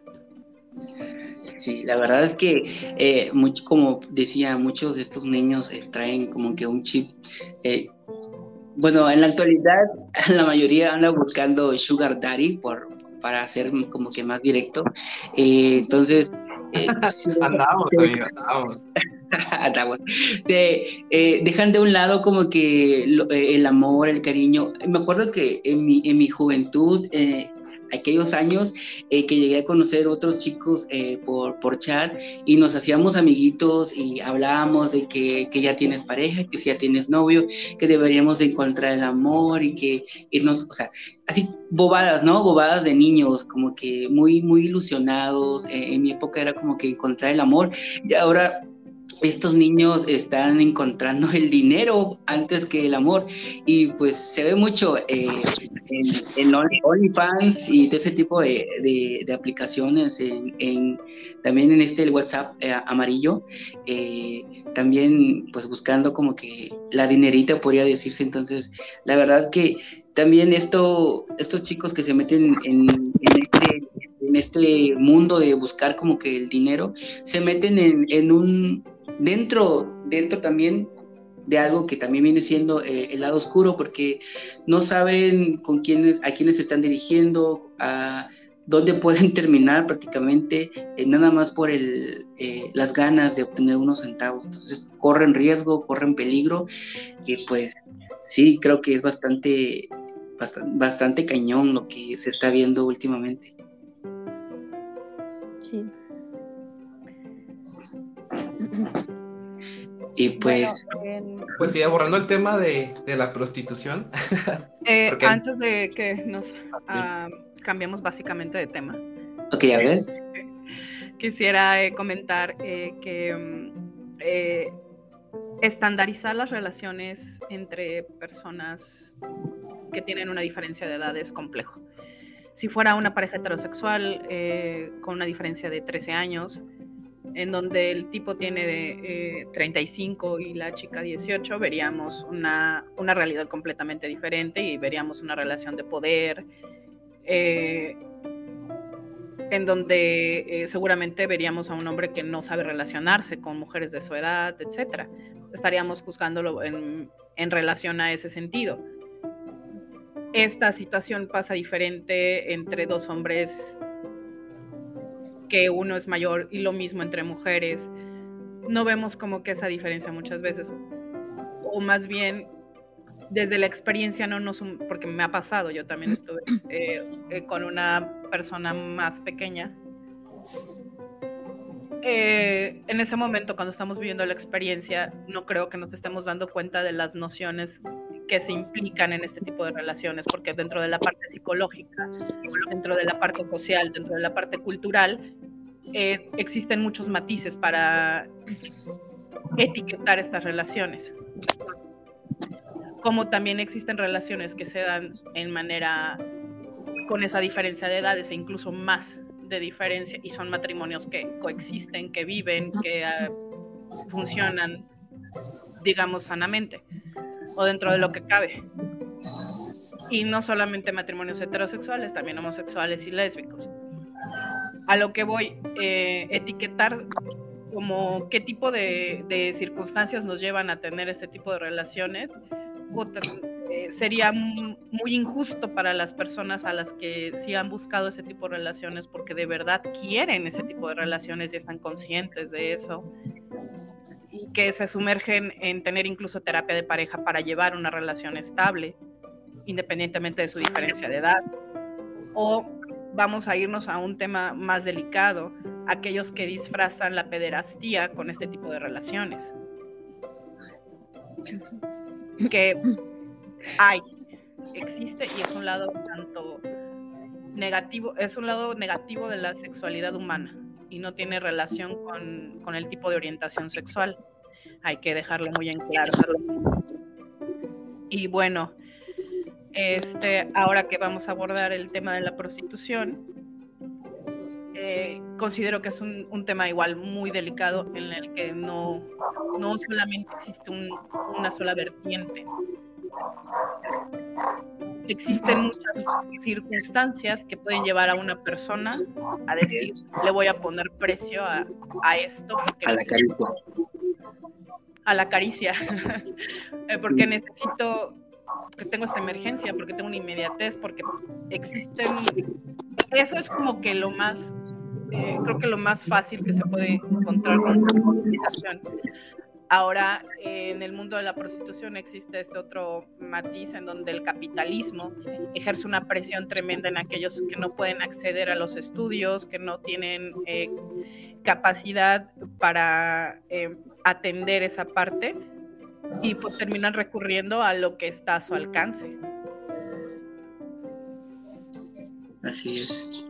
[SPEAKER 1] Sí, la verdad es que, como decía, muchos de estos niños traen como que un chip. Bueno, en la actualidad la mayoría anda buscando Sugar Daddy para ser como que más directo. Entonces, sí,
[SPEAKER 5] andamos.
[SPEAKER 1] andamos. Dejan de un lado como que el amor, el cariño. Me acuerdo que en mi juventud, aquellos años que llegué a conocer otros chicos por chat y nos hacíamos amiguitos y hablábamos de que ya tienes pareja, que si ya tienes novio, que deberíamos de encontrar el amor y que irnos, o sea, así bobadas, ¿no? Bobadas de niños, como que muy, muy ilusionados. En mi época era como que encontrar el amor y ahora estos niños están encontrando el dinero antes que el amor y pues se ve mucho en OnlyFans y de ese tipo de aplicaciones, también en el WhatsApp amarillo, también pues buscando como que la dinerita podría decirse. Entonces la verdad que también estos chicos que se meten en este mundo de buscar como que el dinero, se meten en un dentro también de algo que también viene siendo el lado oscuro, porque no saben a quiénes se están dirigiendo, a dónde pueden terminar prácticamente, nada más por las ganas de obtener unos centavos. Entonces corren riesgo, corren peligro y pues sí, creo que es bastante cañón lo que se está viendo últimamente.
[SPEAKER 4] Sí.
[SPEAKER 1] Y pues...
[SPEAKER 3] Bueno,
[SPEAKER 5] pues sí, abordando el tema de la prostitución. Porque...
[SPEAKER 3] antes de que nos cambiemos básicamente de tema.
[SPEAKER 1] Ok, a ver.
[SPEAKER 3] Quisiera comentar que estandarizar las relaciones entre personas que tienen una diferencia de edad es complejo. Si fuera una pareja heterosexual con una diferencia de 13 años, en donde el tipo tiene de 35 y la chica 18, veríamos una realidad completamente diferente y veríamos una relación de poder en donde seguramente veríamos a un hombre que no sabe relacionarse con mujeres de su edad, etc. Estaríamos juzgándolo en relación a ese sentido. Esta situación pasa diferente entre dos hombres que uno es mayor y lo mismo entre mujeres. No vemos como que esa diferencia muchas veces, o más bien desde la experiencia porque me ha pasado, yo también estuve con una persona más pequeña. En ese momento, cuando estamos viviendo la experiencia, no creo que nos estemos dando cuenta de las nociones que se implican en este tipo de relaciones, porque dentro de la parte psicológica, dentro de la parte social, dentro de la parte cultural, existen muchos matices para etiquetar estas relaciones. Como también existen relaciones que se dan con esa diferencia de edades e incluso más de diferencia, y son matrimonios que coexisten, que viven, que funcionan, digamos, sanamente o dentro de lo que cabe. Y no solamente matrimonios heterosexuales, también homosexuales y lésbicos. A lo que voy, etiquetar como qué tipo de circunstancias nos llevan a tener este tipo de relaciones, sería muy injusto para las personas a las que sí han buscado ese tipo de relaciones porque de verdad quieren ese tipo de relaciones y están conscientes de eso, y que se sumergen en tener incluso terapia de pareja para llevar una relación estable, independientemente de su diferencia de edad. O vamos a irnos a un tema más delicado, aquellos que disfrazan la pederastía con este tipo de relaciones. Que existe, y es un lado tanto negativo, es un lado negativo de la sexualidad humana y no tiene relación con el tipo de orientación sexual. Hay que dejarlo muy en claro. Y bueno, ahora que vamos a abordar el tema de la prostitución, considero que es un tema igual muy delicado, en el que no solamente existe una sola vertiente. Existen muchas circunstancias que pueden llevar a una persona a decir, le voy a poner precio a esto. Porque a la caricia. Porque necesito, porque tengo esta emergencia, porque tengo una inmediatez, porque existen... Eso es como que lo más... creo que lo más fácil que se puede encontrar con una prostitución. Ahora, en el mundo de la prostitución existe este otro matiz en donde el capitalismo ejerce una presión tremenda en aquellos que no pueden acceder a los estudios, que no tienen capacidad para atender esa parte, y pues terminan recurriendo a lo que está a su alcance.
[SPEAKER 1] Así es.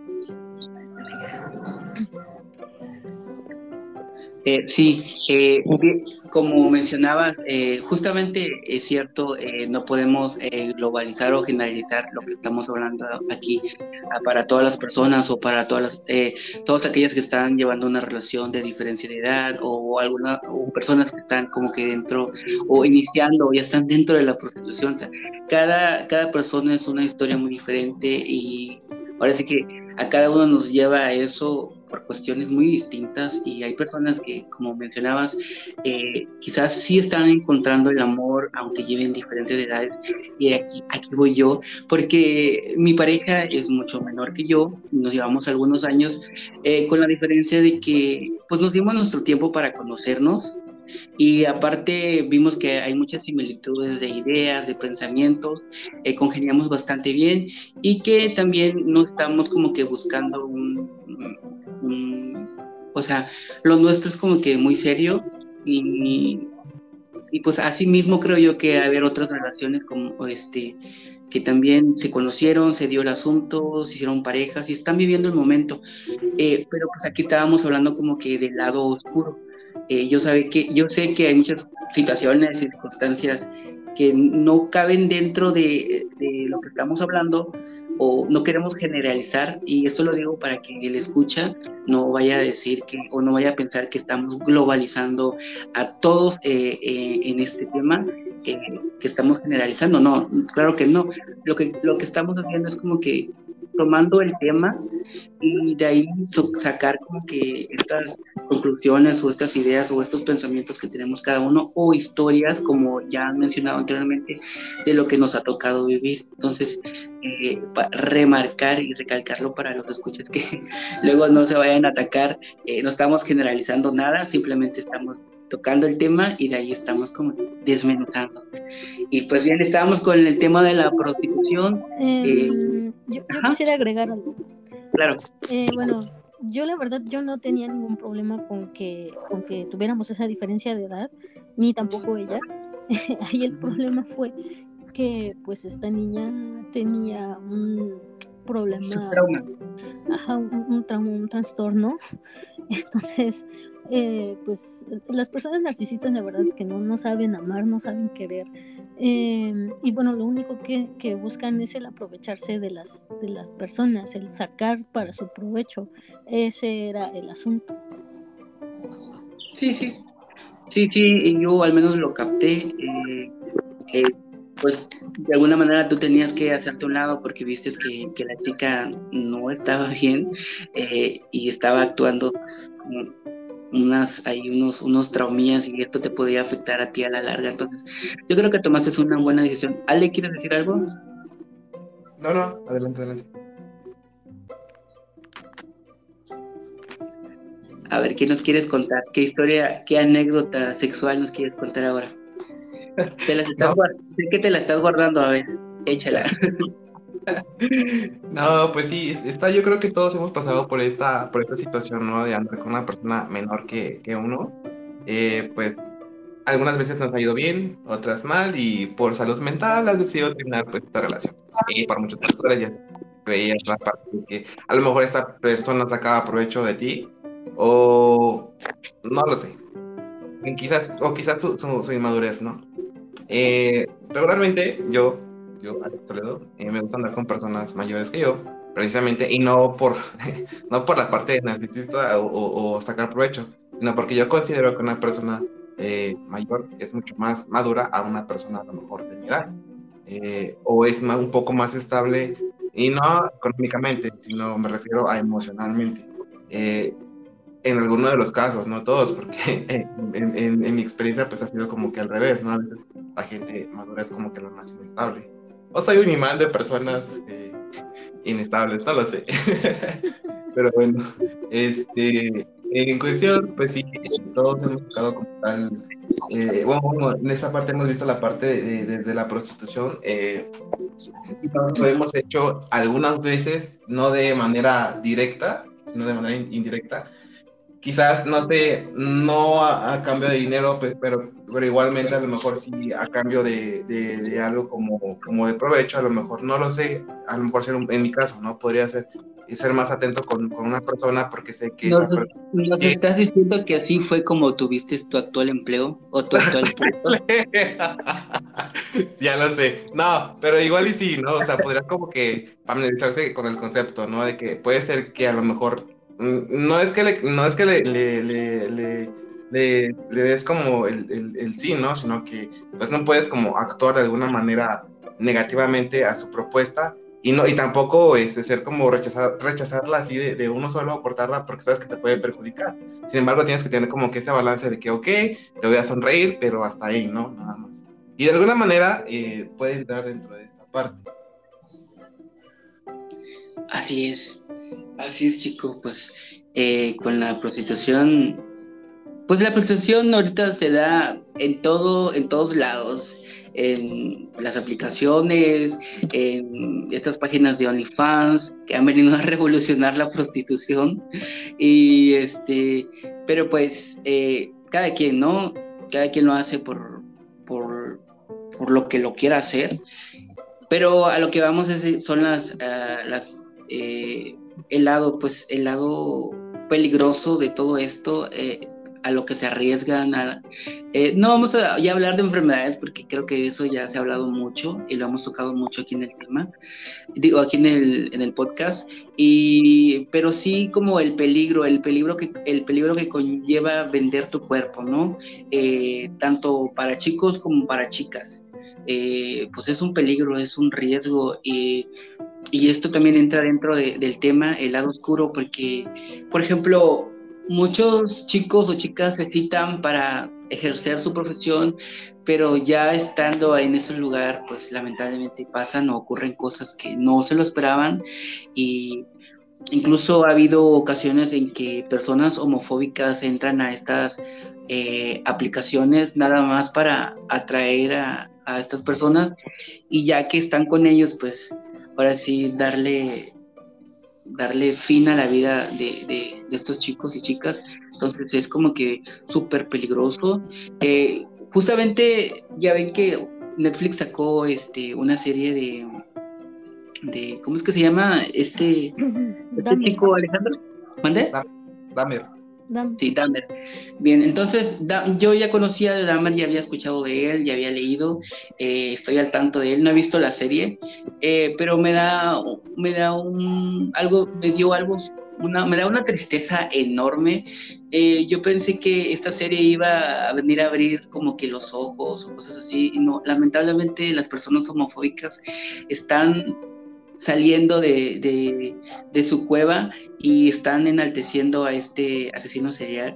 [SPEAKER 1] Sí, como mencionabas, justamente es cierto, no podemos globalizar o generalizar lo que estamos hablando aquí para todas las personas o para todas aquellas que están llevando una relación de diferencia de edad o personas que están como que dentro o iniciando o ya están dentro de la prostitución. O sea, cada persona es una historia muy diferente, y ahora sí que a cada uno nos lleva a eso por cuestiones muy distintas, y hay personas que, como mencionabas, quizás sí están encontrando el amor aunque lleven diferencias de edades, y aquí voy yo, porque mi pareja es mucho menor que yo, nos llevamos algunos años, con la diferencia de que pues nos dimos nuestro tiempo para conocernos, y aparte vimos que hay muchas similitudes de ideas, de pensamientos, congeniamos bastante bien, y que también no estamos como que buscando o sea, lo nuestro es como que muy serio, y pues así mismo creo yo que haber otras relaciones como que también se conocieron, se dio el asunto, se hicieron parejas y están viviendo el momento, pero pues aquí estábamos hablando como que del lado oscuro. Yo sé que hay muchas situaciones, circunstancias que no caben dentro de lo que estamos hablando, o no queremos generalizar, y esto lo digo para que el escucha no vaya a decir o no vaya a pensar que estamos globalizando a todos en este tema, que estamos generalizando. No, claro que no. Lo que estamos haciendo es como que tomando el tema y de ahí sacar como que estas conclusiones o estas ideas o estos pensamientos que tenemos cada uno o historias, como ya han mencionado anteriormente, de lo que nos ha tocado vivir. Entonces, remarcar y recalcarlo para los escuchas que luego no se vayan a atacar, no estamos generalizando nada, simplemente estamos tocando el tema y de ahí estamos como desmenuzando. Y pues bien, estábamos con el tema de la prostitución.
[SPEAKER 4] Yo quisiera agregar algo.
[SPEAKER 1] Claro.
[SPEAKER 4] Bueno, yo la verdad, yo no tenía ningún problema con que tuviéramos esa diferencia de edad, ni tampoco ella. Ahí el problema fue que pues esta niña tenía un problema, un trauma, un trastorno. Entonces, pues las personas narcisistas la verdad es que no saben amar, no saben querer, y bueno, lo único que buscan es el aprovecharse de las personas, el sacar para su provecho. Ese era el asunto.
[SPEAKER 1] Sí, yo al menos lo capté. Pues de alguna manera tú tenías que hacerte a un lado porque viste que la chica no estaba bien, y estaba actuando pues, como unos traumillas, y esto te podía afectar a ti a la larga. Entonces yo creo que tomaste una buena decisión. Ale, ¿quieres decir algo?
[SPEAKER 5] No, adelante.
[SPEAKER 1] A ver, ¿qué nos quieres contar? ¿Qué historia, qué anécdota sexual nos quieres contar ahora? Sé que te la estás guardando, a ver, échala.
[SPEAKER 5] No, pues sí, yo creo que todos hemos pasado por esta situación, ¿no? De andar con una persona menor que uno. Pues algunas veces nos ha ido bien, otras mal, y por salud mental has decidido terminar pues esta relación. Y por muchos factores ya veías la parte de que a lo mejor esta persona sacaba provecho de ti, o no lo sé. Quizás su inmadurez, ¿no? Regularmente yo, Alex Toledo, me gusta andar con personas mayores que yo, precisamente, y no por la parte de narcisista o sacar provecho, sino porque yo considero que una persona mayor es mucho más madura a una persona a lo mejor de mi edad, o es un poco más estable, y no económicamente, sino me refiero a emocionalmente. En algunos de los casos, no todos, porque en mi experiencia pues ha sido como que al revés, ¿no? A veces la gente madura es como que la más inestable. O soy un imán de personas inestables, no lo sé. Pero bueno, en cuestión, pues sí, todos hemos tocado como tal. Bueno, en esta parte hemos visto la parte de la prostitución. Lo hemos hecho algunas veces, no de manera directa, sino de manera indirecta. Quizás, no sé, no a cambio de dinero, pues, pero igualmente a lo mejor sí a cambio de algo como de provecho, a lo mejor no lo sé, a lo mejor en mi caso, ¿no? Podría ser más atento con una persona porque sé que esa persona...
[SPEAKER 1] ¿Nos estás diciendo que así fue como tuviste tu actual empleo o tu actual puesto?
[SPEAKER 5] Ya lo sé, no, pero igual y sí, ¿no? O sea, podría como que familiarizarse con el concepto, ¿no? De que puede ser que a lo mejor no es que le des como el sí, ¿no? Sino que pues no puedes como actuar de alguna manera negativamente a su propuesta y tampoco ser como rechazarla así de uno solo o cortarla porque sabes que te puede perjudicar. Sin embargo, tienes que tener como que ese balance de que, ok, te voy a sonreír, pero hasta ahí, ¿no? Nada más. Y de alguna manera puede entrar dentro de esta parte.
[SPEAKER 1] Así es, chico, pues con la prostitución, pues la prostitución ahorita se da en todos lados, en las aplicaciones, en estas páginas de OnlyFans que han venido a revolucionar la prostitución, y pero pues cada quien, ¿no? Cada quien lo hace por lo que lo quiera hacer, pero a lo que vamos son el lado peligroso de todo esto, a lo que se arriesgan. No vamos a ya hablar de enfermedades porque creo que eso ya se ha hablado mucho y lo hemos tocado mucho aquí en el tema, aquí en el podcast, pero sí como el peligro que conlleva vender tu cuerpo, ¿no? Tanto para chicos como para chicas. Pues es un peligro, es un riesgo, y esto también entra dentro del tema, el lado oscuro, porque, por ejemplo, muchos chicos o chicas se citan para ejercer su profesión, pero ya estando en ese lugar, pues lamentablemente pasan o ocurren cosas que no se lo esperaban, y incluso ha habido ocasiones en que personas homofóbicas entran a estas aplicaciones nada más para atraer a estas personas, y ya que están con ellos, pues ahora sí darle fin a la vida de estos chicos y chicas. Entonces es como que súper peligroso. Justamente ya ven que Netflix sacó una serie de ¿cómo es que se llama? Este chico, Alejandro. ¿Mande?
[SPEAKER 5] Dahmer.
[SPEAKER 1] Sí, Dahmer. Bien, entonces yo ya conocía de Dahmer, ya había escuchado de él, ya había leído, estoy al tanto de él, no he visto la serie, pero me da me da una tristeza enorme. Yo pensé que esta serie iba a venir a abrir como que los ojos o cosas así, y no, lamentablemente las personas homofóbicas están saliendo de su cueva y están enalteciendo a este asesino serial.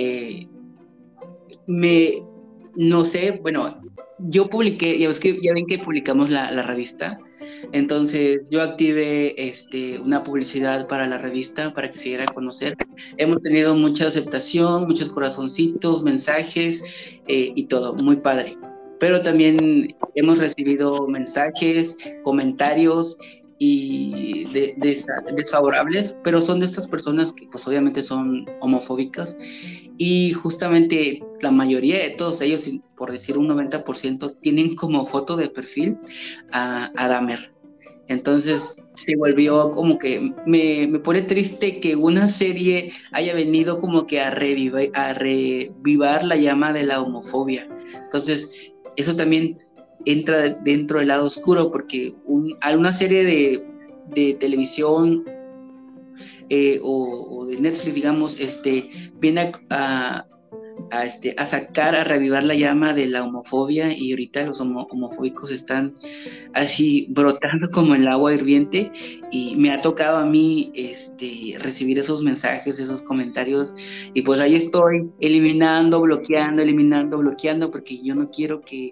[SPEAKER 1] No sé, bueno, yo publiqué, ya ven que publicamos la revista, entonces yo activé una publicidad para la revista para que se diera a conocer. Hemos tenido mucha aceptación, muchos corazoncitos, mensajes y todo, muy padre. Pero también hemos recibido mensajes, comentarios y desfavorables, pero son de estas personas que pues obviamente son homofóbicas, y justamente la mayoría de todos ellos, por decir un 90%, tienen como foto de perfil a Dahmer. Entonces se volvió como que me pone triste que una serie haya venido como que a revivar la llama de la homofobia. Entonces eso también entra dentro del lado oscuro, porque una serie de televisión o de Netflix, digamos, viene a sacar, a revivar la llama de la homofobia, y ahorita los homofóbicos están así brotando como el agua hirviente, y me ha tocado a mí recibir esos mensajes, esos comentarios, y pues ahí estoy eliminando, bloqueando, porque yo no quiero que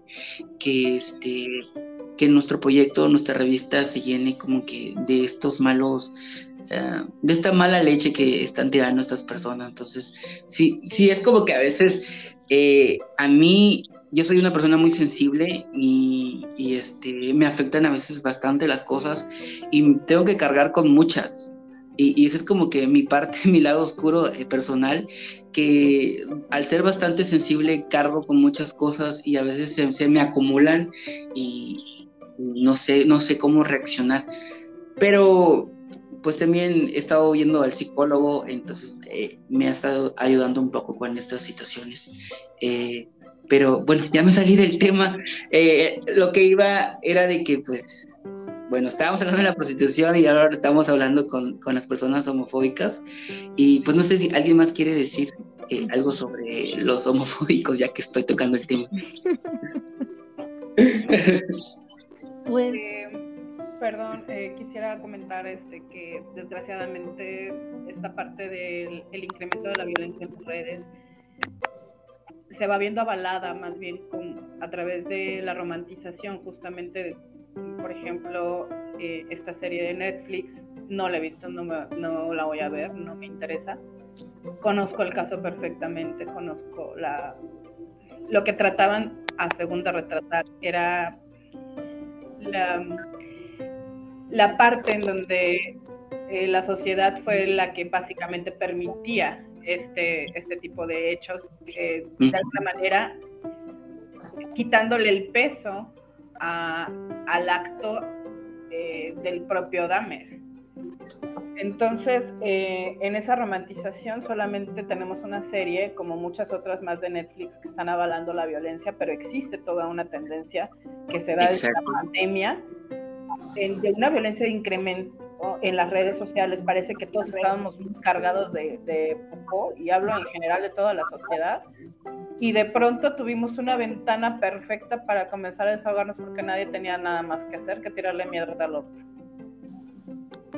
[SPEAKER 1] nuestro proyecto, nuestra revista se llene como que de estos malos, de esta mala leche que están tirando estas personas. Entonces, sí es como que a veces a mí, yo soy una persona muy sensible y me afectan a veces bastante las cosas, y tengo que cargar con muchas. Y ese es como que mi parte, mi lado oscuro personal, que al ser bastante sensible cargo con muchas cosas, y a veces se me acumulan y no sé cómo reaccionar. Pero pues también he estado yendo al psicólogo, entonces me ha estado ayudando un poco con estas situaciones. Pero bueno, ya me salí del tema. Lo que iba era de que, pues, bueno, estábamos hablando de la prostitución y ahora estamos hablando con las personas homofóbicas. Y pues no sé si alguien más quiere decir algo sobre los homofóbicos, ya que estoy tocando el tema.
[SPEAKER 4] Pues...
[SPEAKER 3] Perdón, quisiera comentar que desgraciadamente esta parte del incremento de la violencia en las redes se va viendo avalada más bien a través de la romantización, justamente, por ejemplo, esta serie de Netflix, no la he visto, no la voy a ver, no me interesa. Conozco el caso perfectamente, conozco lo que trataban a segunda retratar, era la parte en donde la sociedad fue la que básicamente permitía este tipo de hechos, de alguna manera quitándole el peso al acto del propio Dahmer. Entonces, en esa romantización solamente tenemos una serie, como muchas otras más de Netflix, que están avalando la violencia, pero existe toda una tendencia que se da desde la pandemia, de una violencia de incremento en las redes sociales. Parece que todos estábamos cargados de popó, y hablo en general de toda la sociedad, y de pronto tuvimos una ventana perfecta para comenzar a desahogarnos porque nadie tenía nada más que hacer que tirarle mierda al otro.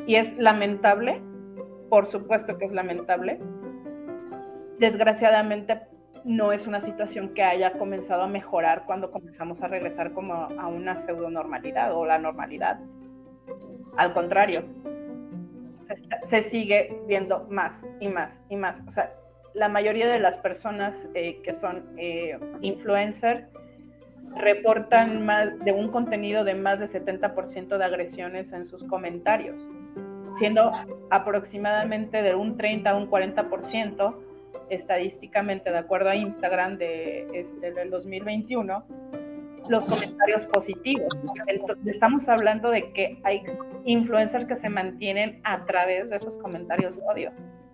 [SPEAKER 3] y es lamentable, por supuesto que es lamentable. Desgraciadamente no es una situación que haya comenzado a mejorar cuando comenzamos a regresar como a una pseudonormalidad o la normalidad. Al contrario, se sigue viendo más y más y más. O sea, la mayoría de las personas que son influencers reportan más de un contenido de más de 70% de agresiones en sus comentarios, siendo aproximadamente de un 30 a un 40% estadísticamente, de acuerdo a Instagram del 2021, los comentarios positivos. Estamos hablando de que hay influencers que se mantienen a través de esos comentarios de odio.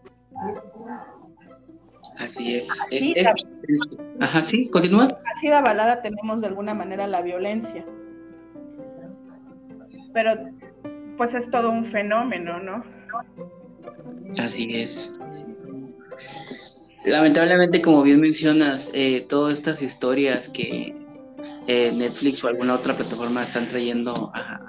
[SPEAKER 1] Así es. Ajá, sí, continúa.
[SPEAKER 3] Así de avalada tenemos de alguna manera la violencia. Pero pues es todo un fenómeno, ¿no?
[SPEAKER 1] Así es. Lamentablemente, como bien mencionas, todas estas historias que Netflix o alguna otra plataforma están trayendo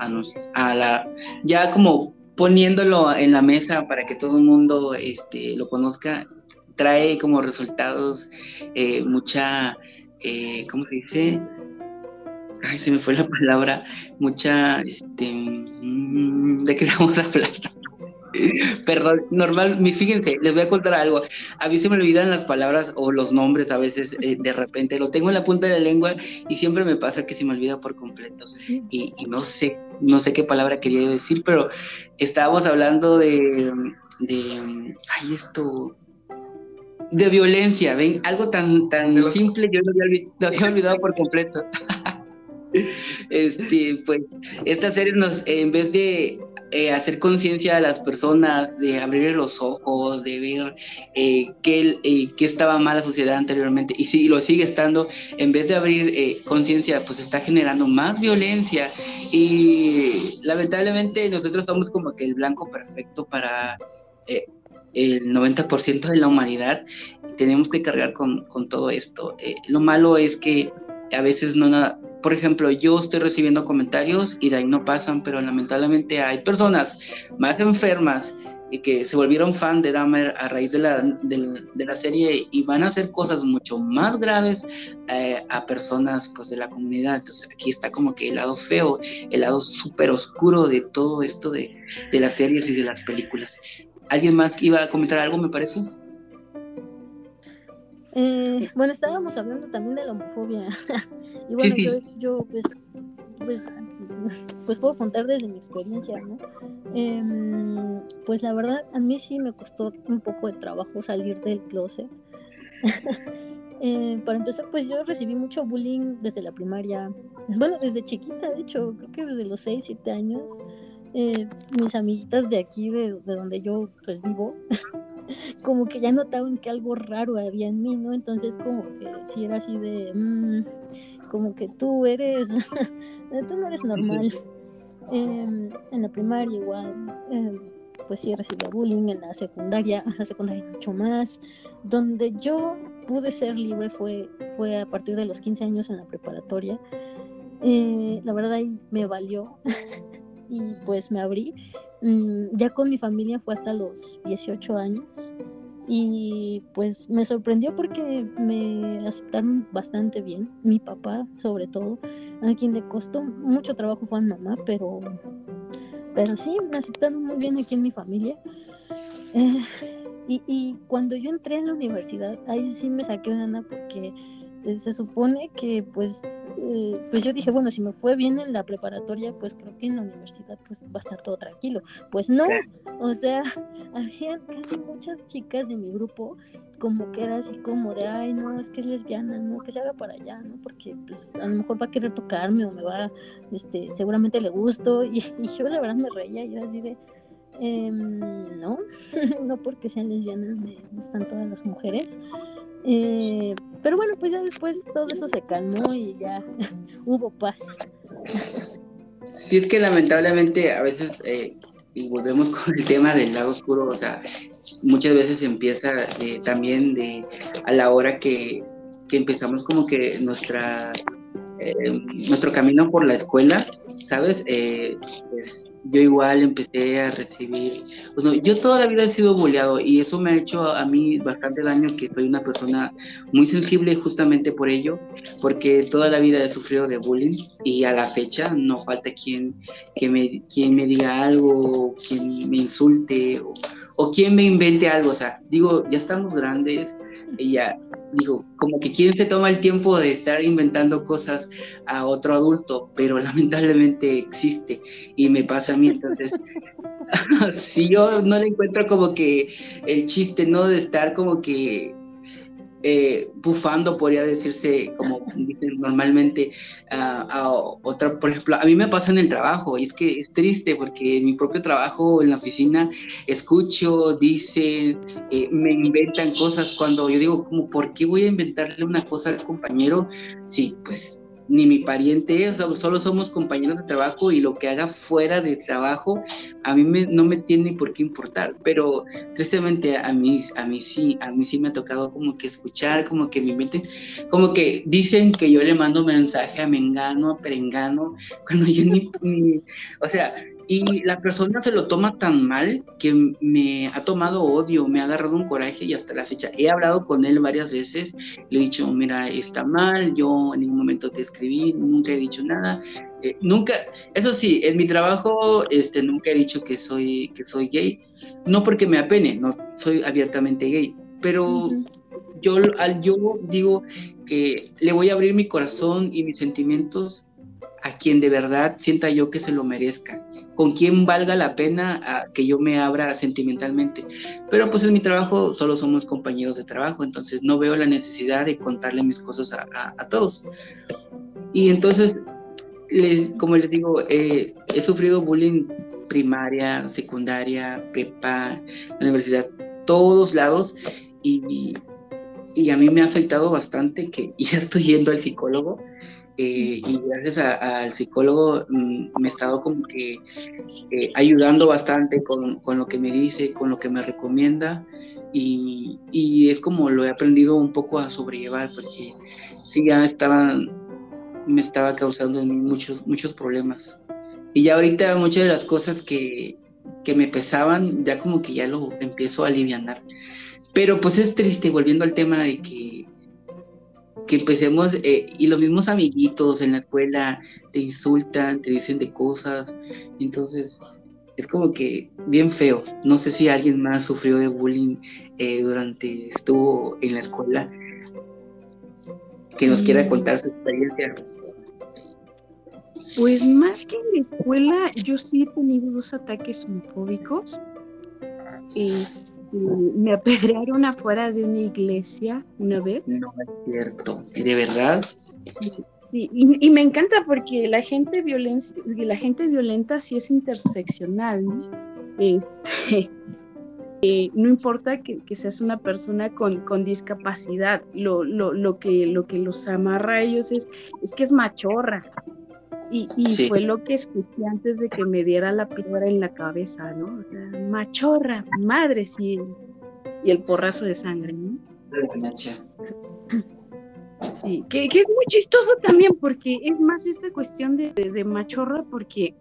[SPEAKER 1] ya como poniéndolo en la mesa para que todo el mundo lo conozca, trae como resultados mucha, ¿cómo se dice? Ay, se me fue la palabra, mucha, ¿de qué estamos hablando? Perdón, fíjense, les voy a contar algo. A mí se me olvidan las palabras o los nombres a veces, de repente lo tengo en la punta de la lengua y siempre me pasa que se me olvida por completo. Y no sé qué palabra quería decir, pero estábamos hablando de violencia, ¿ven? Algo tan simple, yo lo había olvidado por completo. Pues estas series en vez de hacer conciencia a las personas, de abrir los ojos, de ver qué estaba mal la sociedad anteriormente, y sí, lo sigue estando, en vez de abrir conciencia, pues está generando más violencia, y lamentablemente nosotros somos como que el blanco perfecto para el 90% de la humanidad, y tenemos que cargar con todo esto. Lo malo es que a veces por ejemplo, yo estoy recibiendo comentarios y de ahí no pasan, pero lamentablemente hay personas más enfermas y que se volvieron fan de Dahmer a raíz de la serie y van a hacer cosas mucho más graves a personas pues de la comunidad. Entonces aquí está como que el lado feo, el lado súper oscuro de todo esto de las series y de las películas. ¿Alguien más iba a comentar algo, me parece?
[SPEAKER 4] Bueno, estábamos hablando también de la homofobia. Y bueno, sí. Yo pues puedo contar desde mi experiencia, ¿no? Pues la verdad, a mí sí me costó un poco de trabajo salir del closet. Para empezar, pues yo recibí mucho bullying desde la primaria. Bueno, desde chiquita, de hecho, creo que desde los 6, 7 años. Mis amiguitas de aquí, de donde yo pues vivo, como que ya notaban que algo raro había en mí, ¿no? Entonces como que sí era así de como que tú no eres normal. En la primaria igual, pues sí recibía bullying. En la secundaria mucho más. Donde yo pude ser libre fue a partir de los 15 años en la preparatoria. La verdad ahí me valió y pues me abrí. Ya con mi familia fue hasta los 18 años y pues me sorprendió porque me aceptaron bastante bien, mi papá sobre todo. A quien le costó mucho trabajo fue a mi mamá, pero sí, me aceptaron muy bien aquí en mi familia. Y cuando yo entré en la universidad, ahí sí me saqué de onda porque se supone que pues yo dije, bueno, si me fue bien en la preparatoria, pues creo que en la universidad pues va a estar todo tranquilo. Pues no, o sea, había casi muchas chicas de mi grupo como que era así como de, ay, no, es que es lesbiana, no, que se haga para allá, ¿no? Porque pues a lo mejor va a querer tocarme o me va, seguramente le gusto. Y yo la verdad me reía y era así de, no, no porque sean lesbianas me gustan todas las mujeres. Pero bueno, pues ya después todo eso se calmó y ya hubo paz.
[SPEAKER 1] Sí, es que lamentablemente a veces, y volvemos con el tema del lado oscuro, o sea, muchas veces empieza también a la hora que empezamos como que nuestro camino por la escuela, ¿sabes? Pues yo igual empecé a recibir, bueno, yo toda la vida he sido bulleado y eso me ha hecho a mí bastante daño, que soy una persona muy sensible justamente por ello, porque toda la vida he sufrido de bullying y a la fecha no falta quien me diga algo, quien me insulte o quien me invente algo, o sea, digo, ya estamos grandes y ya, digo, como que quién se toma el tiempo de estar inventando cosas a otro adulto, pero lamentablemente existe y me pasa a mí, entonces, si yo no le encuentro como que el chiste, ¿no? De estar como que bufando, podría decirse, como dicen normalmente, a otra, por ejemplo, a mí me pasa en el trabajo, y es que es triste porque en mi propio trabajo, en la oficina, escucho, dicen, me inventan cosas cuando yo digo, como, ¿por qué voy a inventarle una cosa al compañero si, pues, ni mi pariente es, solo somos compañeros de trabajo y lo que haga fuera de trabajo a mí no me tiene por qué importar, pero tristemente a mí sí me ha tocado como que escuchar, como que me inventen, como que dicen que yo le mando mensaje a Mengano, a Perengano, cuando yo o sea, y la persona se lo toma tan mal que me ha tomado odio, me ha agarrado un coraje y hasta la fecha he hablado con él varias veces, le he dicho, mira, está mal, yo en ningún momento te escribí, nunca he dicho nada, nunca, eso sí, en mi trabajo nunca he dicho que soy gay, no porque me apene, no soy abiertamente gay, pero yo digo que le voy a abrir mi corazón y mis sentimientos a quien de verdad sienta yo que se lo merezca, con quien valga la pena que yo me abra sentimentalmente. Pero pues en mi trabajo solo somos compañeros de trabajo, entonces no veo la necesidad de contarle mis cosas a todos. Y entonces, como les digo, he sufrido bullying primaria, secundaria, prepa, universidad, todos lados, y a mí me ha afectado bastante que ya estoy yendo al psicólogo, y gracias al psicólogo me he estado como que ayudando bastante con lo que me dice, con lo que me recomienda, y es como lo he aprendido un poco a sobrellevar, porque sí ya me estaba causando en mí muchos problemas. Y ya ahorita muchas de las cosas que me pesaban, ya como que ya lo empiezo a alivianar. Pero pues es triste, volviendo al tema de que empecemos, y los mismos amiguitos en la escuela te insultan, te dicen de cosas, entonces es como que bien feo. No sé si alguien más sufrió de bullying durante estuvo en la escuela, que nos quiera contar su experiencia.
[SPEAKER 2] Pues más que en la escuela, yo sí he tenido 2 ataques homofóbicos. Me apedrearon afuera de una iglesia una vez.
[SPEAKER 1] No es cierto, ¿de verdad?
[SPEAKER 2] Sí, y me encanta porque la gente violenta sí es interseccional, ¿no? No importa que seas una persona con discapacidad, lo que los amarra a ellos es que es machorra. Y sí, fue lo que escuché antes de que me diera la piedra en la cabeza, ¿no? O sea, machorra, madre, sí, y el porrazo de sangre, ¿no? Sí, que es muy chistoso también, porque es más esta cuestión de machorra, porque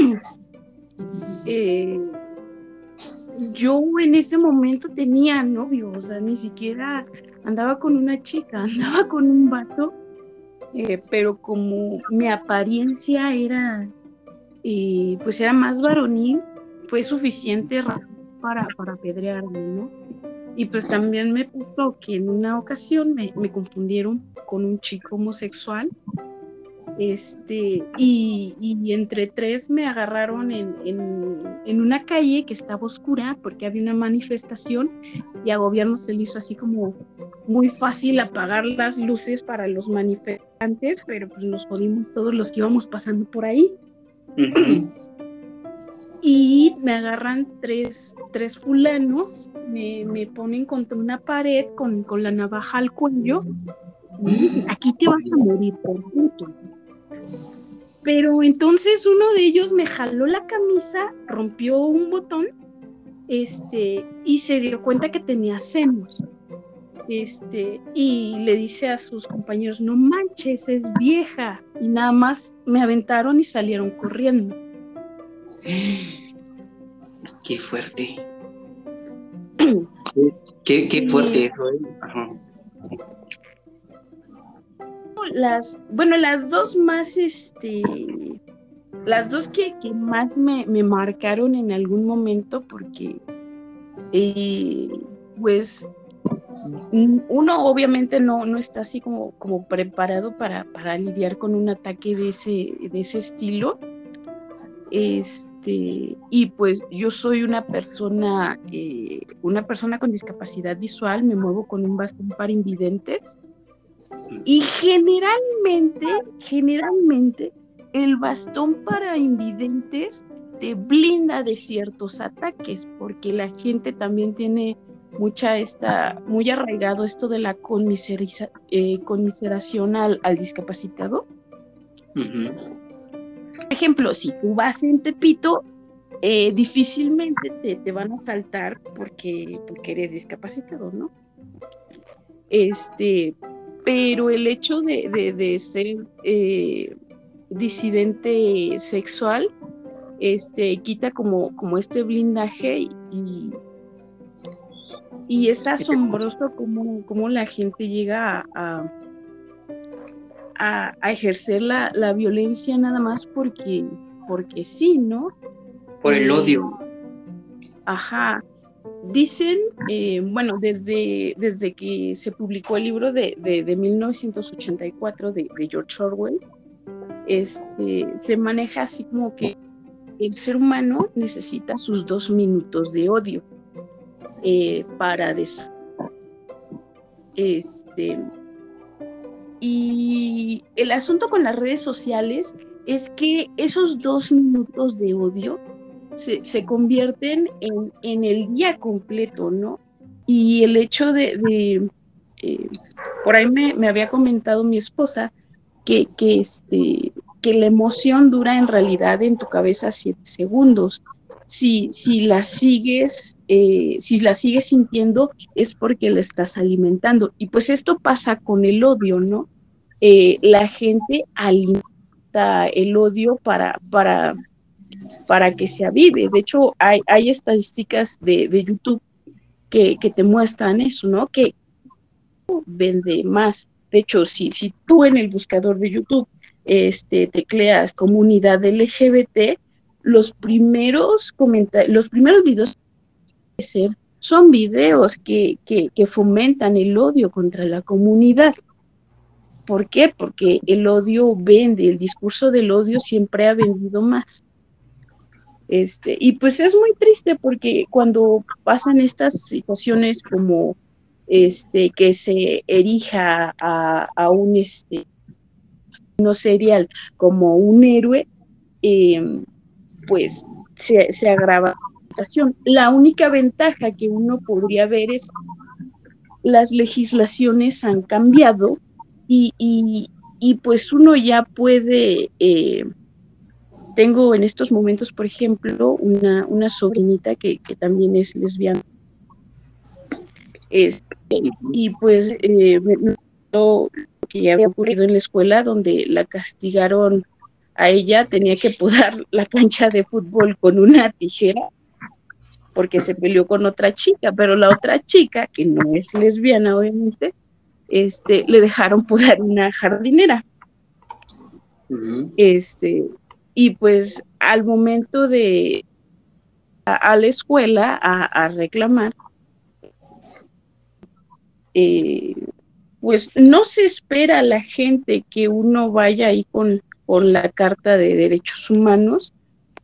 [SPEAKER 2] yo en ese momento tenía novio, o sea, ni siquiera andaba con una chica, andaba con un vato. Pero como mi apariencia era pues era más varonil, fue suficiente para apedrearme, ¿no? Y pues también me pasó que en una ocasión me confundieron con un chico homosexual, y entre 3 me agarraron en una calle que estaba oscura porque había una manifestación y a gobierno se le hizo así como muy fácil apagar las luces para los manifestantes, pero pues nos jodimos todos los que íbamos pasando por ahí. Y me agarran 3 fulanos, me ponen contra una pared con la navaja al cuello y me dicen, aquí te vas a morir por puto. Pero entonces uno de ellos me jaló la camisa, rompió un botón, y se dio cuenta que tenía senos. Y le dice a sus compañeros, no manches, es vieja, y nada más me aventaron y salieron corriendo.
[SPEAKER 1] Qué fuerte. Qué fuerte eso, ¿eh? Ajá.
[SPEAKER 2] Las dos más, las dos que más me marcaron en algún momento, porque pues uno obviamente no está así como preparado para lidiar con un ataque de ese estilo. Y pues yo soy una persona con discapacidad visual, me muevo con un bastón para invidentes, y generalmente el bastón para invidentes te blinda de ciertos ataques, porque la gente también tiene muy arraigado esto de la conmiseración al discapacitado.
[SPEAKER 1] Uh-huh.
[SPEAKER 2] Por ejemplo, si tú vas en Tepito, difícilmente te van a asaltar porque eres discapacitado, ¿no? Pero el hecho de ser disidente sexual, quita como este blindaje, y es asombroso cómo la gente llega a ejercer la violencia nada más porque sí, ¿no?
[SPEAKER 1] Por el odio.
[SPEAKER 2] Ajá. Dicen, desde que se publicó el libro de 1984 de George Orwell, se maneja así como que el ser humano necesita sus 2 minutos de odio para y el asunto con las redes sociales es que esos 2 minutos de odio se convierten en el día completo, ¿no? Y el hecho por ahí me había comentado mi esposa que la emoción dura en realidad en tu cabeza 7 segundos. Si la sigues sintiendo, es porque la estás alimentando. Y pues esto pasa con el odio, ¿no? La gente alimenta el odio para que se avive. De hecho, hay estadísticas de YouTube que te muestran eso, ¿no? Que vende más. De hecho, si tú en el buscador de YouTube tecleas comunidad LGBT, los primeros videos son videos que fomentan el odio contra la comunidad. ¿Por qué? Porque el odio vende, el discurso del odio siempre ha vendido más. Y pues es muy triste porque cuando pasan estas situaciones como que se erija a un no serial como un héroe, pues se agrava la situación. La única ventaja que uno podría ver es las legislaciones han cambiado y pues uno ya puede tengo en estos momentos, por ejemplo, una sobrinita que también es lesbiana. Y pues lo que había ocurrido en la escuela, donde la castigaron a ella, tenía que podar la cancha de fútbol con una tijera porque se peleó con otra chica, pero la otra chica, que no es lesbiana obviamente, le dejaron podar una jardinera. Uh-huh. Y pues al momento de a la escuela a reclamar, pues no se espera a la gente que uno vaya ahí con la Carta de Derechos Humanos,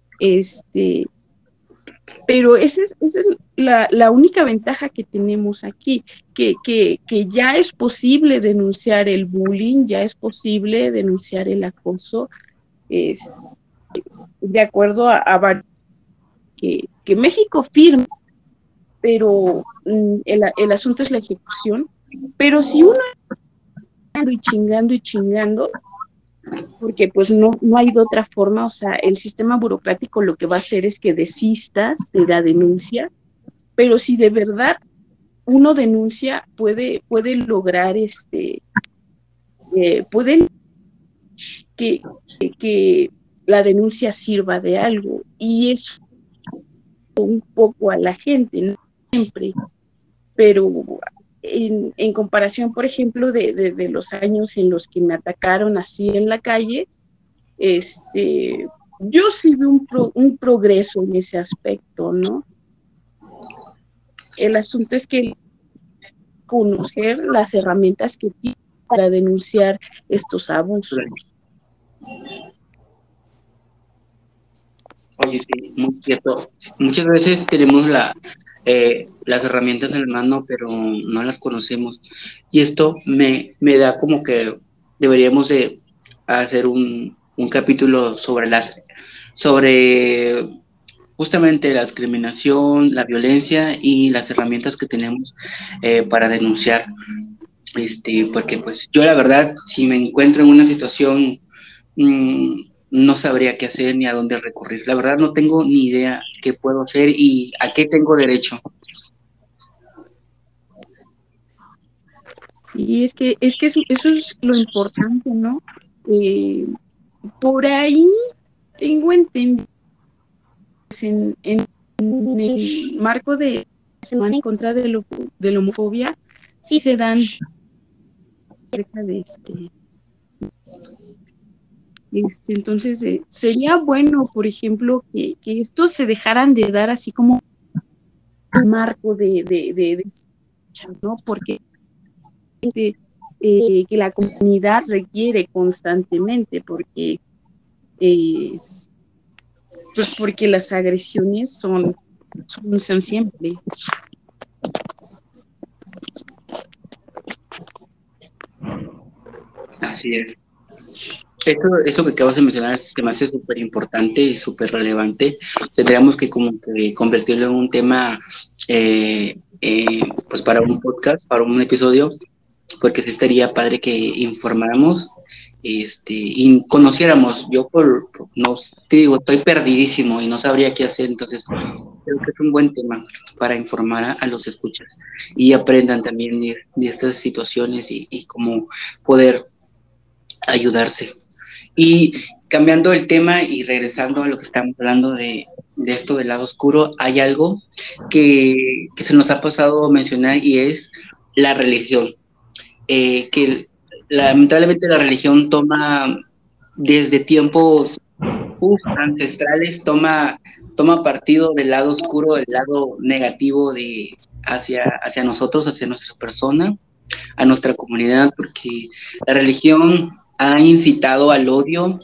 [SPEAKER 2] pero esa es la única ventaja que tenemos aquí, que ya es posible denunciar el bullying, ya es posible denunciar el acoso, de acuerdo a que México firma, pero el asunto es la ejecución. Pero si uno está chingando, porque pues no hay de otra forma, o sea, el sistema burocrático lo que va a hacer es que desistas de la denuncia, pero si de verdad uno denuncia, puede lograr pueden que la denuncia sirva de algo, y eso un poco a la gente, no siempre, pero en comparación, por ejemplo, de los años en los que me atacaron así en la calle, yo sí vi un progreso en ese aspecto, ¿no? El asunto es que conocer las herramientas que tiene para denunciar estos abusos.
[SPEAKER 1] Oye, sí, muy cierto. Muchas veces tenemos las herramientas en la mano, pero no las conocemos. Y esto me da como que deberíamos de hacer un capítulo sobre justamente la discriminación, la violencia y las herramientas que tenemos para denunciar. Porque pues yo la verdad, si me encuentro en una situación, no sabría qué hacer ni a dónde recurrir. La verdad no tengo ni idea qué puedo hacer y a qué tengo derecho.
[SPEAKER 2] Sí, es que eso es lo importante, ¿no? Por ahí tengo entendido en el marco de Semana en contra de la homofobia, sí se dan cerca de entonces sería bueno, por ejemplo, que estos se dejaran de dar así como un marco de ¿no? Porque que la comunidad requiere constantemente, porque pues porque las agresiones son siempre.
[SPEAKER 1] Así es. Eso que acabas de mencionar se me hace súper importante y súper relevante. Tendríamos que como que convertirlo en un tema pues para un podcast, para un episodio, porque sí estaría padre que informáramos y conociéramos. Yo no te digo, estoy perdidísimo y no sabría qué hacer, entonces creo que es un buen tema para informar a los escuchas y aprendan también de estas situaciones y cómo poder ayudarse. Y cambiando el tema y regresando a lo que estamos hablando de esto del lado oscuro, hay algo que se nos ha pasado a mencionar y es la religión. Que lamentablemente la religión toma desde tiempos ancestrales, toma partido del lado oscuro, del lado negativo hacia nosotros, hacia nuestra persona, a nuestra comunidad, porque la religión ha incitado al odio,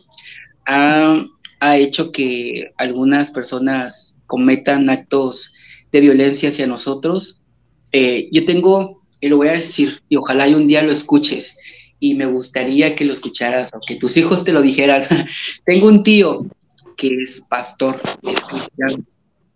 [SPEAKER 1] ha hecho que algunas personas cometan actos de violencia hacia nosotros. Yo tengo, y lo voy a decir, y ojalá y un día lo escuches, y me gustaría que lo escucharas, o que tus hijos te lo dijeran. Tengo un tío que es pastor, es cristiano.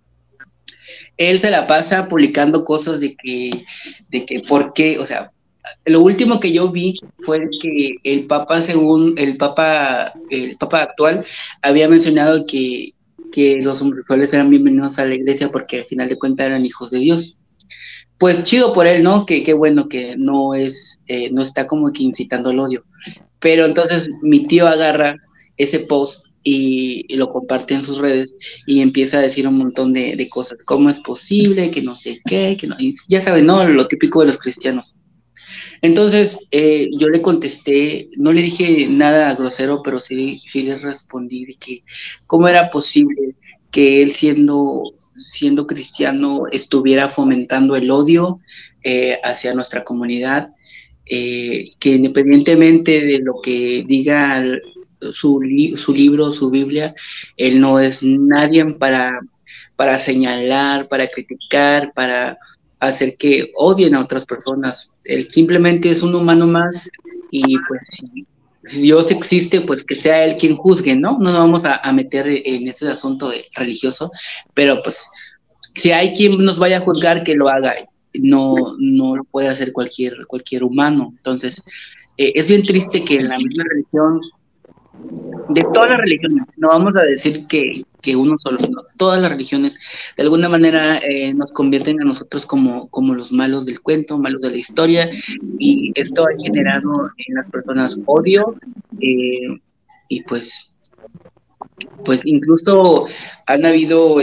[SPEAKER 1] Él se la pasa publicando cosas de que por qué, o sea, lo último que yo vi fue que el Papa, según el Papa actual, había mencionado que los homosexuales eran bienvenidos a la iglesia porque al final de cuentas eran hijos de Dios. Pues chido por él, ¿no? Qué bueno que no está como que incitando al odio. Pero entonces mi tío agarra ese post y lo comparte en sus redes y empieza a decir un montón de cosas. ¿Cómo es posible? Que no sé qué, que no. Ya saben, ¿no? Lo típico de los cristianos. Entonces yo le contesté, no le dije nada grosero, pero sí le respondí de que cómo era posible que él siendo cristiano estuviera fomentando el odio hacia nuestra comunidad, que independientemente de lo que diga su libro, su Biblia, él no es nadie para señalar, para criticar, para hacer que odien a otras personas. Él simplemente es un humano más y pues si Dios existe, pues que sea Él quien juzgue, ¿no? No nos vamos a meter en ese asunto religioso, pero pues si hay quien nos vaya a juzgar, que lo haga. No lo puede hacer cualquier humano. Entonces, es bien triste que en la misma religión, de todas las religiones, no vamos a decir que uno solo, no, todas las religiones de alguna manera nos convierten a nosotros como los malos del cuento, malos de la historia, y esto ha generado en las personas odio, y pues pues incluso han habido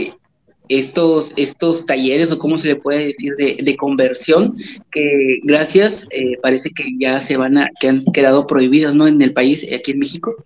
[SPEAKER 1] estos talleres, o cómo se le puede decir, de conversión, que gracias, parece que ya que han quedado prohibidas, ¿no? En el país, aquí en México.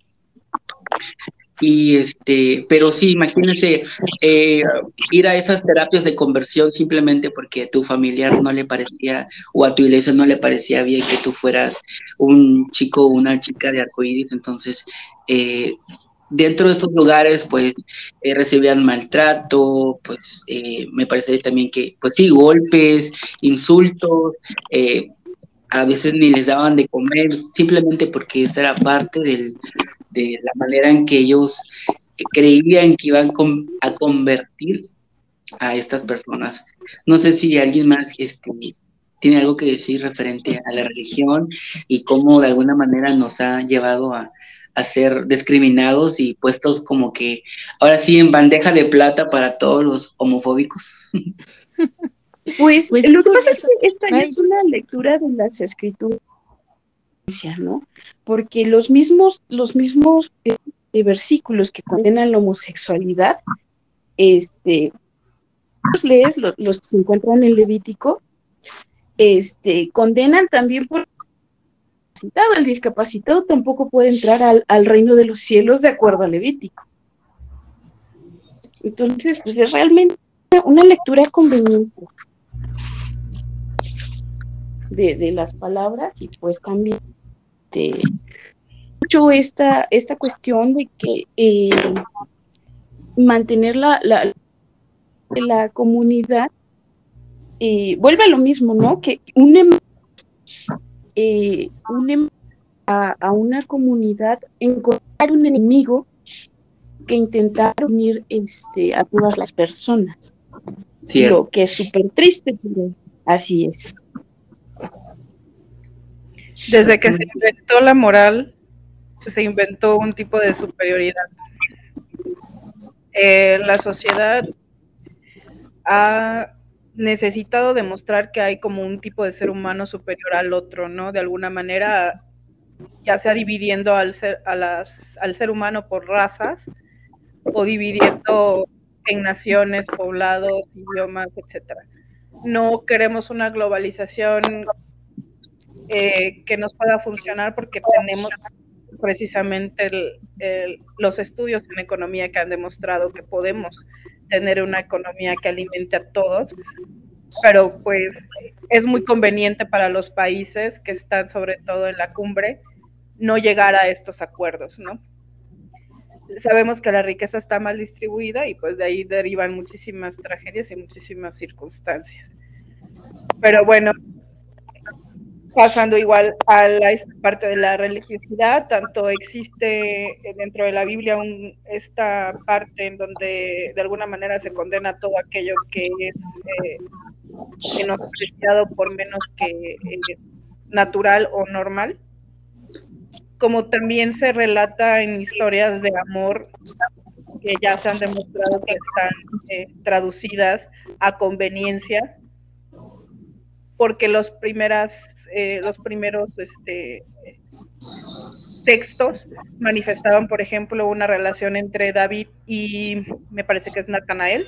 [SPEAKER 1] Y pero sí, imagínense ir a esas terapias de conversión simplemente porque a tu familiar no le parecía, o a tu iglesia no le parecía bien que tú fueras un chico o una chica de arcoíris. Entonces, dentro de estos lugares, pues, recibían maltrato, pues, me parece también que, pues sí, golpes, insultos, a veces ni les daban de comer, simplemente porque esta era parte de la manera en que ellos creían que iban a convertir a estas personas. No sé si alguien más tiene algo que decir referente a la religión y cómo de alguna manera nos ha llevado a ser discriminados y puestos como que ahora sí en bandeja de plata para todos los homofóbicos.
[SPEAKER 2] Pues
[SPEAKER 4] Pues
[SPEAKER 2] lo
[SPEAKER 4] es
[SPEAKER 2] que pasa es
[SPEAKER 4] curioso.
[SPEAKER 2] que esta ya es una lectura de las escrituras, ¿no? Porque los mismos versículos que condenan la homosexualidad, los lees, los que se encuentran en Levítico, condenan también por el discapacitado tampoco puede entrar al reino de los cielos de acuerdo a Levítico. Entonces, pues es realmente una lectura a conveniencia de las palabras, y pues también mucho esta cuestión de que mantener la comunidad vuelve a lo mismo, ¿no? Que une a una comunidad, encontrar un enemigo que intentar unir a todas las personas.
[SPEAKER 1] Cierto.
[SPEAKER 2] Lo que es súper triste, pero así es.
[SPEAKER 3] Desde que se inventó la moral, se inventó un tipo de superioridad. La sociedad ha necesitado demostrar que hay como un tipo de ser humano superior al otro, ¿no? De alguna manera, ya sea dividiendo al ser humano por razas, o dividiendo en naciones, poblados, idiomas, etcétera. No queremos una globalización que nos pueda funcionar, porque tenemos precisamente los estudios en economía que han demostrado que podemos tener una economía que alimente a todos, pero pues es muy conveniente para los países que están sobre todo en la cumbre no llegar a estos acuerdos, ¿no? Sabemos que la riqueza está mal distribuida y pues de ahí derivan muchísimas tragedias y muchísimas circunstancias. Pero bueno, pasando igual a esta parte de la religiosidad, tanto existe dentro de la Biblia esta parte en donde de alguna manera se condena todo aquello que es menospreciado por menos que natural o normal, como también se relata en historias de amor que ya se han demostrado que están traducidas a conveniencia, porque los primeros textos manifestaban, por ejemplo, una relación entre David y, me parece que es Natanael,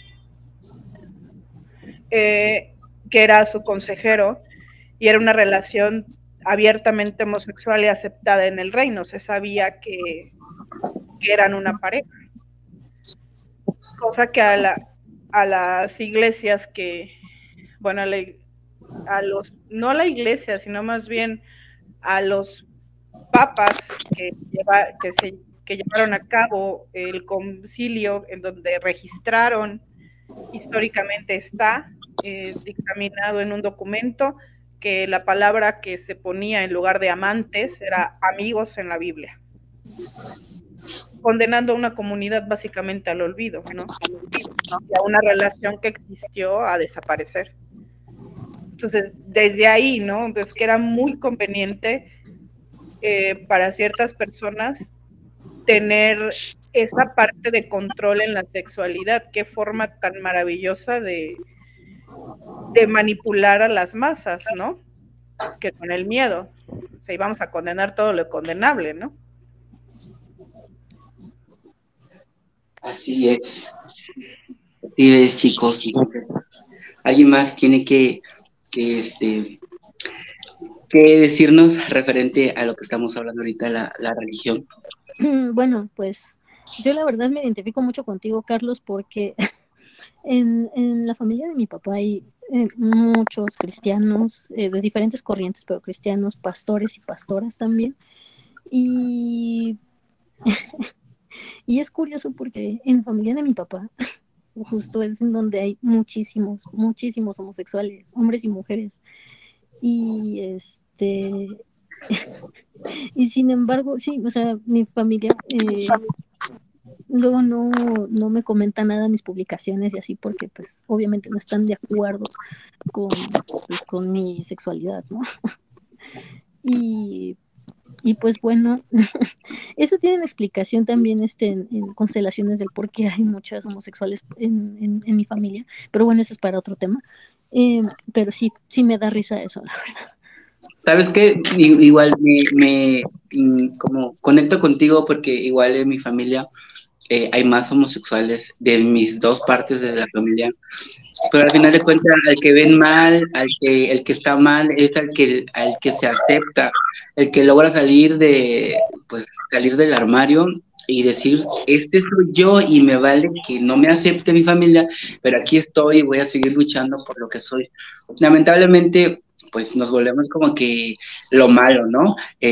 [SPEAKER 3] que era su consejero, y era una relación abiertamente homosexual y aceptada en el reino. Se sabía que eran una pareja, cosa que a las iglesias que, bueno, no a la iglesia, sino más bien a los papas que llevaron a cabo el concilio, en donde registraron históricamente está dictaminado en un documento que la palabra que se ponía en lugar de amantes era amigos en la Biblia, condenando a una comunidad básicamente al olvido, ¿no? Y a una relación que existió a desaparecer. Entonces, desde ahí, ¿no? Pues que era muy conveniente para ciertas personas tener esa parte de control en la sexualidad. Qué forma tan maravillosa de manipular a las masas, ¿no? Que con el miedo. O sea, íbamos a condenar todo lo condenable, ¿no?
[SPEAKER 1] Así es. Así es, chicos. ¿Alguien más tiene que, este, que decirnos referente a lo que estamos hablando ahorita, la religión?
[SPEAKER 4] Bueno, pues yo la verdad me identifico mucho contigo, Carlos, porque en la familia de mi papá hay muchos cristianos de diferentes corrientes, pero cristianos, pastores y pastoras también. Y, y es curioso porque en la familia de mi papá justo es en donde hay muchísimos homosexuales, hombres y mujeres. Y y sin embargo, sí, o sea, mi familia luego no me comenta nada en mis publicaciones y así porque pues obviamente no están de acuerdo con mi sexualidad, ¿no? Y, y pues bueno, eso tiene una explicación también en constelaciones del por qué hay muchas homosexuales en mi familia, pero bueno, eso es para otro tema. Pero sí me da risa eso, la verdad.
[SPEAKER 1] ¿Sabes qué? Igual como conecto contigo porque igual en mi familia hay más homosexuales de mis dos partes de la familia, pero al final de cuentas al que ven mal, el que está mal es al que se acepta, el que logra salir del armario y decir, este soy yo y me vale que no me acepte mi familia, pero aquí estoy y voy a seguir luchando por lo que soy. Lamentablemente, pues nos volvemos como que lo malo, ¿no?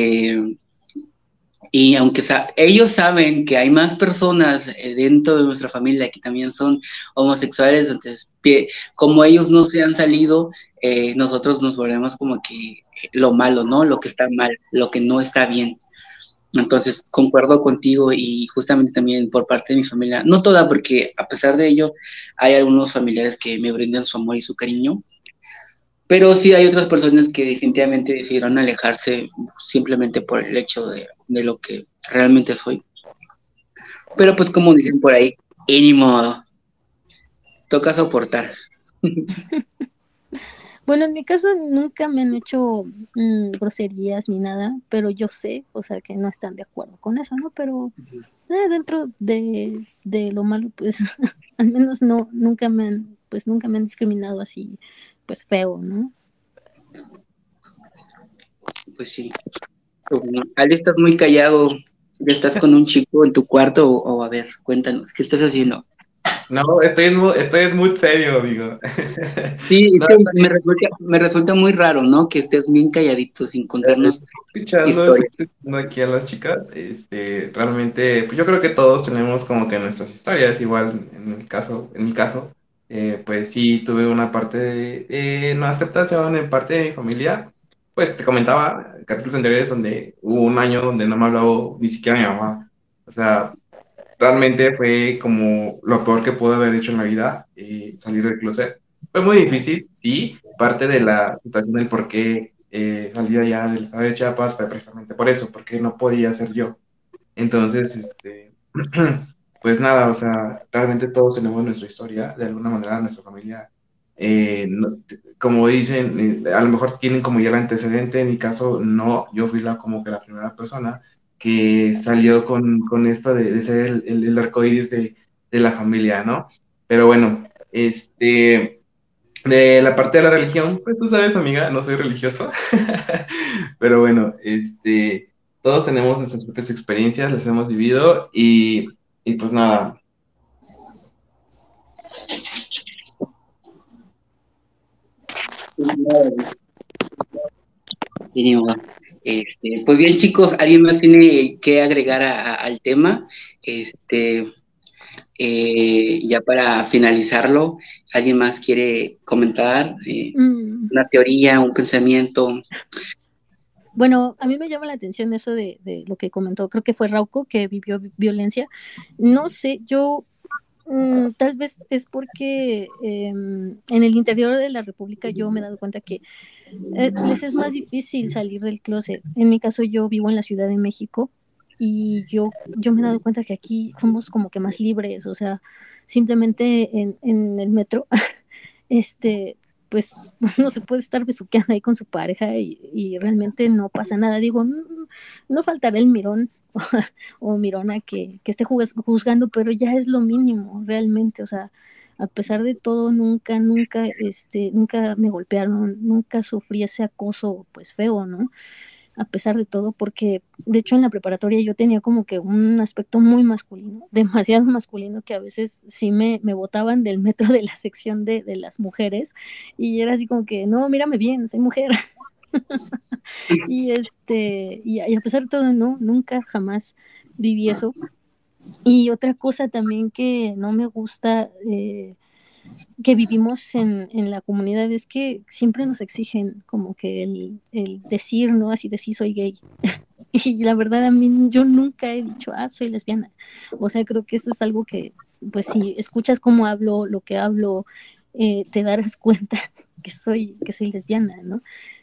[SPEAKER 1] Y aunque ellos saben que hay más personas dentro de nuestra familia que también son homosexuales, entonces como ellos no se han salido, nosotros nos volvemos como que lo malo, ¿no? Lo que está mal, lo que no está bien. Entonces concuerdo contigo y justamente también por parte de mi familia, no toda, porque a pesar de ello hay algunos familiares que me brindan su amor y su cariño, pero sí hay otras personas que definitivamente decidieron alejarse simplemente por el hecho de lo que realmente soy. Pero pues como dicen por ahí, ni modo, toca soportar.
[SPEAKER 4] Bueno, en mi caso nunca me han hecho groserías ni nada, pero yo sé, o sea, que no están de acuerdo con eso, ¿no? Pero dentro de lo malo, pues al menos nunca nunca me han discriminado así, pues feo, ¿no?
[SPEAKER 1] Pues sí. Bueno, Ali, estás muy callado. ¿Ya estás con un chico en tu cuarto? O a ver, cuéntanos, ¿qué estás haciendo?
[SPEAKER 5] No, estoy en muy serio, amigo.
[SPEAKER 1] Sí, es
[SPEAKER 5] No,
[SPEAKER 1] que me resulta muy raro, ¿no? Que estés bien calladito sin contarnos
[SPEAKER 5] estoy
[SPEAKER 1] historias.
[SPEAKER 5] escuchando aquí a las chicas, realmente, pues yo creo que todos tenemos como que nuestras historias, igual en mi caso, pues sí tuve una parte de no aceptación en parte de mi familia, pues te comentaba, capítulos anteriores donde hubo un año donde no me habló ni siquiera mi mamá, o sea, realmente fue como lo peor que pude haber hecho en la vida, salir del closet. Fue muy difícil, sí, parte de la situación del por qué salí de allá del estado de Chiapas fue precisamente por eso, porque no podía ser yo. Entonces, pues nada, o sea, realmente todos tenemos nuestra historia, de alguna manera nuestra familia, como dicen, a lo mejor tienen como ya el antecedente, en mi caso no, yo fui como que la primera persona que salió con esto de ser el arco iris de la familia, ¿no? Pero bueno, de la parte de la religión, pues tú sabes, amiga, no soy religioso, pero bueno, todos tenemos nuestras propias experiencias, las hemos vivido y pues nada.
[SPEAKER 1] Y ni modo. Pues bien, chicos, ¿alguien más tiene que agregar al tema? Ya para finalizarlo, ¿alguien más quiere comentar una teoría, un pensamiento?
[SPEAKER 4] Bueno, a mí me llama la atención eso de lo que comentó, creo que fue Rauco que vivió violencia. No sé, yo tal vez es porque en el interior de la República yo me he dado cuenta que les es más difícil salir del closet. En mi caso yo vivo en la Ciudad de México y yo me he dado cuenta que aquí somos como que más libres, o sea, simplemente en el metro, pues no se puede estar besuqueando ahí con su pareja y realmente no pasa nada. Digo, no faltará el mirón, o mirona que esté juzgando, pero ya es lo mínimo, realmente, o sea, a pesar de todo, nunca me golpearon, nunca sufrí ese acoso, pues feo, ¿no? A pesar de todo, porque de hecho en la preparatoria yo tenía como que un aspecto muy masculino, demasiado masculino, que a veces sí me botaban del metro de la sección de las mujeres, y era así como que, no, mírame bien, soy mujer. y a pesar de todo, no, nunca jamás viví eso. Y otra cosa también que no me gusta, que vivimos en la comunidad, es que siempre nos exigen como que el decir, ¿no? Así de sí, soy gay. Y la verdad, a mí, yo nunca he dicho, soy lesbiana. O sea, creo que eso es algo que, pues si escuchas cómo hablo, lo que hablo, te darás cuenta que soy lesbiana, ¿no?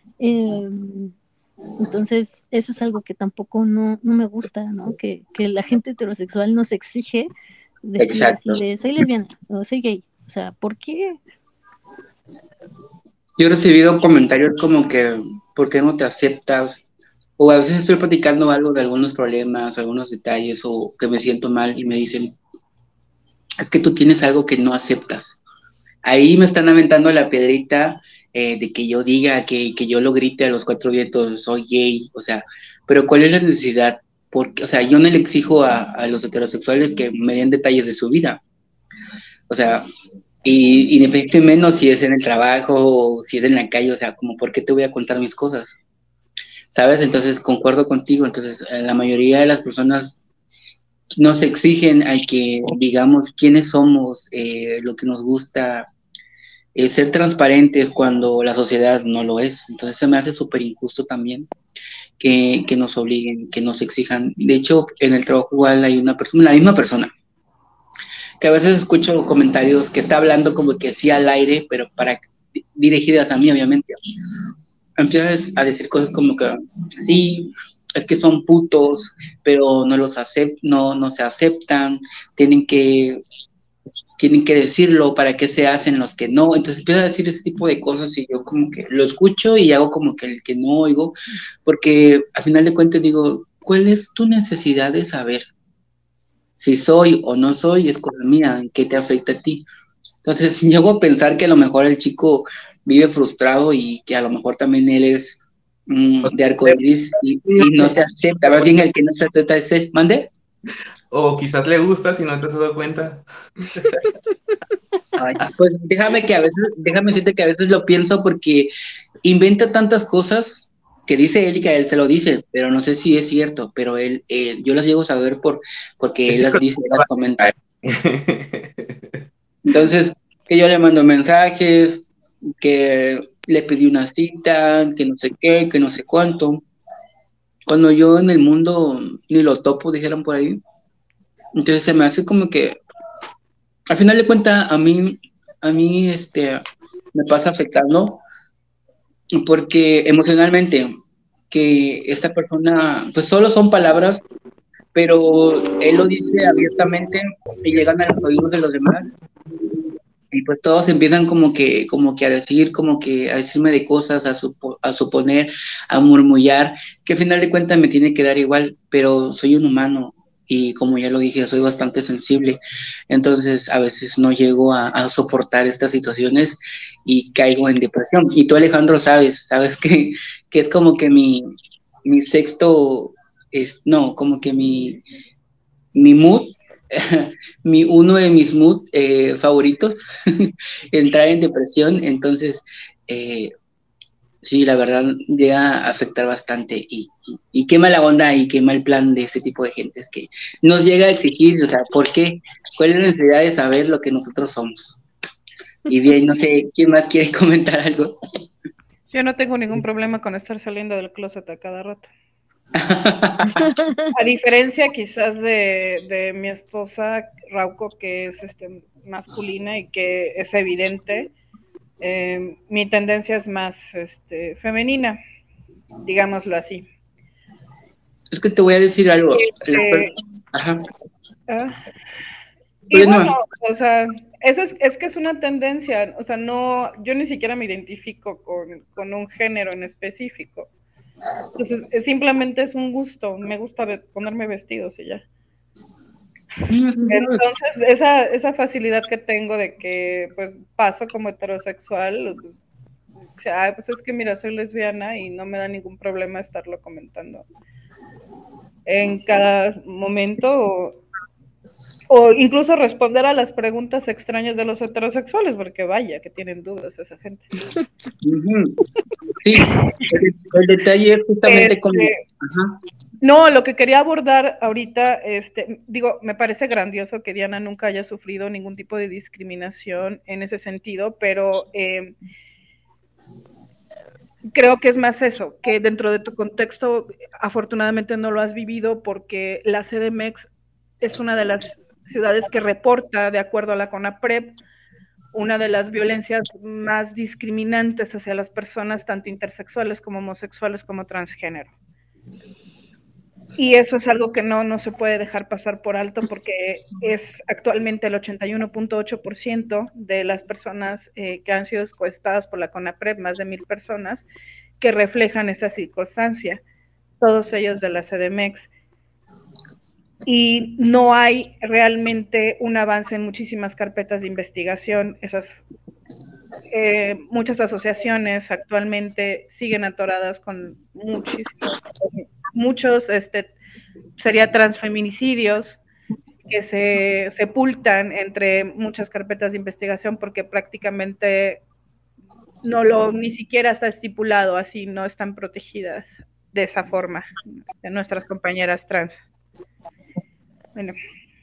[SPEAKER 4] Entonces, eso es algo que tampoco no me gusta, ¿no? Que la gente heterosexual nos exige decir así de, soy lesbiana o soy gay. O sea, ¿por qué?
[SPEAKER 1] Yo he recibido comentarios como que, ¿por qué no te aceptas? O a veces estoy platicando algo de algunos problemas, algunos detalles, o que me siento mal y me dicen, es que tú tienes algo que no aceptas. Ahí me están aventando la piedrita de que yo diga, que yo lo grite a los cuatro vientos, soy gay, o sea, pero ¿cuál es la necesidad? Porque, o sea, yo no le exijo a los heterosexuales que me den detalles de su vida. O sea, y independientemente menos si es en el trabajo o si es en la calle, o sea, como por qué te voy a contar mis cosas, ¿sabes? Entonces, concuerdo contigo, entonces la mayoría de las personas nos exigen a que digamos quiénes somos, lo que nos gusta, ser transparentes cuando la sociedad no lo es. Entonces se me hace súper injusto también que nos obliguen, que nos exijan. De hecho, en el trabajo igual hay una persona, la misma persona, que a veces escucho comentarios que está hablando como que sí al aire, pero dirigidas a mí, obviamente. Empiezas a decir cosas como que sí, es que son putos, pero no se aceptan, tienen que decirlo, para qué se hacen los que no. Entonces empieza a decir ese tipo de cosas y yo como que lo escucho y hago como que el que no oigo, porque al final de cuentas digo, ¿cuál es tu necesidad de saber? Si soy o no soy, es cosa mía, ¿qué te afecta a ti? Entonces llego a pensar que a lo mejor el chico vive frustrado y que a lo mejor también él es de arcoíris y no se acepta, más bien el que no se acepta es él. ¿Mande?
[SPEAKER 5] O quizás le gusta si no te has dado cuenta.
[SPEAKER 1] Ay, pues déjame decirte que a veces lo pienso porque inventa tantas cosas que dice él y que a él se lo dice, pero no sé si es cierto, pero yo las llego a saber porque él las dice, las comenta. Entonces, que yo le mando mensajes, que le pedí una cita, que no sé qué, que no sé cuánto. Cuando yo en el mundo ni lo topo, dijeron por ahí. Entonces se me hace como que, al final de cuentas, a mí, me pasa afectando, porque emocionalmente, que esta persona, pues solo son palabras, pero él lo dice abiertamente y llegan a los oídos de los demás. Y pues todos empiezan como que a decir, como que a decirme de cosas, a suponer, a murmullar, que al final de cuentas me tiene que dar igual, pero soy un humano y como ya lo dije, soy bastante sensible. Entonces a veces no llego a soportar estas situaciones y caigo en depresión. Y tú, Alejandro, sabes que es como que mi sexto, no, como que mi mood, uno de mis mood favoritos, entrar en depresión. Entonces, sí, la verdad llega a afectar bastante y qué mala onda y qué mal plan de este tipo de gente es que nos llega a exigir, o sea, ¿por qué? ¿Cuál es la necesidad de saber lo que nosotros somos? Y bien, no sé, ¿quién más quiere comentar algo?
[SPEAKER 3] Yo no tengo ningún problema con estar saliendo del closet a cada rato. A diferencia quizás de mi esposa Rauco, que es masculina y que es evidente, mi tendencia es más femenina, digámoslo así.
[SPEAKER 1] Es que te voy a decir algo. Ajá.
[SPEAKER 3] Y bueno, o sea, es que es una tendencia, o sea, no, yo ni siquiera me identifico con un género en específico. Entonces, simplemente es un gusto, me gusta ponerme vestidos y ya. Entonces, esa facilidad que tengo de que pues paso como heterosexual, pues es que mira, soy lesbiana y no me da ningún problema estarlo comentando en cada momento, o incluso responder a las preguntas extrañas de los heterosexuales, porque vaya, que tienen dudas esa gente.
[SPEAKER 1] Sí, el detalle es justamente con... Ajá.
[SPEAKER 3] No, lo que quería abordar ahorita, digo, me parece grandioso que Diana nunca haya sufrido ningún tipo de discriminación en ese sentido, pero creo que es más eso, que dentro de tu contexto afortunadamente no lo has vivido porque la CDMX es una de las ciudades que reporta, de acuerdo a la CONAPRED, una de las violencias más discriminantes hacia las personas, tanto intersexuales como homosexuales como transgénero. Y eso es algo que no se puede dejar pasar por alto porque es actualmente el 81.8% de las personas que han sido encuestadas por la CONAPRED, más de 1,000 personas, que reflejan esa circunstancia, todos ellos de la CDMX. Y no hay realmente un avance en muchísimas carpetas de investigación. Muchas asociaciones actualmente siguen atoradas con muchos sería transfeminicidios que se sepultan entre muchas carpetas de investigación porque prácticamente ni siquiera está estipulado así, no están protegidas de esa forma de nuestras compañeras trans. Bueno.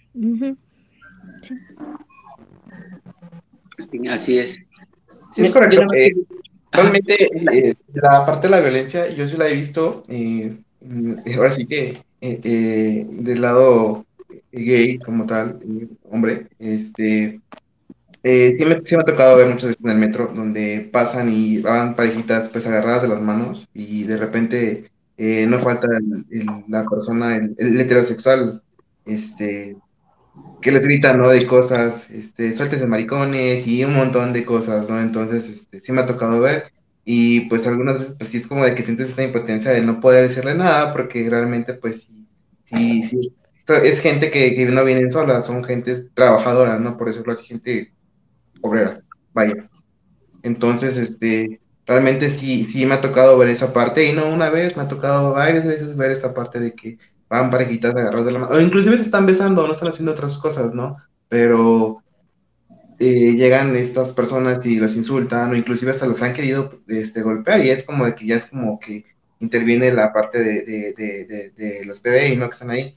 [SPEAKER 1] Sí, así es.
[SPEAKER 5] Sí, es correcto. Realmente, la parte de la violencia, yo sí la he visto, ahora sí que del lado gay como tal, hombre, sí me ha tocado ver muchas veces en el metro donde pasan y van parejitas pues agarradas de las manos y de repente no falta la persona, el heterosexual, que les gritan, ¿no? De cosas, suéltense maricones y un montón de cosas, ¿no? Entonces, sí me ha tocado ver y pues algunas veces pues sí es como de que sientes esa impotencia de no poder decirle nada porque realmente pues sí es gente que no vienen sola, son gente trabajadora, ¿no? Por eso es gente obrera, vaya. Entonces, realmente sí me ha tocado ver esa parte, y no una vez, me ha tocado varias veces ver esta parte de que van parejitas agarrados de la mano, o inclusive se están besando, no están haciendo otras cosas, ¿no? Pero llegan estas personas y los insultan, o inclusive hasta los han querido golpear, y es como de que ya es como que interviene la parte de los PBI, ¿no? Que están ahí,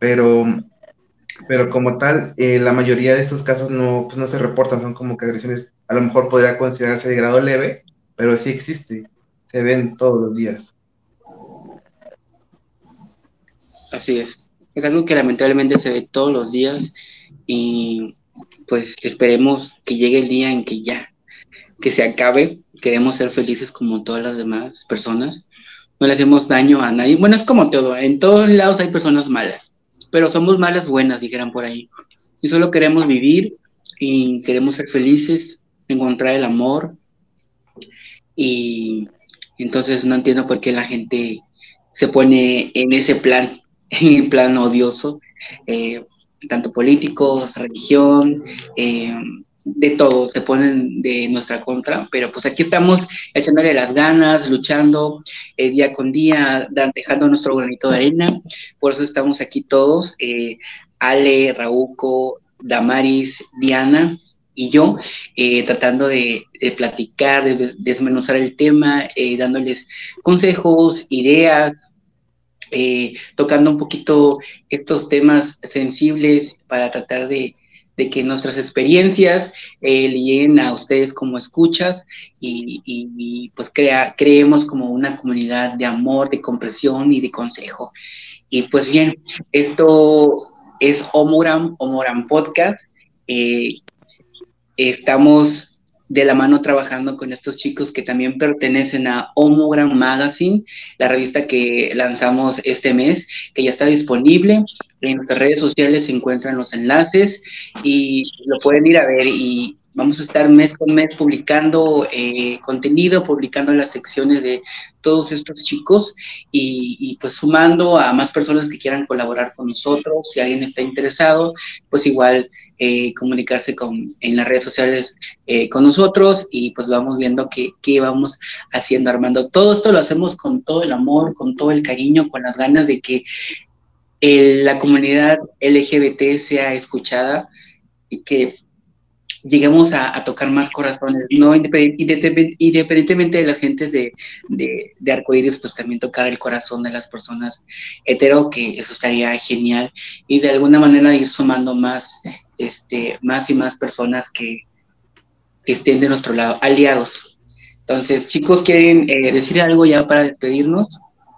[SPEAKER 5] pero como tal, la mayoría de estos casos no se reportan, son como que agresiones, a lo mejor podría considerarse de grado leve, pero sí existe, se ven todos los días.
[SPEAKER 1] Así es algo que lamentablemente se ve todos los días y pues esperemos que llegue el día en que se acabe. Queremos ser felices como todas las demás personas, no le hacemos daño a nadie, bueno, es como todo, en todos lados hay personas malas, pero somos malas buenas, dijeran por ahí, y solo queremos vivir y queremos ser felices, encontrar el amor, y entonces no entiendo por qué la gente se pone en ese plan, en el plan odioso, tanto políticos, religión, de todo, se ponen de nuestra contra, pero pues aquí estamos echándole las ganas, luchando día con día, dejando nuestro granito de arena, por eso estamos aquí todos, Ale, Rauco, Damaris, Diana y yo, tratando de platicar, de desmenuzar el tema, dándoles consejos, ideas, tocando un poquito estos temas sensibles para tratar de que nuestras experiencias le lleguen a ustedes como escuchas y pues creemos como una comunidad de amor, de comprensión y de consejo. Y pues bien, esto es Homogram Podcast. Estamos de la mano trabajando con estos chicos que también pertenecen a Homogram Magazine, la revista que lanzamos este mes, que ya está disponible. En nuestras redes sociales se encuentran los enlaces y lo pueden ir a ver y vamos a estar mes con mes publicando contenido, publicando las secciones de todos estos chicos y pues sumando a más personas que quieran colaborar con nosotros. Si alguien está interesado, pues igual comunicarse en las redes sociales con nosotros y pues vamos viendo qué vamos haciendo, Armando. Todo esto lo hacemos con todo el amor, con todo el cariño, con las ganas de que la comunidad LGBT sea escuchada y que lleguemos a tocar más corazones, ¿no? Independientemente de las gentes de Arcoíris, pues también tocar el corazón de las personas hetero, que eso estaría genial, y de alguna manera ir sumando más y más personas que estén de nuestro lado, aliados. Entonces, chicos, ¿quieren decir algo ya para despedirnos?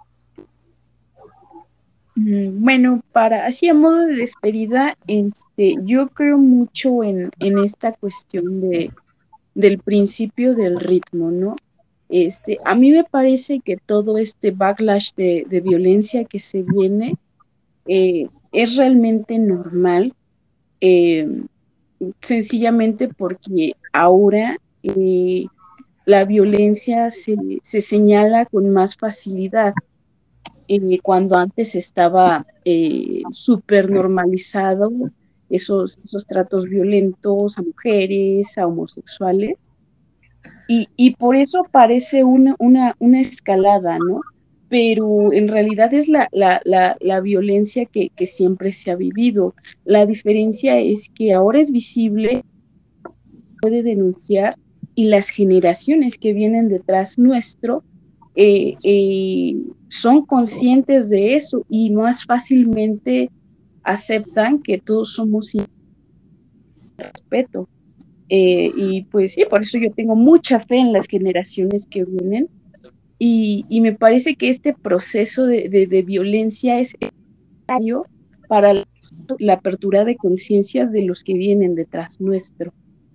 [SPEAKER 2] Bueno, así a modo de despedida, yo creo mucho en esta cuestión del principio del ritmo, ¿no? A mí me parece que todo este backlash de violencia que se viene es realmente normal, sencillamente porque ahora la violencia se señala con más facilidad. Cuando antes estaba súper normalizado esos tratos violentos a mujeres, a homosexuales, y por eso parece una escalada, ¿no? Pero en realidad es la violencia que siempre se ha vivido. La diferencia es que ahora es visible, puede denunciar, y las generaciones que vienen detrás nuestro son conscientes de eso y más fácilmente aceptan que todos somos respeto. Y pues sí, por eso yo tengo mucha fe en las generaciones que vienen y me parece que este proceso de violencia es necesario para la apertura de conciencias de los que vienen detrás nuestro.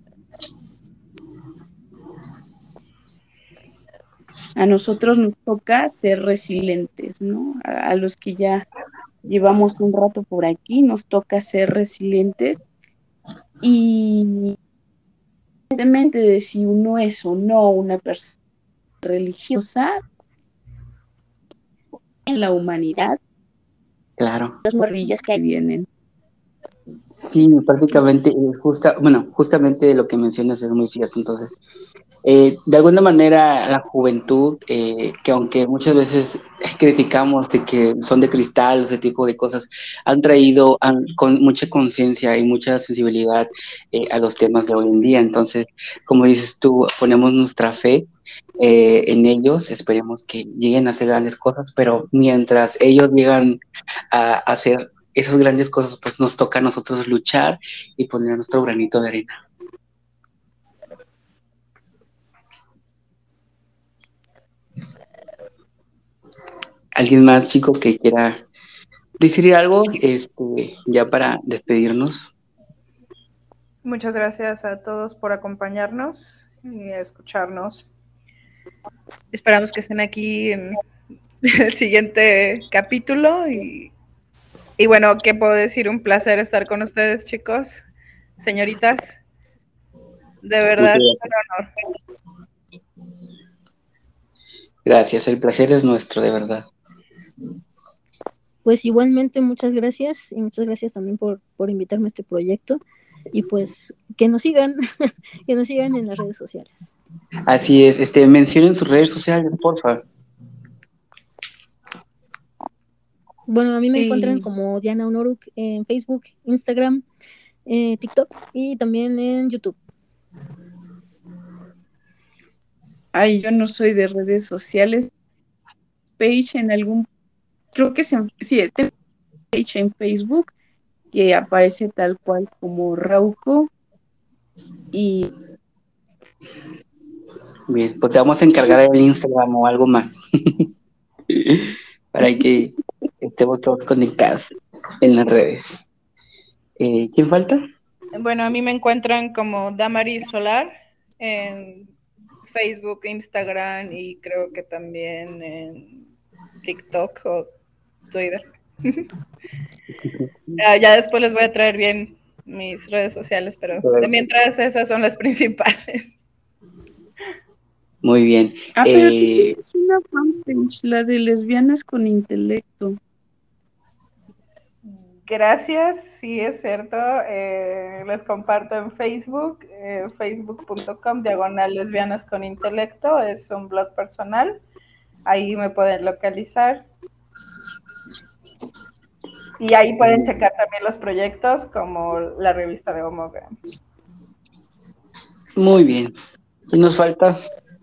[SPEAKER 2] A nosotros nos toca ser resilientes, ¿no? A los que ya llevamos un rato por aquí, nos toca ser resilientes y independientemente de si uno es o no una persona religiosa en la humanidad,
[SPEAKER 1] Claro.
[SPEAKER 2] los morrillos que vienen.
[SPEAKER 1] Sí, prácticamente, justamente lo que mencionas es muy cierto. Entonces, de alguna manera la juventud, que aunque muchas veces criticamos de que son de cristal, ese tipo de cosas, han traído con mucha conciencia y mucha sensibilidad a los temas de hoy en día. Entonces, como dices tú, ponemos nuestra fe en ellos, esperemos que lleguen a hacer grandes cosas, pero mientras ellos llegan a hacer esas grandes cosas, pues nos toca a nosotros luchar y poner nuestro granito de arena. ¿Alguien más, chico, que quiera decir algo ya para despedirnos?
[SPEAKER 3] Muchas gracias a todos por acompañarnos y a escucharnos. Esperamos que estén aquí en el siguiente capítulo y bueno, ¿qué puedo decir? Un placer estar con ustedes, chicos, señoritas. De verdad, un honor.
[SPEAKER 1] Gracias, el placer es nuestro, de verdad.
[SPEAKER 4] Pues igualmente muchas gracias y muchas gracias también por invitarme a este proyecto y pues que nos sigan, que nos sigan en las redes sociales.
[SPEAKER 1] Así es, mencionen sus redes sociales, por favor.
[SPEAKER 4] Bueno, a mí me encuentran como Diana Onoruk en Facebook, Instagram, TikTok y también en YouTube.
[SPEAKER 2] Ay, yo no soy de redes sociales. Page en algún, creo que sí, este page en Facebook que aparece tal cual como Rauco y
[SPEAKER 1] bien, pues te vamos a encargar el Instagram o algo más para que estemos todos conectados en las redes. ¿Quién falta?
[SPEAKER 3] Bueno, a mí me encuentran como Damaris Solar en Facebook, Instagram y creo que también en TikTok o Twitter. Ya después les voy a traer bien mis redes sociales, pero
[SPEAKER 1] Redes
[SPEAKER 3] de mientras esas son las principales.
[SPEAKER 1] Muy bien.
[SPEAKER 2] Pero tú tienes una fanpage, la de Lesbianas con Intelecto.
[SPEAKER 3] Gracias, sí es cierto. Les comparto en Facebook, facebook.com/lesbianas con intelecto, es un blog personal, ahí me pueden localizar. Y ahí pueden checar también los proyectos como la revista de Homogram.
[SPEAKER 1] Muy bien. ¿Qué nos falta?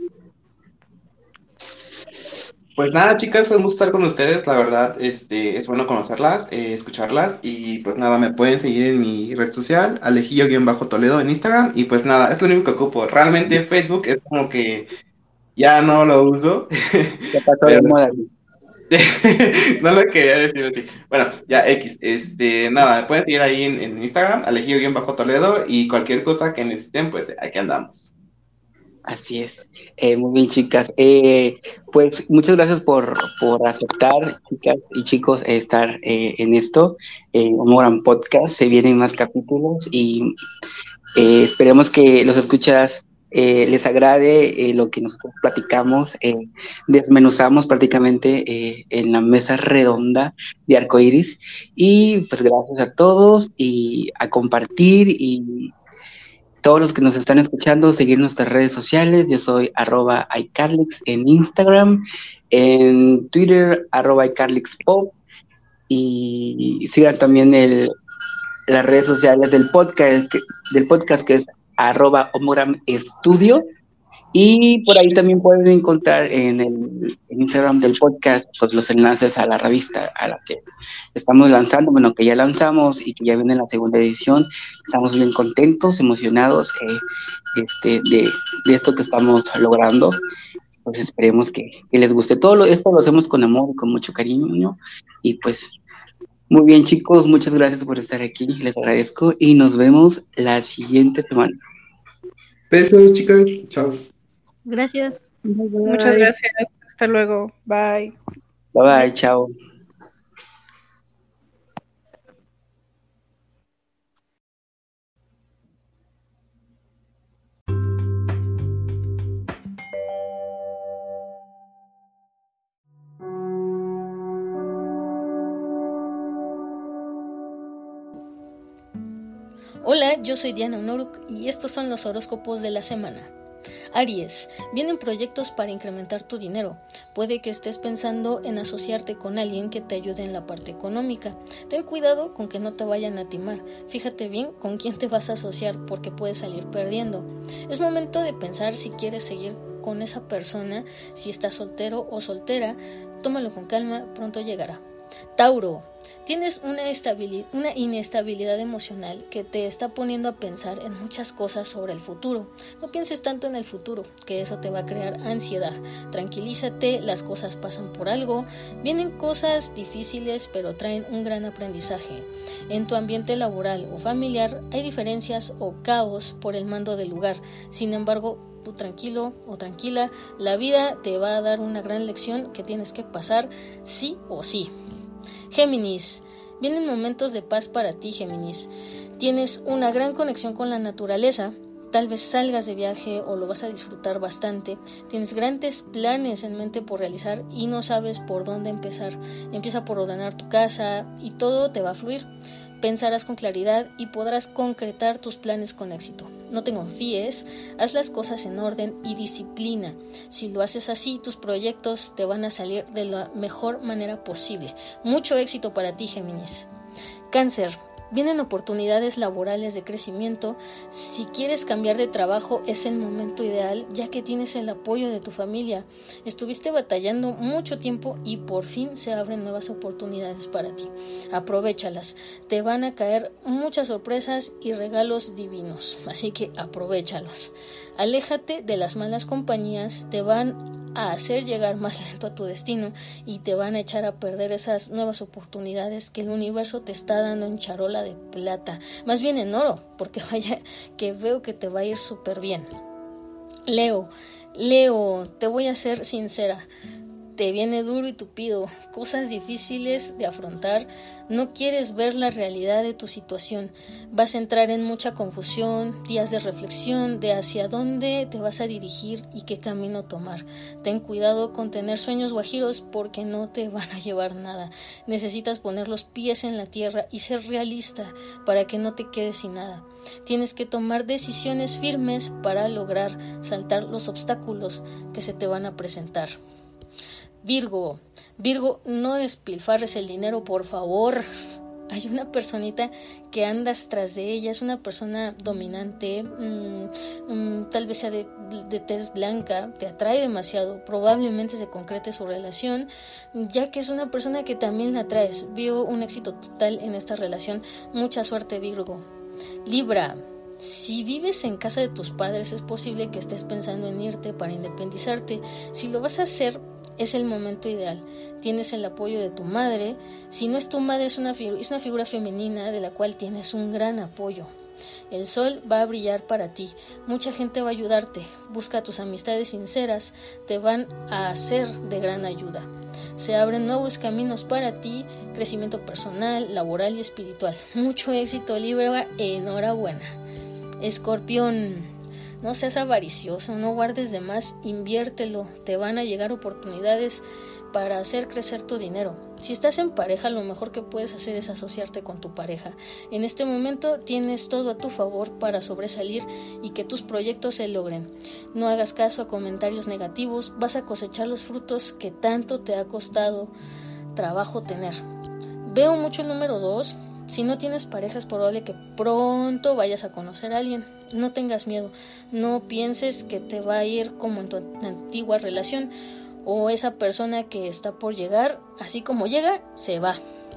[SPEAKER 5] Pues nada, chicas, fue un gusto estar con ustedes, la verdad, es bueno conocerlas, escucharlas, y pues nada, me pueden seguir en mi red social, Alejillo-Toledo en Instagram, y pues nada, es lo único que ocupo. Realmente Facebook es como que ya no lo uso,
[SPEAKER 1] Ya pasó de
[SPEAKER 5] pero
[SPEAKER 1] moda.
[SPEAKER 5] no lo quería decir así. Bueno, ya X, nada, me pueden seguir ahí en Instagram, Alejillo-Toledo, y cualquier cosa que necesiten, pues aquí andamos.
[SPEAKER 1] Así es. Muy bien, chicas. Pues muchas gracias por aceptar, chicas y chicos, estar en esto. Un gran podcast. Se vienen más capítulos y esperemos que los escuchas les agrade lo que nosotros platicamos. Desmenuzamos prácticamente en la mesa redonda de Arcoiris. Y pues gracias a todos y a compartir y todos los que nos están escuchando, seguir nuestras redes sociales. Yo soy @iCarlix en Instagram, en Twitter @iCarlixPop, y sigan también las redes sociales del podcast que es @homogramestudio. Y por ahí también pueden encontrar en el Instagram del podcast pues, los enlaces a la revista a la que estamos lanzando, bueno, que ya lanzamos y que ya viene la segunda edición. Estamos bien contentos, emocionados de esto que estamos logrando. Pues esperemos que les guste. Esto lo hacemos con amor y con mucho cariño. Y pues muy bien, chicos, muchas gracias por estar aquí. Les agradezco y nos vemos la siguiente semana.
[SPEAKER 5] Besos, chicas, chao.
[SPEAKER 4] Gracias.
[SPEAKER 3] Muchas gracias, hasta luego, bye.
[SPEAKER 1] Bye bye, chao.
[SPEAKER 4] Hola, yo soy Diana Onoruk y estos son los horóscopos de la semana. Aries, vienen proyectos para incrementar tu dinero. Puede que estés pensando en asociarte con alguien que te ayude en la parte económica. Ten cuidado con que no te vayan a timar. Fíjate bien con quién te vas a asociar porque puedes salir perdiendo. Es momento de pensar si quieres seguir con esa persona, si estás soltero o soltera. Tómalo con calma, pronto llegará. Tauro, tienes una inestabilidad emocional que te está poniendo a pensar en muchas cosas sobre el futuro. No pienses tanto en el futuro, que eso te va a crear ansiedad. Tranquilízate, las cosas pasan por algo. Vienen cosas difíciles, pero traen un gran aprendizaje. En tu ambiente laboral o familiar hay diferencias o caos por el mando del lugar. Sin embargo, tú tranquilo o tranquila, la vida te va a dar una gran lección que tienes que pasar sí o sí. Géminis, vienen momentos de paz para ti, Géminis. Tienes una gran conexión con la naturaleza. Tal vez salgas de viaje o lo vas a disfrutar bastante. Tienes grandes planes en mente por realizar y no sabes por dónde empezar. Empieza por ordenar tu casa y todo te va a fluir. Pensarás con claridad y podrás concretar tus planes con éxito. No te confíes, haz las cosas en orden y disciplina. Si lo haces así, tus proyectos te van a salir de la mejor manera posible. Mucho éxito para ti, Géminis. Cáncer. Vienen oportunidades laborales de crecimiento. Si quieres cambiar de trabajo es el momento ideal, ya que tienes el apoyo de tu familia. Estuviste batallando mucho tiempo y por fin se abren nuevas oportunidades para ti. Aprovéchalas. Te van a caer muchas sorpresas y regalos divinos, así que aprovéchalos. Aléjate de las malas compañías, te van a hacer llegar más lento a tu destino y te van a echar a perder esas nuevas oportunidades que el universo te está dando en charola de plata, más bien en oro, porque vaya que veo que te va a ir súper bien. Leo, te voy a ser sincera, te viene duro y tupido, cosas difíciles de afrontar, no quieres ver la realidad de tu situación, vas a entrar en mucha confusión, días de reflexión de hacia dónde te vas a dirigir y qué camino tomar. Ten cuidado con tener sueños guajiros porque no te van a llevar nada. Necesitas poner los pies en la tierra y ser realista para que no te quedes sin nada. Tienes que tomar decisiones firmes para lograr saltar los obstáculos que se te van a presentar. Virgo, no despilfarres el dinero, por favor. Hay una personita que andas tras de ella, es una persona dominante, tal vez sea de tez blanca, te atrae demasiado, probablemente se concrete su relación, ya que es una persona que también la atraes. Veo un éxito total en esta relación. Mucha suerte, Virgo. Libra, si vives en casa de tus padres, es posible que estés pensando en irte para independizarte. Si lo vas a hacer, es el momento ideal. Tienes el apoyo de tu madre. Si no es tu madre, es una figura femenina de la cual tienes un gran apoyo. El sol va a brillar para ti. Mucha gente va a ayudarte. Busca tus amistades sinceras. Te van a ser de gran ayuda. Se abren nuevos caminos para ti. Crecimiento personal, laboral y espiritual. Mucho éxito, Libra. Enhorabuena. Escorpión, no seas avaricioso, no guardes de más, inviértelo, te van a llegar oportunidades para hacer crecer tu dinero. Si estás en pareja, lo mejor que puedes hacer es asociarte con tu pareja. En este momento tienes todo a tu favor para sobresalir y que tus proyectos se logren. No hagas caso a comentarios negativos, vas a cosechar los frutos que tanto te ha costado trabajo tener. Veo mucho el número 2. Si no tienes pareja, es probable que pronto vayas a conocer a alguien. No tengas miedo, no pienses que te va a ir como en tu antigua relación o esa persona que está por llegar, así como llega, se va.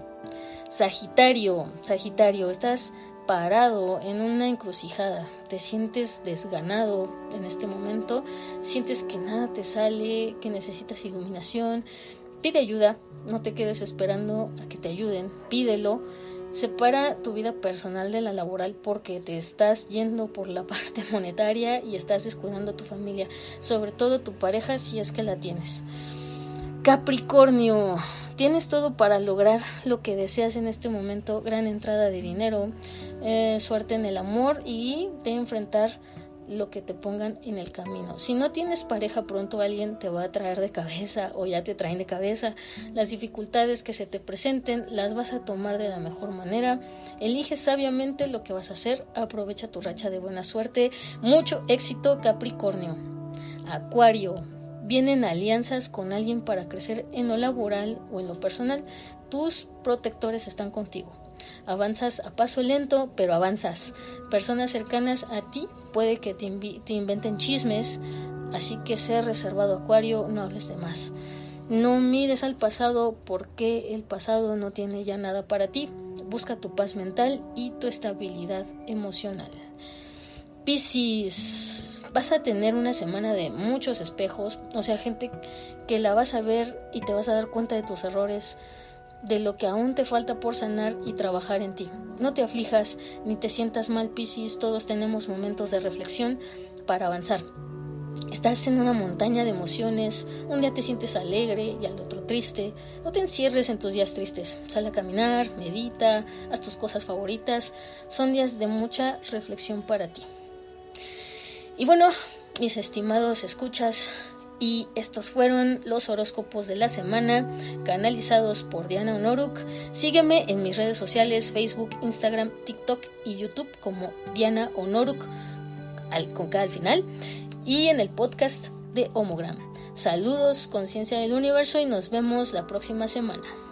[SPEAKER 4] Sagitario, estás parado en una encrucijada, te sientes desganado en este momento, sientes que nada te sale, que necesitas iluminación. Pide ayuda, no te quedes esperando a que te ayuden, pídelo. Separa tu vida personal de la laboral porque te estás yendo por la parte monetaria y estás descuidando a tu familia, sobre todo tu pareja si es que la tienes. Capricornio, tienes todo para lograr lo que deseas en este momento, gran entrada de dinero, suerte en el amor y de enfrentar lo que te pongan en el camino. Si no tienes pareja, pronto alguien te va a traer de cabeza o ya te traen de cabeza. Las dificultades que se te presenten las vas a tomar de la mejor manera. Elige sabiamente lo que vas a hacer. Aprovecha tu racha de buena suerte. Mucho éxito, Capricornio. Acuario, vienen alianzas con alguien para crecer en lo laboral o en lo personal. Tus protectores están contigo. Avanzas a paso lento, pero avanzas. Personas cercanas a ti puede que te inventen chismes, así que sé reservado, Acuario, no hables de más. No mires al pasado porque el pasado no tiene ya nada para ti. Busca tu paz mental y tu estabilidad emocional. Piscis, vas a tener una semana de muchos espejos, o sea, gente que la vas a ver y te vas a dar cuenta de tus errores, de lo que aún te falta por sanar y trabajar en ti. No te aflijas ni te sientas mal, Piscis, todos tenemos momentos de reflexión para avanzar. Estás en una montaña de emociones, un día te sientes alegre y al otro triste. No te encierres en tus días tristes, sal a caminar, medita, haz tus cosas favoritas. Son días de mucha reflexión para ti. Y bueno, mis estimados escuchas, y estos fueron los horóscopos de la semana canalizados por Diana Onoruk. Sígueme en mis redes sociales, Facebook, Instagram, TikTok y YouTube como Diana Onoruk con K al final, y en el podcast de Homogram. Saludos, conciencia del universo, y nos vemos la próxima semana.